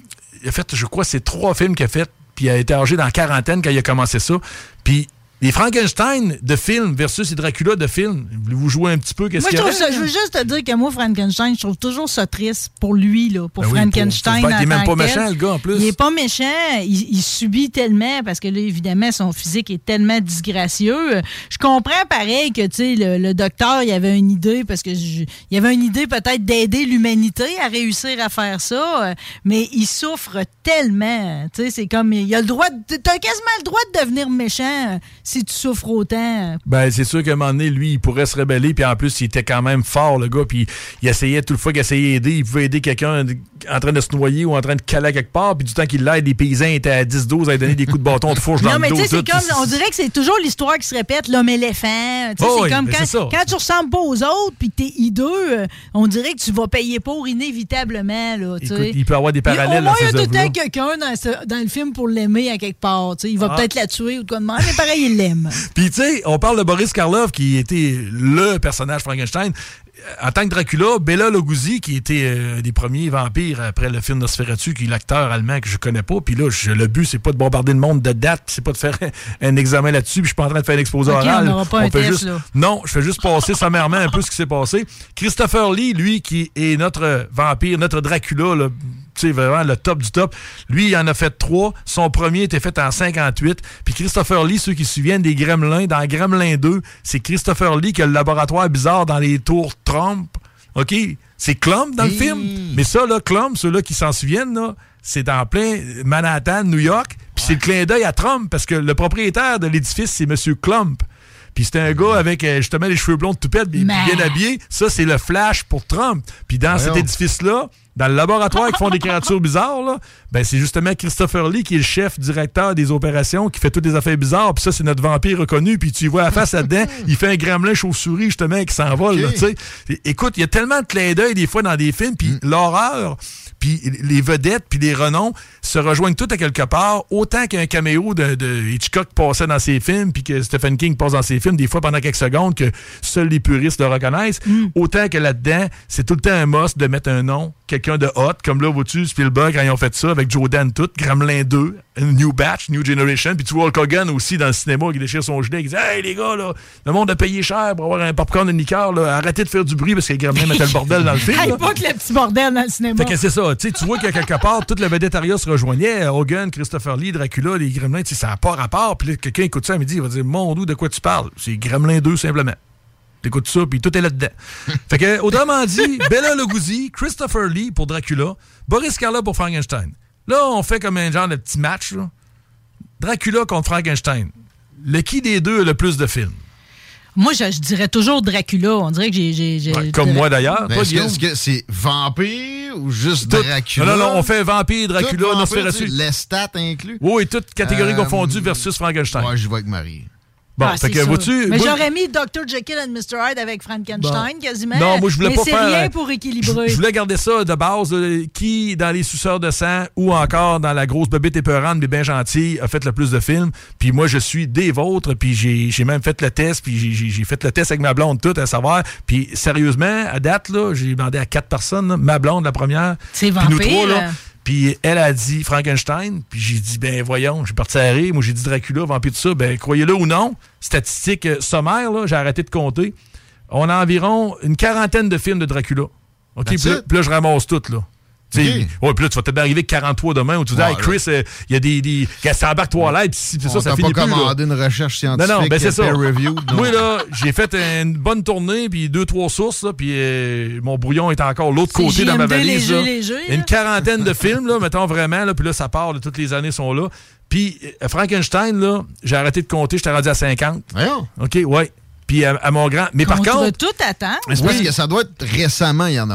je crois, c'est 3 films qu'il a fait, puis il a été âgé dans la quarantaine quand il a commencé ça. Puis les Frankenstein de film versus les Dracula de film, voulez-vous jouer un petit peu? Qu'est-ce qu'il y a? Je veux juste te dire que moi, Frankenstein, je trouve toujours ça triste pour lui, là, pour Frankenstein. Il n'est même pas méchant, le gars, en plus. Il n'est pas méchant. Il subit tellement, parce que là, évidemment, son physique est tellement disgracieux. Je comprends, pareil, que, tu sais, le docteur, il avait une idée, parce que il y avait une idée peut-être d'aider l'humanité à réussir à faire ça, mais il souffre tellement. Tu sais, c'est comme, il a le droit, t'as quasiment le droit de devenir méchant si tu souffres autant. Ben, c'est sûr qu'à un moment donné, lui, il pourrait se rebeller, puis en plus, il était quand même fort, le gars, puis il essayait, toute fois qu'il essayait d'aider, il pouvait aider quelqu'un en train de se noyer ou en train de caler quelque part, puis du temps qu'il l'aide, les paysans étaient à 10-12 à lui donner des coups de bâton de fourche dans le dos. Non, mais tu sais, c'est comme, on dirait que c'est toujours l'histoire qui se répète, l'homme-éléphant. Tu sais, c'est comme quand tu ressembles pas aux autres, puis que t'es hideux, on dirait que tu vas payer pour inévitablement, là, tu sais. Il peut y avoir des parallèles dans ces œuvres-là. Au moins, il y a tout le temps quelqu'un dans le film pour l'aimer à quelque part, tu sais. Il va peut-être la tuer ou de quoi de mal, mais pareil, il l'aime. Puis, tu sais, on parle de Boris Karloff, qui était le personnage Frankenstein. En tant que Dracula, Bela Lugosi, qui était un des premiers vampires après le film Nosferatu, qui est l'acteur allemand que je connais pas. Puis là, le but, c'est pas de bombarder le monde de dates, c'est pas de faire un examen là-dessus, puis je suis pas en train de faire un exposé oral. On n'aura pas un test, là. Non, je fais juste passer sommairement un peu ce qui s'est passé. Christopher Lee, lui, qui est notre vampire, notre Dracula, là, tu sais, vraiment le top du top. Lui, il en a fait 3. Son premier était fait en 58. Puis Christopher Lee, ceux qui se souviennent des Gremlins, dans Gremlins 2, c'est Christopher Lee qui a le laboratoire bizarre dans les tours Trump. OK? C'est Clump dans le film. Mais ça, là, Clump, ceux-là qui s'en souviennent, là, c'est en plein Manhattan, New York. Puis c'est le clin d'œil à Trump, parce que le propriétaire de l'édifice, c'est M. Clump. Puis c'était un gars avec justement les cheveux blonds de toupette, bien habillé. Ça, c'est le Flash pour Trump. Puis dans cet édifice-là, dans le laboratoire qui font des créatures bizarres, là, ben c'est justement Christopher Lee qui est le chef directeur des opérations, qui fait toutes les affaires bizarres. Puis ça, c'est notre vampire reconnu. Puis tu y vois la face là-dedans, il fait un gremlin chauve-souris justement qui s'envole. Okay. Écoute, il y a tellement de clins d'œil des fois dans des films, puis l'horreur, puis les vedettes, puis les renoms se rejoignent toutes à quelque part, autant qu'un caméo de Hitchcock passait dans ses films, puis que Stephen King passe dans ses films, des fois pendant quelques secondes, que seuls les puristes le reconnaissent, autant que là-dedans, c'est tout le temps un must de mettre un nom, quelqu'un de hot, comme là, vois-tu, Spielberg, quand ils ont fait ça, avec Joe Dan tout, Gremlin 2, New Batch, New Generation, puis tu vois Hulk Hogan aussi dans le cinéma qui déchire son gilet, qui dit « Hey les gars, là, le monde a payé cher pour avoir un popcorn de liqueur, là, arrêtez de faire du bruit parce que les Gremlins mettaient le bordel dans le film. » Pas que le petit bordel dans le cinéma. Fait que c'est ça, tu vois qu'à quelque part, tout le vedettariat se rejoignait, Hogan, Christopher Lee, Dracula, les Gremlins, ça n'a pas rapport, puis là, quelqu'un écoute ça à midi, il va dire « Mon Dieu, de quoi tu parles? » C'est Gremlin 2 simplement. T'écoutes ça, puis tout est là-dedans. Fait que, autrement dit, Bela Lugosi, Christopher Lee pour Dracula, Boris Karloff pour Frankenstein. Là, on fait comme un genre de petit match, là. Dracula contre Frankenstein. Qui des deux a le plus de films? Moi, je dirais toujours Dracula. On dirait que j'ai comme moi, d'ailleurs. Est-ce que c'est vampire ou juste Dracula? Non, on fait vampire, Dracula, Nosferatu. Lestat inclus? Oui, toutes catégories confondues versus Frankenstein. Moi, je vais avec Marie. Bon, fait que vois-tu. Mais j'aurais mis Dr. Jekyll and Mr. Hyde avec Frankenstein, quasiment. Non, moi, je voulais pas faire. Mais c'est rien pour équilibrer. Je voulais garder ça de base. Qui, dans les suceurs de sang ou encore dans la grosse bébête épeurante, mais bien gentille, a fait le plus de films. Puis moi, je suis des vôtres. Puis j'ai même fait le test. Puis j'ai fait le test avec ma blonde, tout, à savoir. Puis sérieusement, à date, là, j'ai demandé à 4 personnes. Là, ma blonde, la première. C'est vampire. Puis nous 3, là. Puis elle a dit Frankenstein, puis j'ai dit, ben voyons, j'ai parti à rire, moi j'ai dit Dracula, vampire, tout ça, ben croyez-le ou non, statistique sommaire, là, j'ai arrêté de compter, on a environ une 40aine de films de Dracula. OK, puis là, je ramasse tout, là. Okay. Ouais, puis là, tu vas peut-être arriver avec 43 demain où tu dis, hey, Chris, il y a des. Ça embarque toilette, puis c'est ça, ça finit plus. On t'a pas commandé une recherche scientifique. Non, ben c'est ça. Review, oui, là, j'ai fait une bonne tournée, puis 2-3 sources, là, puis mon brouillon est encore l'autre côté dans ma valise. Léger, une 40aine de films, là, mettons vraiment, là, puis là, ça part, là, toutes les années sont là. Puis Frankenstein, là, j'ai arrêté de compter, j'étais rendu à 50. Voyons. OK, ouais. Puis à mon grand. Mais par contre. Tout attendre. Mais c'est parce que ça doit être récemment, il y en a moins.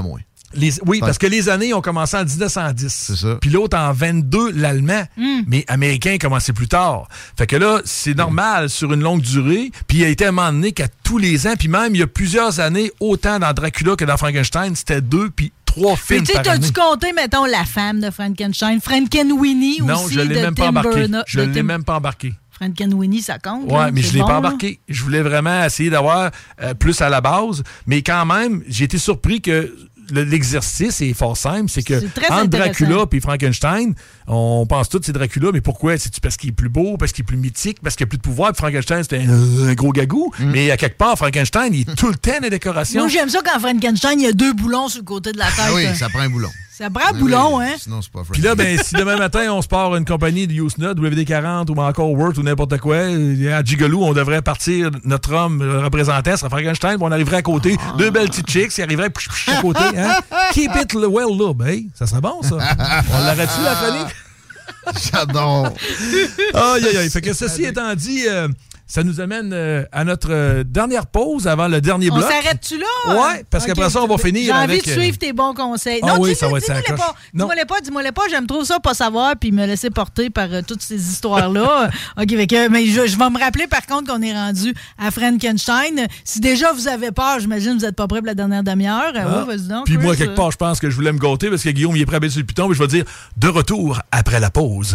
Oui, parce que les années ont commencé en 1910. C'est ça. Puis l'autre en 22, l'allemand. Mais américain a commencé plus tard. Fait que là, c'est normal sur une longue durée. Puis il a été à un moment donné qu'à tous les ans, puis même il y a plusieurs années, autant dans Dracula que dans Frankenstein, c'était 2 puis 3 films par année. T'as-tu compté, mettons, la femme de Frankenstein, Frankenweenie aussi? Non, je l'ai même pas embarqué. Je l'ai même pas embarqué. Frankenweenie, ça compte? Oui, mais je ne l'ai pas embarqué. Je voulais vraiment essayer d'avoir plus à la base. Mais quand même, j'ai été surpris que l'exercice est fort simple. C'est que entre Dracula et Frankenstein, on pense tous que c'est Dracula, mais pourquoi? C'est-tu parce qu'il est plus beau, parce qu'il est plus mythique, parce qu'il n'y a plus de pouvoir? Puis Frankenstein, c'était un gros gagou. Mais à quelque part, Frankenstein, il est tout le temps dans les décorations. Moi, j'aime ça quand Frankenstein, il y a 2 boulons sur le côté de la tête. Ah oui, ça prend un boulon. Ça prend un boulon, hein? Sinon, c'est pas Puis là, ben, si demain matin, on se part une compagnie de Usenet, WD-40 ou encore Word ou n'importe quoi, à Gigolo, on devrait partir, notre homme représentant serait Frankenstein, puis on arriverait à côté, 2 belles petites chicks, qui arriveraient à côté, hein? Keep it well look, hey, ça serait bon, ça. On l'aurait-tu, la chronique? J'adore. Aïe. Fait que ceci étant dit, ça nous amène à notre dernière pause avant le dernier bloc. On s'arrête-tu là? Oui, parce qu'après ça, on va finir avec... J'ai envie de suivre tes bons conseils. Ah non, oui, ça va être ça. Dis-moi les pas. J'aime trop ça, pas savoir, puis me laisser porter par toutes ces histoires-là. OK, mais je vais me rappeler, par contre, qu'on est rendu à Frankenstein. Si déjà vous avez peur, j'imagine que vous n'êtes pas prêt pour la dernière demi-heure. Ouais, vas-y donc. Puis moi, quelque part, je pense que je voulais me gâter parce que Guillaume, il est prêt à baisser sur le piton, mais je vais dire de retour après la pause.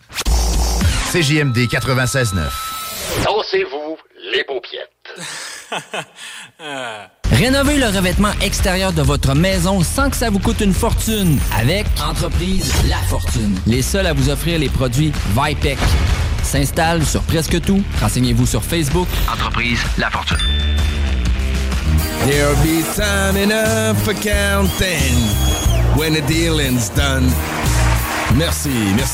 CJMD 96.9. Dansez-vous les paupiettes. Rénovez le revêtement extérieur de votre maison sans que ça vous coûte une fortune avec Entreprise La Fortune. Les seuls à vous offrir les produits Vipec. S'installe sur presque tout. Renseignez-vous sur Facebook. Entreprise La Fortune. There'll be time enough for counting when the dealing's done. Merci.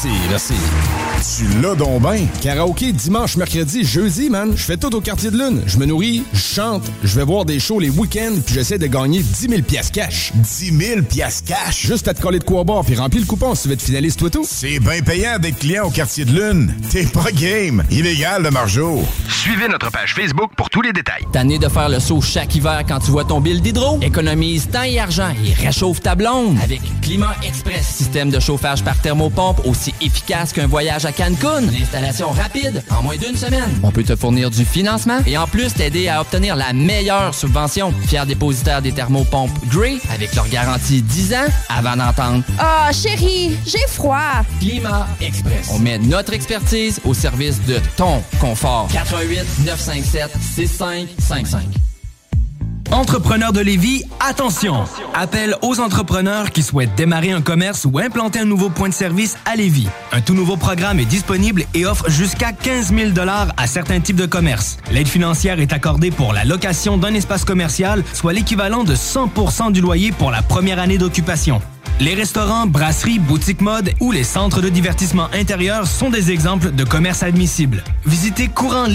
Tu l'as donc ben. Karaoké dimanche, mercredi, jeudi, man. Je fais tout au Quartier de Lune. Je me nourris, je chante, je vais voir des shows les week-ends, puis j'essaie de gagner 10 000 piastres cash. 10 000 piastres cash? Juste à te coller de quoi boire, puis remplis le coupon si tu veux être finaliste, toi tout. C'est bien payant d'être client au Quartier de Lune. T'es pas game. Illégal, le margeau. Suivez notre page Facebook pour tous les détails. Tanné de faire le saut chaque hiver quand tu vois ton bill d'hydro? Économise temps et argent et réchauffe ta blonde avec Climat Express. Système de chauffage par thermopompe aussi efficace qu'un voyage à Cancun. Une installation rapide en moins d'1 semaine. On peut te fournir du financement et en plus t'aider à obtenir la meilleure subvention. Fier dépositaire des thermopompes Grey avec leur garantie 10 ans avant d'entendre « Ah, chérie, j'ai froid! » Climat Express. On met notre expertise au service de ton confort. 88 957 6555. Entrepreneurs de Lévis, attention! Appel aux entrepreneurs qui souhaitent démarrer un commerce ou implanter un nouveau point de service à Lévis. Un tout nouveau programme est disponible et offre jusqu'à 15 000 $ à certains types de commerces. L'aide financière est accordée pour la location d'un espace commercial, soit l'équivalent de 100% du loyer pour la première année d'occupation. Les restaurants, brasseries, boutiques mode ou les centres de divertissement intérieur sont des exemples de commerces admissibles. Visitez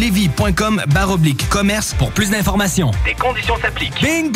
courantlévis.com/commerce pour plus d'informations. Des conditions s'appliquent. Bingo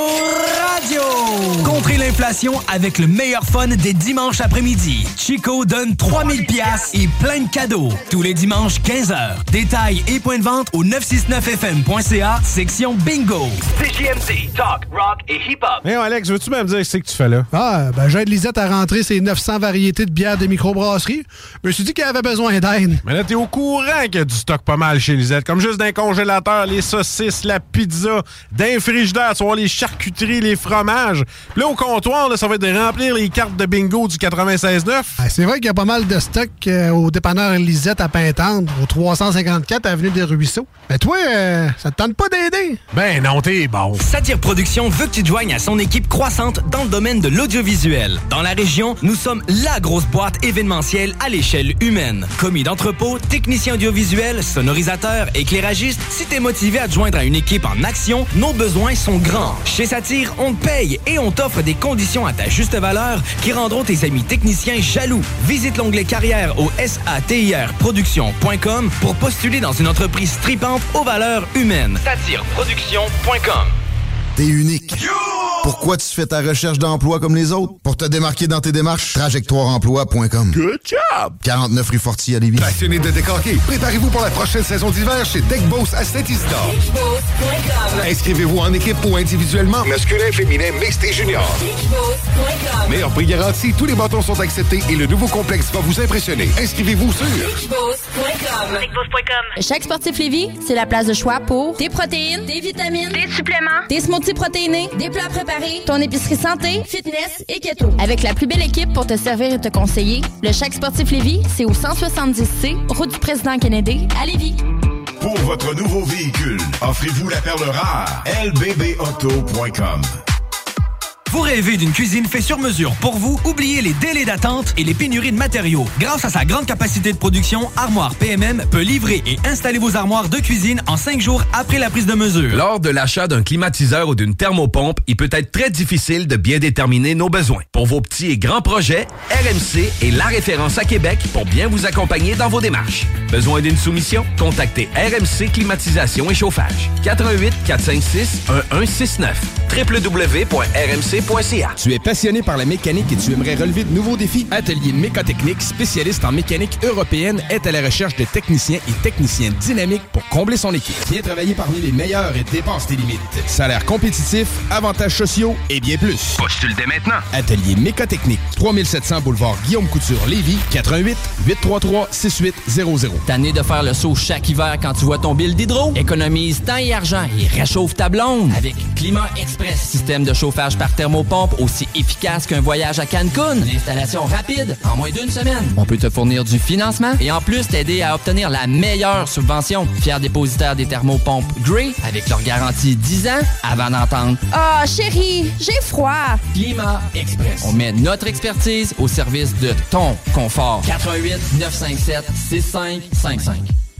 Radio! Contrez l'inflation avec le meilleur fun des dimanches après-midi. Chico donne 3000 pièces et plein de cadeaux. Tous les dimanches, 15h. Détails et points de vente au 969fm.ca, section Bingo. CJMD, talk, rock et hip-hop. Hey Alex, veux-tu même dire ce que tu fais là? J'aide Lisette à rentrer ses 900 variétés de bières des microbrasseries. Je me suis dit qu'elle avait besoin d'aide. Mais là, t'es au courant qu'il y a du stock pas mal chez Lisette. Comme juste d'un congélateur, les saucisses, la pizza, d'un frigidaire, tu vois, les charcuteries, les fromages. Puis là, au comptoir, là, ça va être de remplir les cartes de bingo du 96.9. C'est vrai qu'il y a pas mal de stock au dépanneur Lisette à Pintendre, au 354 avenue des Ruisseaux. Mais toi, ça te tente pas d'aider? Ben non, t'es bon. Satire Productions veut que tu te joignes à son équipe croissante dans le domaine de l'audiovisuel. Dans la région, nous sommes la grosse boîte événementielle à l'échelle humaine. Commis d'entrepôt, technicien audiovisuel, sonorisateur, éclairagiste, si t'es motivé à te joindre à une équipe en action, nos besoins sont grands. Chez Satire, on te paye et on t'offre des conditions à ta juste valeur qui rendront tes amis techniciens jaloux. Visite l'onglet carrière au satirproduction.com pour postuler dans une entreprise tripante aux valeurs humaines. Satireproduction.com. T'es unique. Pourquoi tu fais ta recherche d'emploi comme les autres? Pour te démarquer dans tes démarches, trajectoireemploi.com. Good job! 49 rue Fortier à Lévis. Passionné de décorquer, préparez-vous pour la prochaine saison d'hiver chez Deck Boss à Saint-Isidore. Inscrivez-vous en équipe ou individuellement, masculin, féminin, mixte et junior. Meilleur prix garanti, tous les bâtons sont acceptés et le nouveau complexe va vous impressionner. Inscrivez-vous sur Chaque Sportif Lévis, c'est la place de choix pour des protéines, des vitamines, des suppléments, des smoothies protéinés, des plats préparés, ton épicerie santé, fitness et keto. Avec la plus belle équipe pour te servir et te conseiller, le Chaque Sportif Lévis, c'est au 170C, route du Président Kennedy, à Lévis. Pour votre nouveau véhicule, offrez-vous la perle rare, lbbauto.com. Vous rêvez d'une cuisine faite sur mesure pour vous? Oubliez les délais d'attente et les pénuries de matériaux. Grâce à sa grande capacité de production, Armoire PMM peut livrer et installer vos armoires de cuisine en 5 jours après la prise de mesure. Lors de l'achat d'un climatiseur ou d'une thermopompe, il peut être très difficile de bien déterminer nos besoins. Pour vos petits et grands projets, RMC est la référence à Québec pour bien vous accompagner dans vos démarches. Besoin d'une soumission? Contactez RMC Climatisation et Chauffage. 88 456 1169 www.rmc.ca. Tu es passionné par la mécanique et tu aimerais relever de nouveaux défis? Atelier Mécotechnique, spécialiste en mécanique européenne, est à la recherche de techniciens et techniciennes dynamiques pour combler son équipe. Viens travailler parmi les meilleurs et dépasse tes limites. Salaire compétitif, avantages sociaux et bien plus. Postule dès maintenant. Atelier Mécotechnique, 3700 boulevard Guillaume Couture, Lévis, 88 833 6800. Tanné de faire le saut chaque hiver quand tu vois ton bill d'hydro? Économise temps et argent et réchauffe ta blonde avec Climat Express. Système de chauffage par thermopompe aussi efficace qu'un voyage à Cancun. Installation rapide en moins d'1 semaine. On peut te fournir du financement et en plus t'aider à obtenir la meilleure subvention. Fier dépositaire des thermopompes Grey avec leur garantie 10 ans avant d'entendre « Ah, chérie, j'ai froid! » Climat Express. On met notre expertise au service de ton confort. 88 957 6555.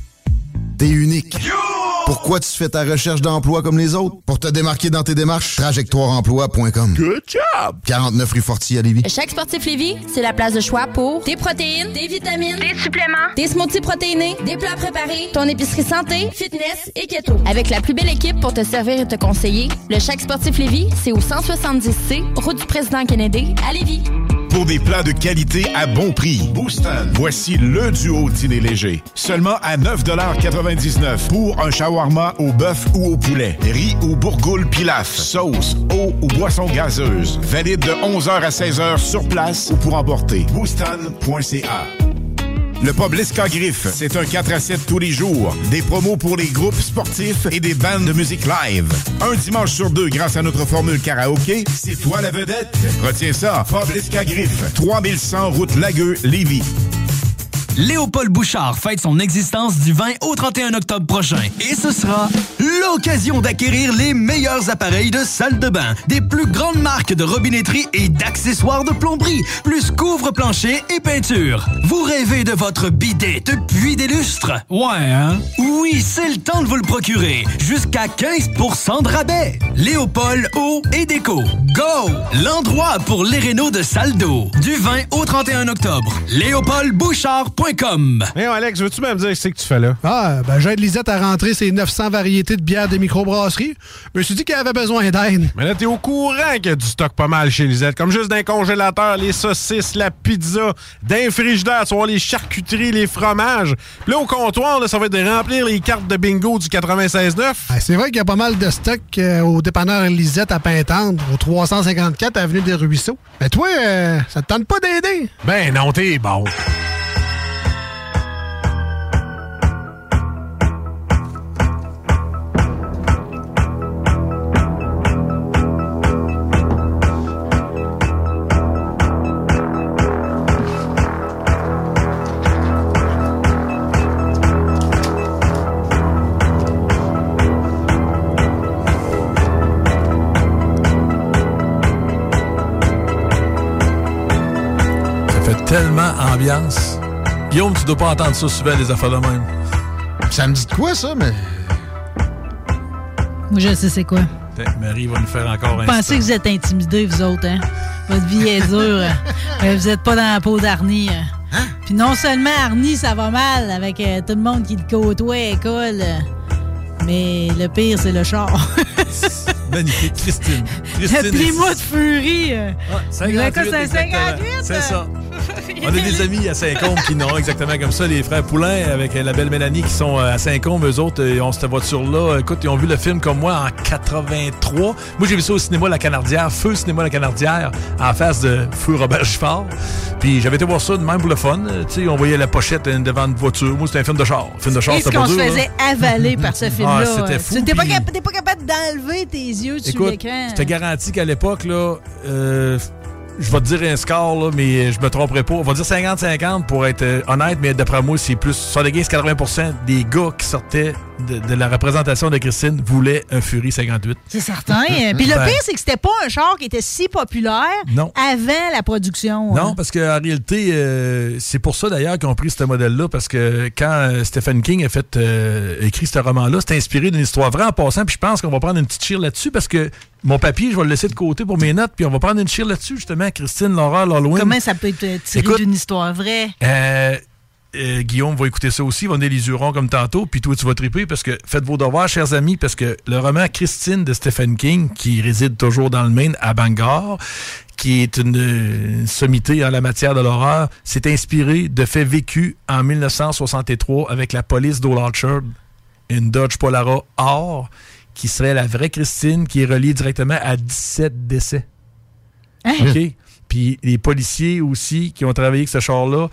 T'es unique. Pourquoi tu fais ta recherche d'emploi comme les autres? Pour te démarquer dans tes démarches, trajectoireemploi.com. Good job! 49 rue Fortier à Lévis. Chaque Sportif Lévis, c'est la place de choix pour des protéines, des vitamines, des suppléments, des smoothies protéinés, des plats préparés, ton épicerie santé, fitness et keto. Avec la plus belle équipe pour te servir et te conseiller, le Chaque Sportif Lévis, c'est au 170C, route du Président Kennedy, à Lévis. Pour des plats de qualité à bon prix, Booston. Voici le duo dîner léger. Seulement à 9,99$ pour un shawarma au bœuf ou au poulet. Riz ou bourgoule pilaf. Sauce, eau ou boisson gazeuse. Valide de 11h à 16h sur place ou pour emporter. Booston.ca. Le pub L'Escagriffe, c'est un 4 à 7 tous les jours. Des promos pour les groupes sportifs et des bandes de musique live. Un dimanche sur 2 grâce à notre formule karaoké. C'est toi la vedette. Retiens ça, pub L'Escagriffe, 3100 route Lagueux, Lévis. Léopold Bouchard fête son existence du 20 au 31 octobre prochain. Et ce sera l'occasion d'acquérir les meilleurs appareils de salle de bain, des plus grandes marques de robinetterie et d'accessoires de plomberie, plus couvre-plancher et peinture. Vous rêvez de votre bidet depuis des lustres? Ouais, hein? Oui, c'est le temps de vous le procurer. Jusqu'à 15% de rabais. Léopold Eau et Déco. Go! L'endroit pour les rénaux de salle d'eau. Du 20 au 31 octobre. LéopoldBouchard.com. Hey, Alex, veux-tu me dire ce que tu fais là? Ah, ben j'aide Lisette à rentrer ses 900 variétés de bières de microbrasserie. Je me suis dit qu'elle avait besoin d'aide. Mais là, t'es au courant qu'il y a du stock pas mal chez Lisette. Comme juste d'un congélateur, les saucisses, la pizza, d'un frigidaire, tu vois, les charcuteries, les fromages. Puis là, au comptoir, là, ça va être de remplir les cartes de bingo du 96.9. Ah, c'est vrai qu'il y a pas mal de stock au dépanneur Lisette à Pintendre, au 354 avenue des Ruisseaux. Mais toi, ça te tente pas d'aider? Ben non, t'es bon. Tellement ambiance. Guillaume, tu dois pas entendre ça souvent, les affaires de même. Ça me dit de quoi, ça, mais... Moi, je sais c'est quoi. Marie va nous faire encore un... Pensez que vous êtes intimidés, vous autres, hein? Votre vie est dure. Vous êtes pas dans la peau d'Arnie. Hein? Puis non seulement Arnie, ça va mal avec tout le monde qui le côtoie à l'école, mais le pire, c'est le char. Magnifique. Christine. Plymouth Fury. 58, c'est 58. C'est ça. On a des amis à Saint-Côme qui n'ont exactement comme ça, les frères Poulain avec la belle Mélanie qui sont à Saint-Côme. Eux autres, ils ont cette voiture-là. Écoute, ils ont vu le film comme moi en 83. Moi, j'ai vu ça au cinéma La Canardière, Feu Cinéma La Canardière, en face de Feu Robert Giffard. Puis j'avais été voir ça de même pour le fun. Tu sais, on voyait la pochette devant une voiture. Moi, c'était un film de char. Est-ce qu'on se faisait avaler par ce film-là? C'était fou. T'es pas capable d'enlever tes yeux sur l'écran. Je te garantis qu'à l'époque, là, je vais te dire un score, là, mais je me tromperai pas. On va dire 50-50 pour être honnête, mais d'après moi, c'est plus 75-80% des gars qui sortaient de la représentation de Christine voulaient un Fury 58. C'est certain. Puis le pire, c'est que c'était pas un char qui était si populaire avant la production. Non, parce qu'en réalité, c'est pour ça d'ailleurs qu'ils ont pris ce modèle-là, parce que quand Stephen King a écrit ce roman-là, c'est inspiré d'une histoire vraie en passant, puis je pense qu'on va prendre une petite chire là-dessus, parce que mon papier, je vais le laisser de côté pour mes notes, puis on va prendre une chire là-dessus, justement, Christine, l'horreur, l'Halloween. Comment ça peut être tiré d'une histoire vraie? Guillaume va écouter ça aussi, il va donner les yeux ronds comme tantôt, puis toi, tu vas triper, parce que faites vos devoirs, chers amis, parce que le roman Christine de Stephen King, qui réside toujours dans le Maine, à Bangor, qui est une sommité en la matière de l'horreur, s'est inspiré de faits vécus en 1963 avec la police d'Olatchurch, une Dodge Polara or, qui serait la vraie Christine, qui est reliée directement à 17 décès. Hein? OK? Puis les policiers aussi qui ont travaillé avec ce char-là,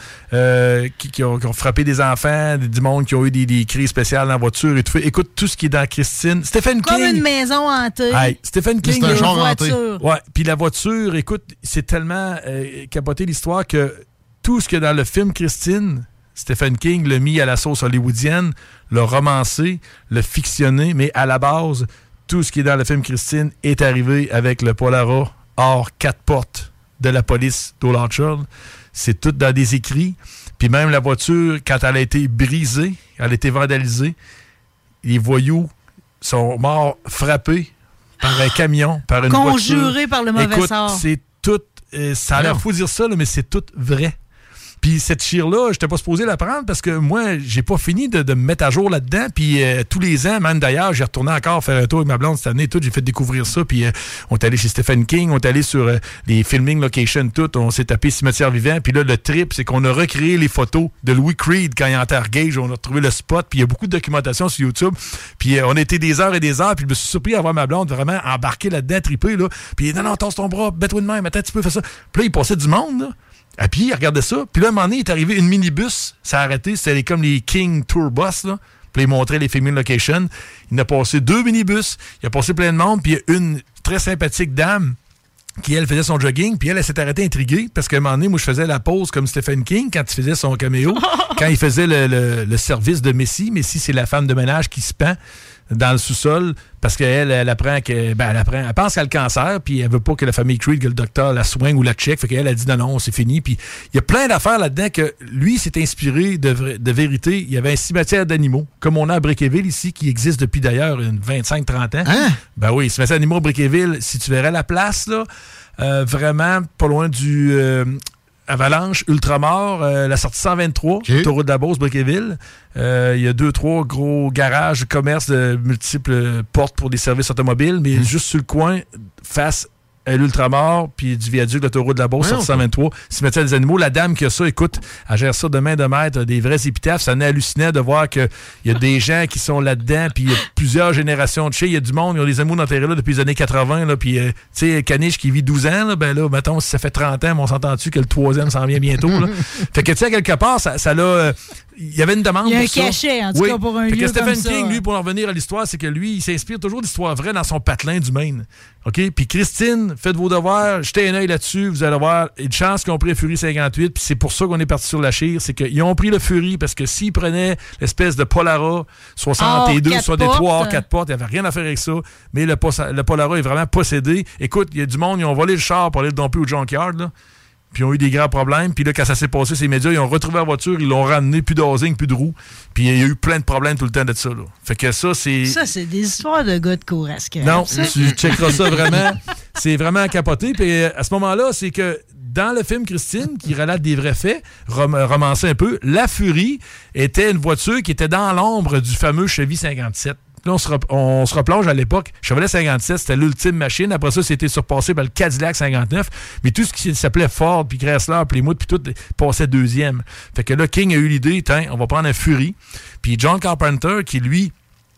qui ont frappé des enfants, du monde qui ont eu des cris spéciales dans la voiture et tout. Écoute, tout ce qui est dans Christine. Stephen King. Comme une maison hantée. Hey, Stephen King. C'est un genre hanté. Ouais. Puis la voiture, écoute, c'est tellement capoté l'histoire que tout ce qu'il y a dans le film Christine, Stephen King l'a mis à la sauce hollywoodienne, l'a romancé, l'a fictionné, mais à la base, tout ce qui est dans le film Christine est arrivé avec le Polara or 4 portes de la police d'Olatchurch. C'est tout dans des écrits. Puis même la voiture, quand elle a été brisée, elle a été vandalisée, les voyous sont morts frappés par un camion, par une voiture. Conjurés par le mauvais sort. C'est tout... ça a l'air fou de dire ça, là, mais c'est tout vrai. Puis cette chire-là, je n'étais pas supposé la prendre parce que moi, j'ai pas fini de me mettre à jour là-dedans. Puis tous les ans, même d'ailleurs, j'ai retourné encore faire un tour avec ma blonde cette année. Tout, j'ai fait découvrir ça. Puis on est allé chez Stephen King, on est allé sur les filming locations, tout. On s'est tapé Cimetière Vivant. Puis là, le trip, c'est qu'on a recréé les photos de Louis Creed quand il est en terre gauge. On a retrouvé le spot. Puis il y a beaucoup de documentation sur YouTube. Puis on a été des heures et des heures. Puis je me suis surpris à voir ma blonde vraiment embarquer là-dedans, triper. Là. Puis non, tasse ton bras, bête-toi de même. Attends, tu peux faire ça. Puis là, il passait du monde, là. À pied, il regardait ça. Puis là, à un moment donné, il est arrivé une minibus. Ça a arrêté. C'était comme les King Tour Bus, là. Puis il montrait les filming locations. Il a passé 2 minibus. Il a passé plein de monde. Puis il y a une très sympathique dame qui, elle, faisait son jogging. Puis elle s'est arrêtée intriguée. Parce qu'à un moment donné, moi, je faisais la pause comme Stephen King quand il faisait son caméo. Quand il faisait le service de Messi. Messi, c'est la femme de ménage qui se pend dans le sous-sol parce qu'elle, elle apprend que, elle pense qu'elle a le cancer, puis elle veut pas que la famille Creed, que le docteur la soigne ou la check, fait qu'elle a dit non, c'est fini. Puis il y a plein d'affaires là-dedans que lui s'est inspiré de vérité. Il y avait un cimetière d'animaux, comme on a à Brickeville ici, qui existe depuis d'ailleurs 25-30 ans. Hein? Ben oui, cimetière d'animaux à Brickeville, si tu verrais la place, là, vraiment pas loin du... Avalanche, Ultramar, la sortie 123, autoroute de la Beauce, Brickeville. Il y a 2-3 gros garages, commerces de multiples portes pour des services automobiles, mais juste sur le coin, face à l'Ultramar, puis du viaduc de l'autoroute de la Beauce, sortie 123, cimetière des animaux. La dame qui a ça, écoute, elle gère ça de main de maître, des vrais épitaphes. Ça n'est hallucinant de voir qu'il y a des gens qui sont là-dedans, puis il y a plusieurs générations de chiens. Il y a du monde, ils ont des animaux enterrés là depuis les années 80, là, puis tu sais, Caniche qui vit 12 ans, là, ben là, mettons, si ça fait 30 ans, mais on s'entend-tu que le 3e s'en vient bientôt, là. Fait que, tu sais, quelque part, ça l'a... Il y avait une demande pour ça. Il y a un cachet, en tout cas, pour un lieu comme ça. Stephen King, lui, pour en revenir à l'histoire, c'est que lui, il s'inspire toujours d'histoires vraies dans son patelin du Maine. OK? Puis Christine, faites vos devoirs, jetez un œil là-dessus, vous allez voir, une chance qu'ils ont pris le Fury 58, puis c'est pour ça qu'on est parti sur la chire, c'est qu'ils ont pris le Fury, parce que s'ils prenaient l'espèce de Polara 62, soit des 3 hors 4 portes, il n'y avait rien à faire avec ça, mais le Polara est vraiment possédé. Écoute, il y a du monde, ils ont volé le char pour aller le domper au junkyard, là. Puis ils ont eu des grands problèmes. Puis là, quand ça s'est passé, ces médias, ils ont retrouvé la voiture, ils l'ont ramené, plus d'housing, plus de roues. Puis il y a eu plein de problèmes tout le temps de ça, là. Fait que ça, c'est... Ça, c'est des histoires de gars de Courasque. Non, tu checkeras ça vraiment. C'est vraiment capoté. Puis à ce moment-là, c'est que dans le film Christine, qui relate des vrais faits, romancé un peu, la Fury était une voiture qui était dans l'ombre du fameux Chevy 57. Puis là, on se replonge à l'époque. Chevrolet 57, c'était l'ultime machine. Après ça, c'était surpassé par le Cadillac 59. Mais tout ce qui s'appelait Ford, puis Chrysler, Plymouth, puis tout passait deuxième. Fait que là, King a eu l'idée, on va prendre un Fury. Puis John Carpenter, qui lui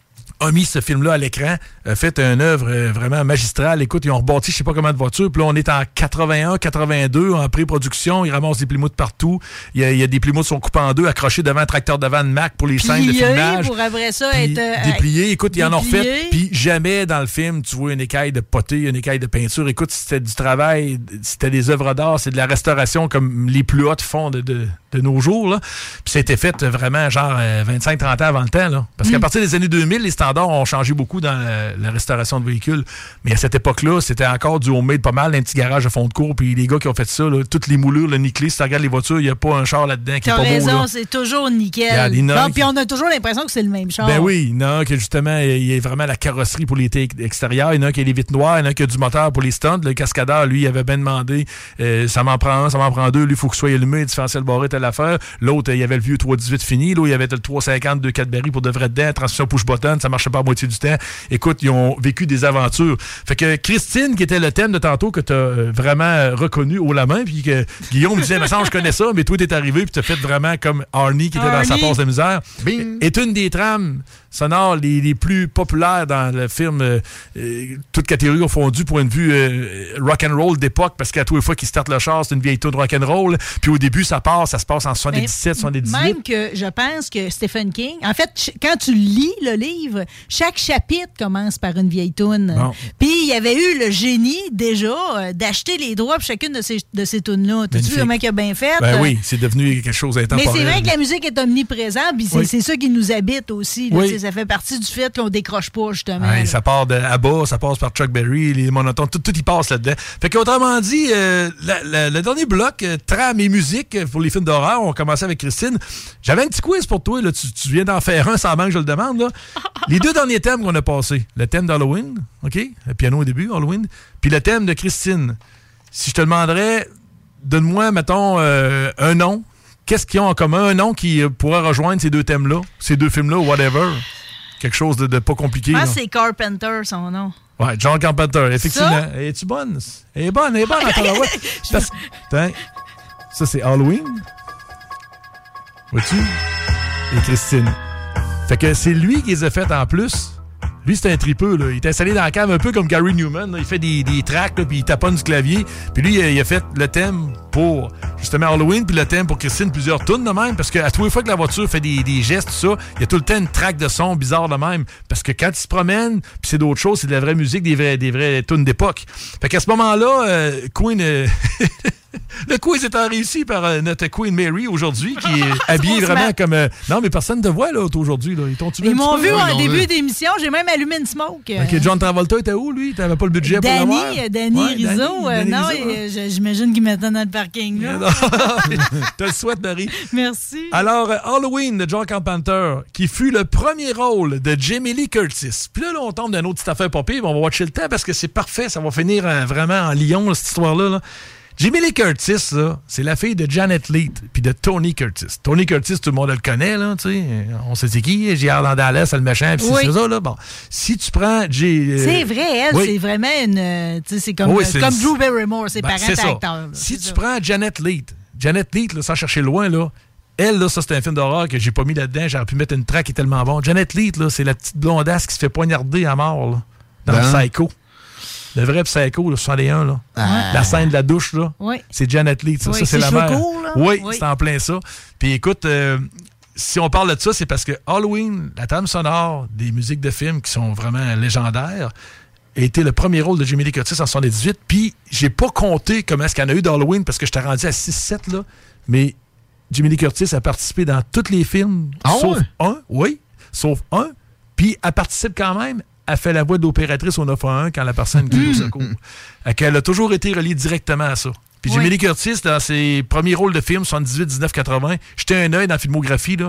a mis ce film-là à l'écran, a fait une œuvre vraiment magistrale. Écoute, ils ont rebâti je sais pas combien de voitures. Puis là, on est en 81, 82, en pré-production. Ils ramassent des Plymouth partout. Il y a des Plymouth qui sont coupés en deux, accrochés devant un tracteur de van Mack pour les scènes de filmage. Pour après ça puis être... dépliés. Écoute, ils en ont refait. Puis jamais dans le film, tu vois une écaille de potée, une écaille de peinture. Écoute, c'était du travail, c'était des œuvres d'art, c'est de la restauration comme les plus hautes font de nos jours. Là. Puis ça a été fait vraiment genre 25-30 ans avant le temps. Là. Parce qu'à partir des années 2000, les standards ont changé beaucoup dans la restauration de véhicules. Mais à cette époque-là, c'était encore du homemade pas mal, un petit garage à fond de cours. Puis les gars qui ont fait ça, là, toutes les moulures, le nickelé, si tu regardes les voitures, il n'y a pas un char là-dedans qui est pas beau. T'as raison, là. c'est toujours nickel. Puis on a toujours l'impression que c'est le même char. Ben oui, il y en a un que justement, il y a vraiment la carrosserie pour les extérieurs. Il y en a un qui a les vitres noires, il y en a un qui a du moteur pour les stunts. Le cascadeur, lui, il avait bien demandé ça m'en prend un, ça m'en prend deux. Lui, il faut que ce soit allumé, différentiel barré, telle affaire. L'autre, il y avait le vieux 318 fini. Là, il y avait le 350, 2 4 berry pour de vrai dedans, transmission push-button, ça marchait pas à moitié du temps. Écoute, ils ont vécu des aventures. Fait que Christine, qui était le thème de tantôt, que tu as vraiment reconnu haut la main, puis que Guillaume me disait, mais ça, je connais ça, mais toi, t'es arrivé, puis t'as fait vraiment comme Arnie, qui était dans sa passe de misère. Bing. Est une des trames sonores les plus populaires dans le film, toute catégorie confondue, point de vue rock'n'roll d'époque, parce qu'à tous les fois qu'il starte le char, c'est une vieille tune rock'n'roll, puis au début, ça se passe en 77, 78. Même que je pense que Stephen King, en fait, quand tu lis le livre, chaque chapitre commence par une vieille tune. Bon. Puis il y avait eu le génie, déjà, d'acheter les droits pour chacune de ces tunes-là. T'as-tu vu comment il a bien fait? Ben oui, c'est devenu quelque chose d'intemporel. Mais c'est vrai que la musique est omniprésente, puis c'est ça qui nous habite aussi. Là, ça fait partie du fait qu'on décroche pas, justement. Ouais, ça part de ABBA, ça passe par Chuck Berry, les monotones, tout y passe là-dedans. Fait qu'autrement dit, le dernier bloc, trame et musique pour les films d'horreur, on commençait avec Christine. J'avais un petit quiz pour toi, là. Tu viens d'en faire un sans manque, je le demande. Là. Les deux derniers thèmes qu'on a passés, le thème d'Halloween, OK? Le piano au début, Halloween, puis le thème de Christine. Si je te demanderais, donne-moi, mettons, un nom. Qu'est-ce qu'ils ont en commun? Un nom qui pourrait rejoindre ces deux thèmes-là, ces deux films-là, whatever. Quelque chose de pas compliqué. Je pense que c'est Carpenter, son nom. Ouais, John Carpenter, effectivement. Es-tu bonne? Elle est bonne, attends, ouais. Ça, c'est Halloween. Vois-tu? Et Christine. Fait que c'est lui qui les a fait en plus. Lui, c'était un tripeux, là. Il était installé dans la cave un peu comme Gary Newman. Là. Il fait des tracks, là, puis il taponne du clavier. Puis lui, il a fait le thème pour, justement, Halloween, puis le thème pour Christine, plusieurs tunes de même. Parce qu'à tous les fois que la voiture fait des gestes, tout ça, il y a tout le temps une track de son bizarre de même. Parce que quand il se promène, puis c'est d'autres choses, c'est de la vraie musique, des vraies tunes d'époque. Fait qu'à ce moment-là, Queen... Le quiz étant réussi par notre Queen Mary aujourd'hui, qui est habillée vraiment comme... Non, mais personne ne te voit là aujourd'hui. Là. Ils m'ont vu en début d'émission. J'ai même allumé une smoke. OK, John Travolta était où, lui? T'avais pas le budget pour l'avoir? Danny Rizzo. Non, j'imagine qu'il m'attend dans le parking. Là. Te le souhaite, Marie. Merci. Alors, Halloween de John Carpenter, qui fut le premier rôle de Jamie Lee Curtis. Puis là, on tombe dans une autre petite affaire pas pire, on va watcher le temps parce que c'est parfait. Ça va finir vraiment en Lyon, cette histoire-là. Là. Jamie Lee Curtis, là, c'est la fille de Janet Leigh puis de Tony Curtis. Tony Curtis, tout le monde le connaît, là, tu sais. On sait c'est qui. J.R. dans Dallas, c'est le méchant, puis c'est ça, là. Bon. Si tu prends c'est vrai, elle, c'est vraiment une... Tu sais, c'est comme, comme Drew Barrymore, ses parents acteurs. Si tu prends Janet Leigh, là, sans chercher loin, là, elle, là, ça, c'est un film d'horreur que j'ai pas mis là-dedans. J'aurais pu mettre une track qui est tellement bon. Janet Leigh, là, c'est la petite blondasse qui se fait poignarder à mort, là, dans Psycho. Le vrai Psycho, le 61, là. La scène de la douche, là. C'est Janet Leigh. Ça, c'est la mère. Oui, c'est en plein ça. Puis écoute, si on parle de ça, c'est parce que Halloween, la trame sonore des musiques de films qui sont vraiment légendaires, a été le premier rôle de Jamie Lee Curtis en 78. Puis j'ai pas compté comment est-ce qu'il y en a eu d'Halloween parce que j'étais rendu à 6-7, là. Mais Jamie Lee Curtis a participé dans tous les films, sauf un. Oui, sauf un. Puis elle participe quand même. Elle fait la voix d'opératrice au 911 quand la personne crie au secours. Elle a toujours été reliée directement à ça. Puis Jamie Lee Curtis, dans ses premiers rôles de films, 78, 19, 80, jeté un œil dans la filmographie, là,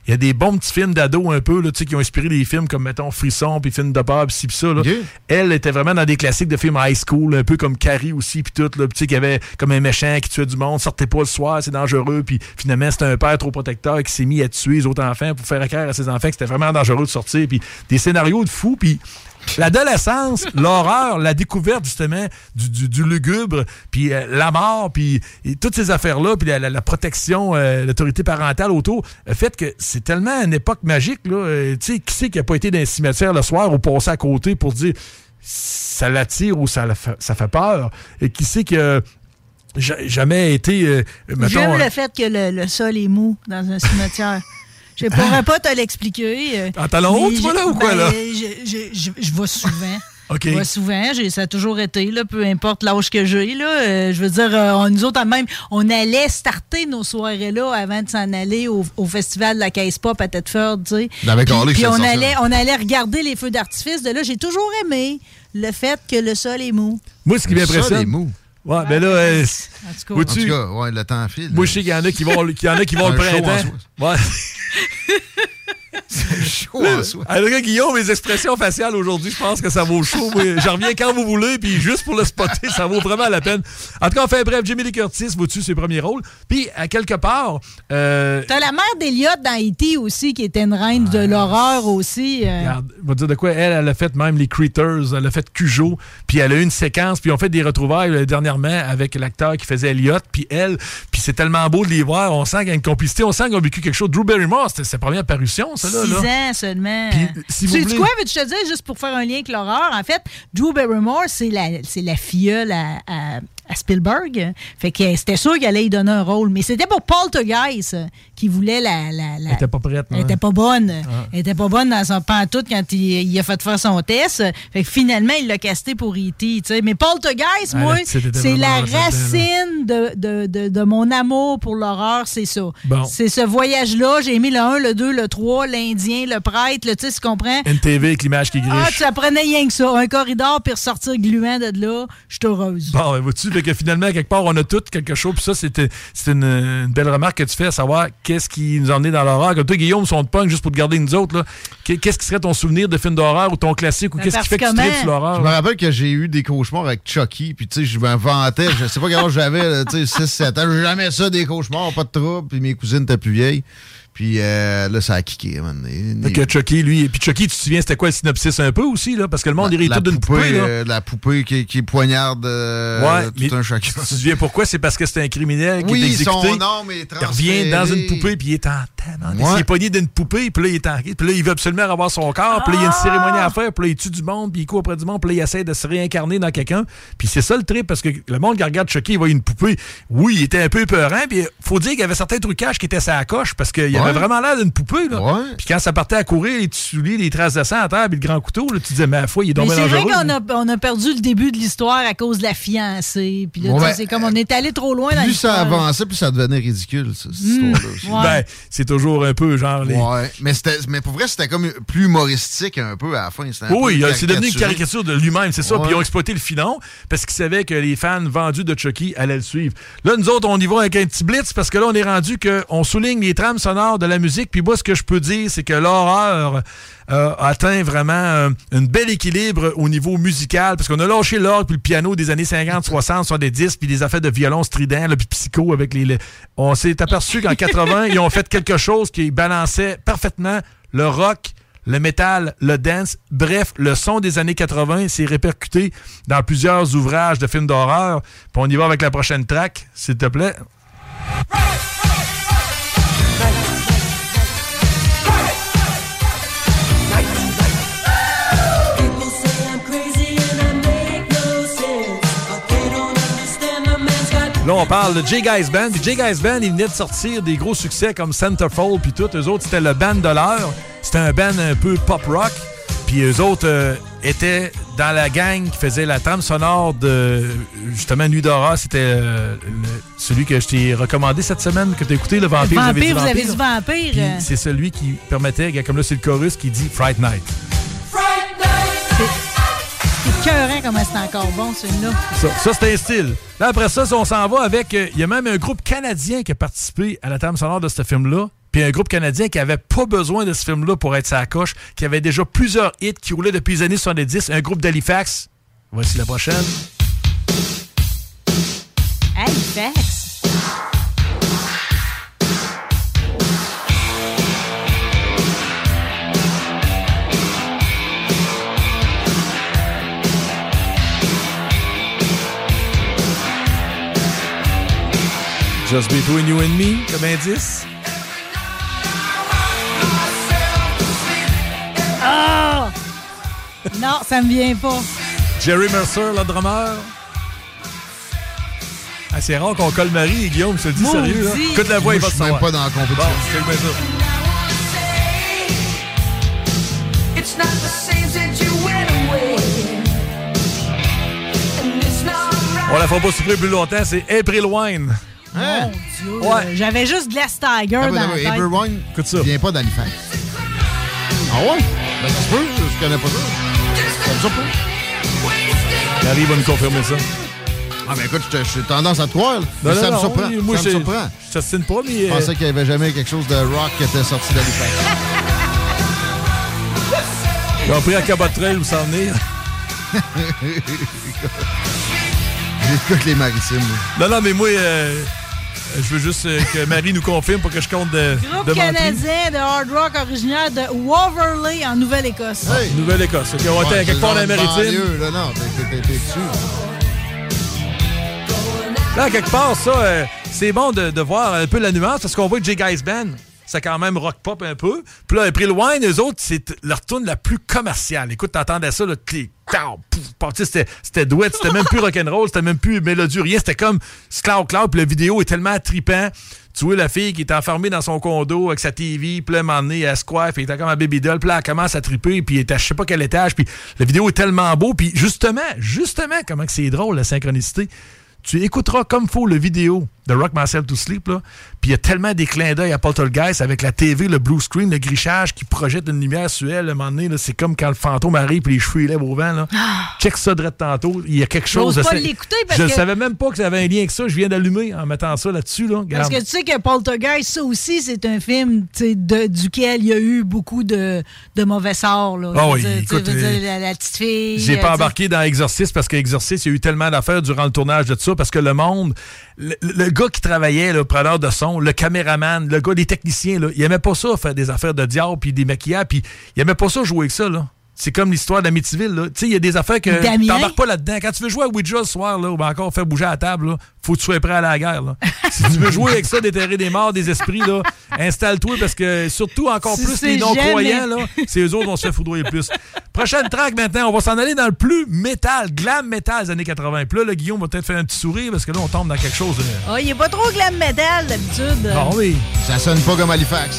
Il y a des bons petits films d'ado un peu, là, tu sais, qui ont inspiré des films comme, mettons, Frisson, puis Film de peur, puis ci, puis ça. Là. Okay. Elle était vraiment dans des classiques de films high school, un peu comme Carrie aussi, puis tout. Tu sais, qu'il y avait comme un méchant qui tuait du monde, sortez pas le soir, c'est dangereux, puis finalement, c'était un père trop protecteur qui s'est mis à tuer les autres enfants pour faire éclair à ses enfants que c'était vraiment dangereux de sortir, puis des scénarios de fous, puis l'adolescence, l'horreur, la découverte justement du lugubre, puis la mort, puis toutes ces affaires-là, puis la protection, l'autorité parentale autour, le fait que c'est tellement une époque magique, là. Tu sais, qui c'est qui n'a pas été dans un cimetière le soir ou passé à côté pour dire ça l'attire ou ça fait peur? Et qui c'est que jamais été... mettons, j'aime le fait que le sol est mou dans un cimetière. Je ne pourrais pas te l'expliquer. En talon haut, tu vois là, ou quoi, là? Je vais souvent. Okay. Je vais souvent. Ça a toujours été, là, peu importe l'âge que j'ai. Là, je veux dire, nous autres, même, on allait starter nos soirées-là avant de s'en aller au festival de la Caisse Pop à Thetford, tu sais. Puis on allait regarder les feux d'artifice. De là, j'ai toujours aimé le fait que le sol est mou. Moi, ce qui m'impressionne... Le sol est mou. Ouais, ben là, en tout cas, ouais, le temps file. Moi, je sais qu'il y en a qui vont le printemps. Ouais. C'est chaud en soi. Alors, Guillaume, mes expressions faciales aujourd'hui, je pense que ça vaut chaud. J'en reviens quand vous voulez, puis juste pour le spotter, ça vaut vraiment la peine. En tout cas, enfin bref, Jamie Lee Curtis vaut-tu ses premiers rôles. Puis, à quelque part... T'as la mère d'Eliott dans E.T. aussi, qui était une reine de l'horreur aussi. Regarde, on va te dire de quoi. Elle a fait même les Critters, elle a fait Cujo, puis elle a eu une séquence, puis on fait des retrouvailles dernièrement avec l'acteur qui faisait Eliott, puis elle, puis c'est tellement beau de les voir, on sent qu'il y a une complicité, on sent qu'ils ont vécu quelque chose. Drew Barrymore, c'était sa première parution, ça, là. 6 ans seulement. Puis, si tu sais quoi, veux-tu te dire, juste pour faire un lien avec l'horreur, en fait, Drew Barrymore, c'est la filleule à Spielberg. Fait que c'était sûr qu'elle allait y donner un rôle. Mais c'était pour Poltergeist qui voulait Elle était pas prête. Elle était pas bonne. Elle était pas bonne dans son pantoute quand il a fait faire son test. Fait que finalement, il l'a casté pour E.T. T'sais. Mais Poltergeist, moi, c'est la racine de mon amour pour l'horreur, c'est ça. Bon. C'est ce voyage-là. J'ai aimé le 1, le 2, le 3, l'Indien, le prêtre, tu sais, tu comprends? NTV avec l'image qui griche. Ah, tu apprenais rien que ça. Un corridor, puis ressortir gluant de là. Je suis heureuse. Bon, ben, vois-tu, que finalement, quelque part, on a tout quelque chose. Puis ça, c'est une belle remarque que tu fais à savoir qu'est-ce qui nous a emmenés dans l'horreur. Comme toi, Guillaume, son de punk, juste pour te garder nous autres, là. Qu'est-ce qui serait ton souvenir de film d'horreur ou ton classique ou qu'est-ce qui fait que tu tripes sur l'horreur? Je me rappelle que j'ai eu des cauchemars avec Chucky. Puis, tu sais, je me vantais. Je sais pas quel âge j'avais, tu sais, 6-7 ans. J'ai jamais ça, des cauchemars, pas de trouble. Puis mes cousines étaient plus vieilles. Puis là, ça a kické. Fait que Chucky, lui... Puis Chucky, tu te souviens, c'était quoi le synopsis un peu aussi, là? Parce que le monde dirait tout d'une poupée, là. La poupée qui poignarde tout un chacun. Tu te souviens pourquoi? C'est parce que c'est un criminel qui est exécuté. Son nom est transféré. Il revient dans une poupée, puis il est en tellement... Il est pogné d'une poupée, puis là, il est en... Puis là, il veut absolument avoir son corps, puis là, il y a une cérémonie à faire, puis là, il tue du monde, puis il court après du monde, puis là, il essaie de se réincarner dans quelqu'un. Puis c'est ça le trip, parce que le monde qui regarde Chucky, il voit une poupée. Oui, il était un peu épeurant, puis faut dire qu'il y avait certains trucages qui étaient sa coche, parce qu'il avait vraiment l'air d'une poupée. Là. Puis quand ça partait à courir, les petits souliers, les traces de sang à terre, puis le grand couteau, là, tu disais, mais à la fois, il est donc bien dangereux. C'est vrai qu'on a perdu le début de l'histoire à cause de la fiancée. Puis là, c'est comme on est allé trop loin dans l'histoire. Plus ça avançait, plus ça devenait ridicule, cette histoire-là. Ben, c'est toujours un peu genre... Ouais, mais pour vrai, c'était comme plus humoristique un peu à la fin. Oui, c'est devenu une caricature de lui-même, c'est ça. Puis ils ont exploité le filon parce qu'ils savaient que les fans vendus de Chucky allaient le suivre. Là, nous autres, on y va avec un petit blitz parce que là, on est rendu qu'on souligne les trames sonores de la musique. Puis moi, ce que je peux dire, c'est que l'horreur atteint vraiment un bel équilibre au niveau musical, parce qu'on a lâché l'orgue puis le piano des années 50, 60, 70, puis des affaires de violon strident, là, puis psycho avec les... On s'est aperçu qu'en 80, ils ont fait quelque chose qui balançait parfaitement le rock, le métal, le dance, bref, le son des années 80 s'est répercuté dans plusieurs ouvrages de films d'horreur. Puis on y va avec la prochaine track, s'il te plaît. Là, on parle de J. Guys Band. Puis J. Guys Band, ils venaient de sortir des gros succès comme Centerfold puis tout. Eux autres, c'était le band de l'heure. C'était un band un peu pop-rock. Puis eux autres étaient dans la gang qui faisait la trame sonore de, justement, Nuit d'horreur. C'était celui que je t'ai recommandé cette semaine, que tu as écœuré, le Vampire. Vous avez dit Vampire. Puis c'est celui qui permettait, comme là, c'est le chorus qui dit Fright Night. C'est écœurant comment c'est encore bon, celui-là. Ça c'est un style. Là, après ça, on s'en va avec... Il y a même un groupe canadien qui a participé à la trame sonore de ce film-là. Puis un groupe canadien qui avait pas besoin de ce film-là pour être sa coche, qui avait déjà plusieurs hits, qui roulaient depuis les années 70. Un groupe d'Halifax. Voici la prochaine. Halifax. Just Between You and Me, comme indice. Ah! Non, ça me vient pas. Jerry Mercer, le drummer. Ah, c'est rare qu'on colle Marie et Guillaume, je te le dis sérieux. Là. Écoute la voix, il va se savoir. Je suis même pas dans la compétition. Bon, c'est bien ça. On la fera pas souffrir plus longtemps, c'est April Wine. Mon Dieu. Ouais. J'avais juste Glass Tiger dans la tête. April Wine, écoute ça. Vient pas d'Halifax. Ah ouais? Ben, ça se peut, je connais pas ça. Comme ça, pas. Marie va nous confirmer ça. Ah, mais écoute, j'ai tendance à te croire. Mais ça me surprend. Moi, ça me surprend. Je t'assine pas, mais. Je pensais qu'il n'y avait jamais quelque chose de rock qui était sorti d'Halifax. Ils ont pris un cabot trail où s'en venir. J'écoute les maritimes. Non, mais moi, je veux juste que Marie nous confirme pour que je compte de Groupe canadien de hard rock originaire de Waverley, en Nouvelle-Écosse. Hey. Nouvelle-Écosse. OK, on était quelque part dans la maritime. Là, non, t'es dessus. Là, quelque part, ça, c'est bon de voir un peu la nuance parce qu'on voit que J-Guys Band, c'est quand même rock-pop un peu. Puis là, April Wine, eux autres, c'est leur tune la plus commerciale. Écoute, t'entendais ça, là, clic, c'était douette, c'était même plus rock'n'roll, c'était même plus mélodieux, rien. C'était comme cloud, puis la vidéo est tellement trippant. Tu vois la fille qui est enfermée dans son condo avec sa TV, puis là, à un moment donné, elle se coiffe, puis elle était comme un baby doll, puis là, elle commence à tripper, puis elle est à je sais pas quel étage, puis la vidéo est tellement beau, puis justement, comment que c'est drôle, la synchronicité. Tu écouteras comme faut le vidéo de Rock Myself to Sleep, là, puis il y a tellement des clins d'œil à Poltergeist avec la TV, le blue screen, le grichage qui projette une lumière sur elle. À un moment donné, là, c'est comme quand le fantôme arrive et les cheveux ils lèvent au vent. Là. Check ça direct tantôt. Il y a quelque chose. J'ose pas l'écouter parce je que... ne savais même pas que ça avait un lien avec ça. Je viens d'allumer en mettant ça là-dessus. Là. Parce que tu sais que Poltergeist, ça aussi, c'est un film duquel il y a eu beaucoup de mauvais sorts. Là. Oh oui, écoute, la petite fille. J'ai pas embarqué dans Exorcist parce qu'Exorcist, il y a eu tellement d'affaires durant le tournage de ça parce que le monde, le gars qui travaillait, le preneur de son, le caméraman, le gars des techniciens, là, il aimait pas ça faire des affaires de diable puis des maquillages, puis il aimait pas ça jouer avec ça, là. C'est comme l'histoire d'Amityville, là. Tu sais, il y a des affaires que t'embarques pas là-dedans. Quand tu veux jouer à Ouija le soir, là, ou encore faire bouger à la table, là, faut que tu sois prêt à la guerre, là. Si tu veux jouer avec ça, déterrer des morts, des esprits, là, installe-toi, parce que surtout, encore plus, les non-croyants, là, c'est eux autres qui vont se faire foudroyer le plus. Prochaine track, maintenant, on va s'en aller dans le plus métal, glam metal des années 80. Puis là, Guillaume va peut-être faire un petit sourire, parce que là, on tombe dans quelque chose de... Oh, il est pas trop glam metal, d'habitude. Non, oui. Ça sonne pas comme Halifax.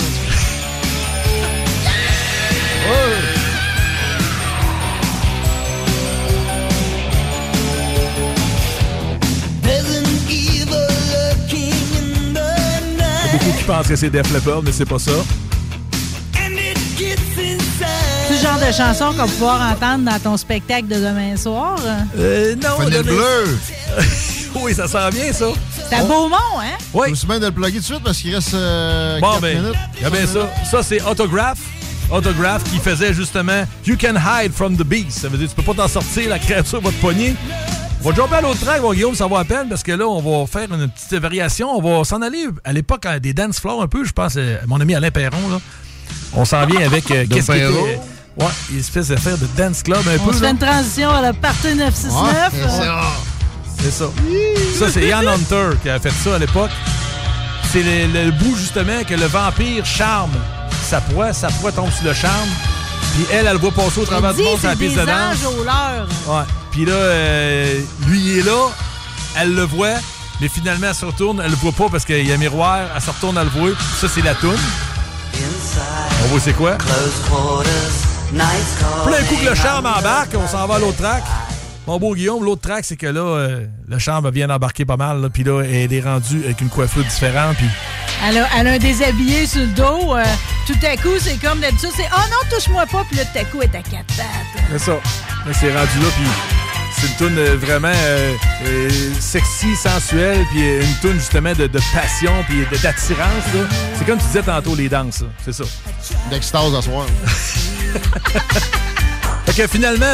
Beaucoup qui pensent que c'est Def Leppard, mais c'est pas ça. C'est le genre de chanson qu'on va pouvoir entendre dans ton spectacle de demain soir? Non. Fenêtre bleue. Oui, ça sent bien, ça. C'est à Beaumont, hein? Oui. Je me suis bien de le plugger tout de suite parce qu'il reste 4 minutes. Il y a bien ça. Ça, c'est Autograph. Autograph qui faisait justement You can hide from the beast. Ça veut dire tu peux pas t'en sortir, la créature va te pogner. On va jumper à l'autre track, Guillaume, ça va à peine, parce que là, on va faire une petite variation. On va s'en aller à l'époque des dance floors un peu, je pense, mon ami Alain Perron, là. On s'en vient avec qu'est-ce qui était... Ouais, une espèce d'affaire de dance club un peu. On se fait une transition à la partie 969. C'est ça. Ça, c'est Ian Hunter qui a fait ça à l'époque. C'est le bout, justement, que le vampire charme sa proie tombe sur le charme. Puis elle voit passer au travers du monde sur la piste de danse. Ouais. Puis là, lui, il est là. Elle le voit. Mais finalement, elle se retourne. Elle le voit pas parce qu'il y a un miroir. Elle se retourne à le voir. Ça, c'est la toune. On voit c'est quoi? Puis là, un coup que le charme embarque, on s'en va à l'autre track. Mon beau Guillaume, l'autre track, c'est que là, le charme vient d'embarquer pas mal. Puis là, elle est rendue avec une coiffure différente. Puis... Elle a un déshabillé sur le dos. Tout à coup, c'est comme d'habitude, c'est « Oh non, touche-moi pas! » Puis là, tout à coup, elle est à 4 pattes. C'est ça. Là, c'est rendu là, puis C'est une toune vraiment sexy, sensuelle, puis une toune justement de passion, puis d'attirance. Là. C'est comme tu disais tantôt, les danses. Là. C'est ça. D'extase à soir. Fait que finalement,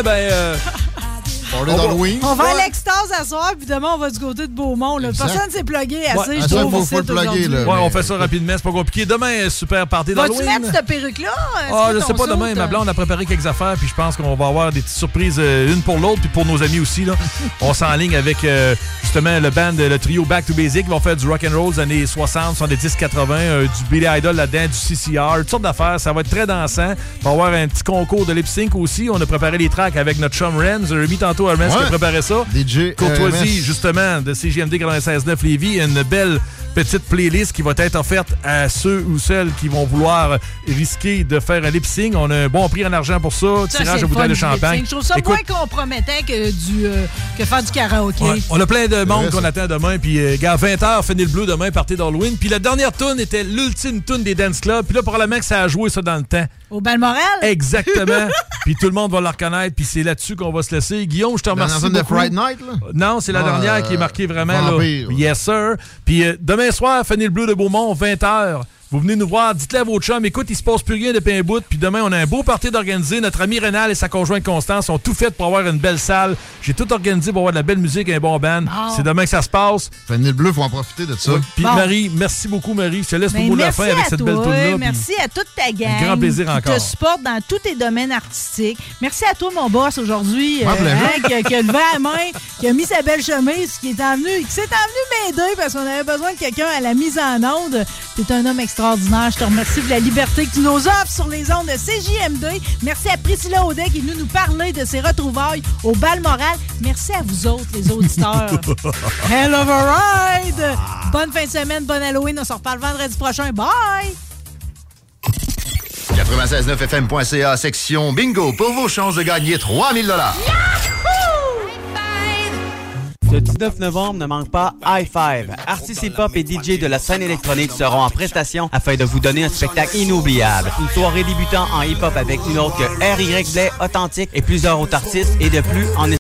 on va à l'extase à soir, puis demain, on va du côté de Beaumont. Là. Personne s'est plugué assez. Ouais, faut le plugger. Ouais, on fait ça rapidement, c'est pas compliqué. Demain, super party d'Halloween. Vas-tu mettre cette perruque-là? Je sais pas demain. Ma blonde a préparé quelques affaires, puis je pense qu'on va avoir des petites surprises, une pour l'autre, puis pour nos amis aussi. Là. On s'enligne avec justement le trio Back to Basic. Ils vont faire du rock and roll des années 60, 70, 80, du Billy Idol là-dedans, du CCR, toutes sortes d'affaires. Ça va être très dansant. On va avoir un petit concours de lip-sync aussi. On a préparé les tracks avec notre chum Renz. Rémi tantôt, Hermès qui a préparé ça. DJ Courtoisie, justement, de CJMD 96.9 Lévis. Une belle petite playlist qui va être offerte à ceux ou celles qui vont vouloir risquer de faire un lip-sync. On a un bon prix en argent pour ça. Tirage de bouteilles de champagne. Je trouve ça moins compromettant que faire du karaoké. Ouais, on a plein de monde qu'on attend demain. Puis, gars, 20h, Fenil Bleu demain, party d'Halloween. Puis la dernière tune était l'ultime tune des dance clubs. Puis là, probablement que ça a joué ça dans le temps. Au Balmoral? Exactement. Puis tout le monde va la reconnaître. Puis c'est là-dessus qu'on va se laisser. Guillaume, je te remercie beaucoup. De Friday Night, là? Non, c'est la dernière qui est marquée vraiment. Vampire, là. Yes, sir. Puis demain soir, Fenil Bleu de Beaumont, 20h. Vous venez nous voir, dites-le à votre chum, écoute, il se passe plus rien depuis un bout, puis demain, on a un beau party d'organiser. Notre ami Rénal et sa conjointe Constance ont tout fait pour avoir une belle salle. J'ai tout organisé pour avoir de la belle musique et un bon band. C'est demain que ça se passe. Fenil Bleu, faut en profiter de ça. Ouais. Puis Marie, merci beaucoup, Marie. Je te laisse pour la fin avec cette belle toune-là. Merci à toute ta gang. Un grand plaisir encore. Qui te supporte dans tous tes domaines artistiques. Merci à toi, mon boss, aujourd'hui, qui a levé la main, qui a mis sa belle chemise, qui s'est envenu m'aider parce qu'on avait besoin de quelqu'un à la mise en onde. T'es un homme extraordinaire. Je te remercie de la liberté que tu nous offres sur les ondes de CJMD. Merci à Priscilla Audet qui est venue nous parler de ses retrouvailles au Balmoral. Merci à vous autres, les auditeurs. Hell of a ride! Bonne fin de semaine, bonne Halloween. On se reparle vendredi prochain. Bye! 969fm.ca, section bingo, pour vos chances de gagner 3000 $. Le 19 novembre, ne manque pas High Five. Artistes hip-hop et DJ de la scène électronique seront en prestation afin de vous donner un spectacle inoubliable. Une soirée débutant en hip-hop avec une autre que R.Y. Blais, Authentique et plusieurs autres artistes. Et de plus, en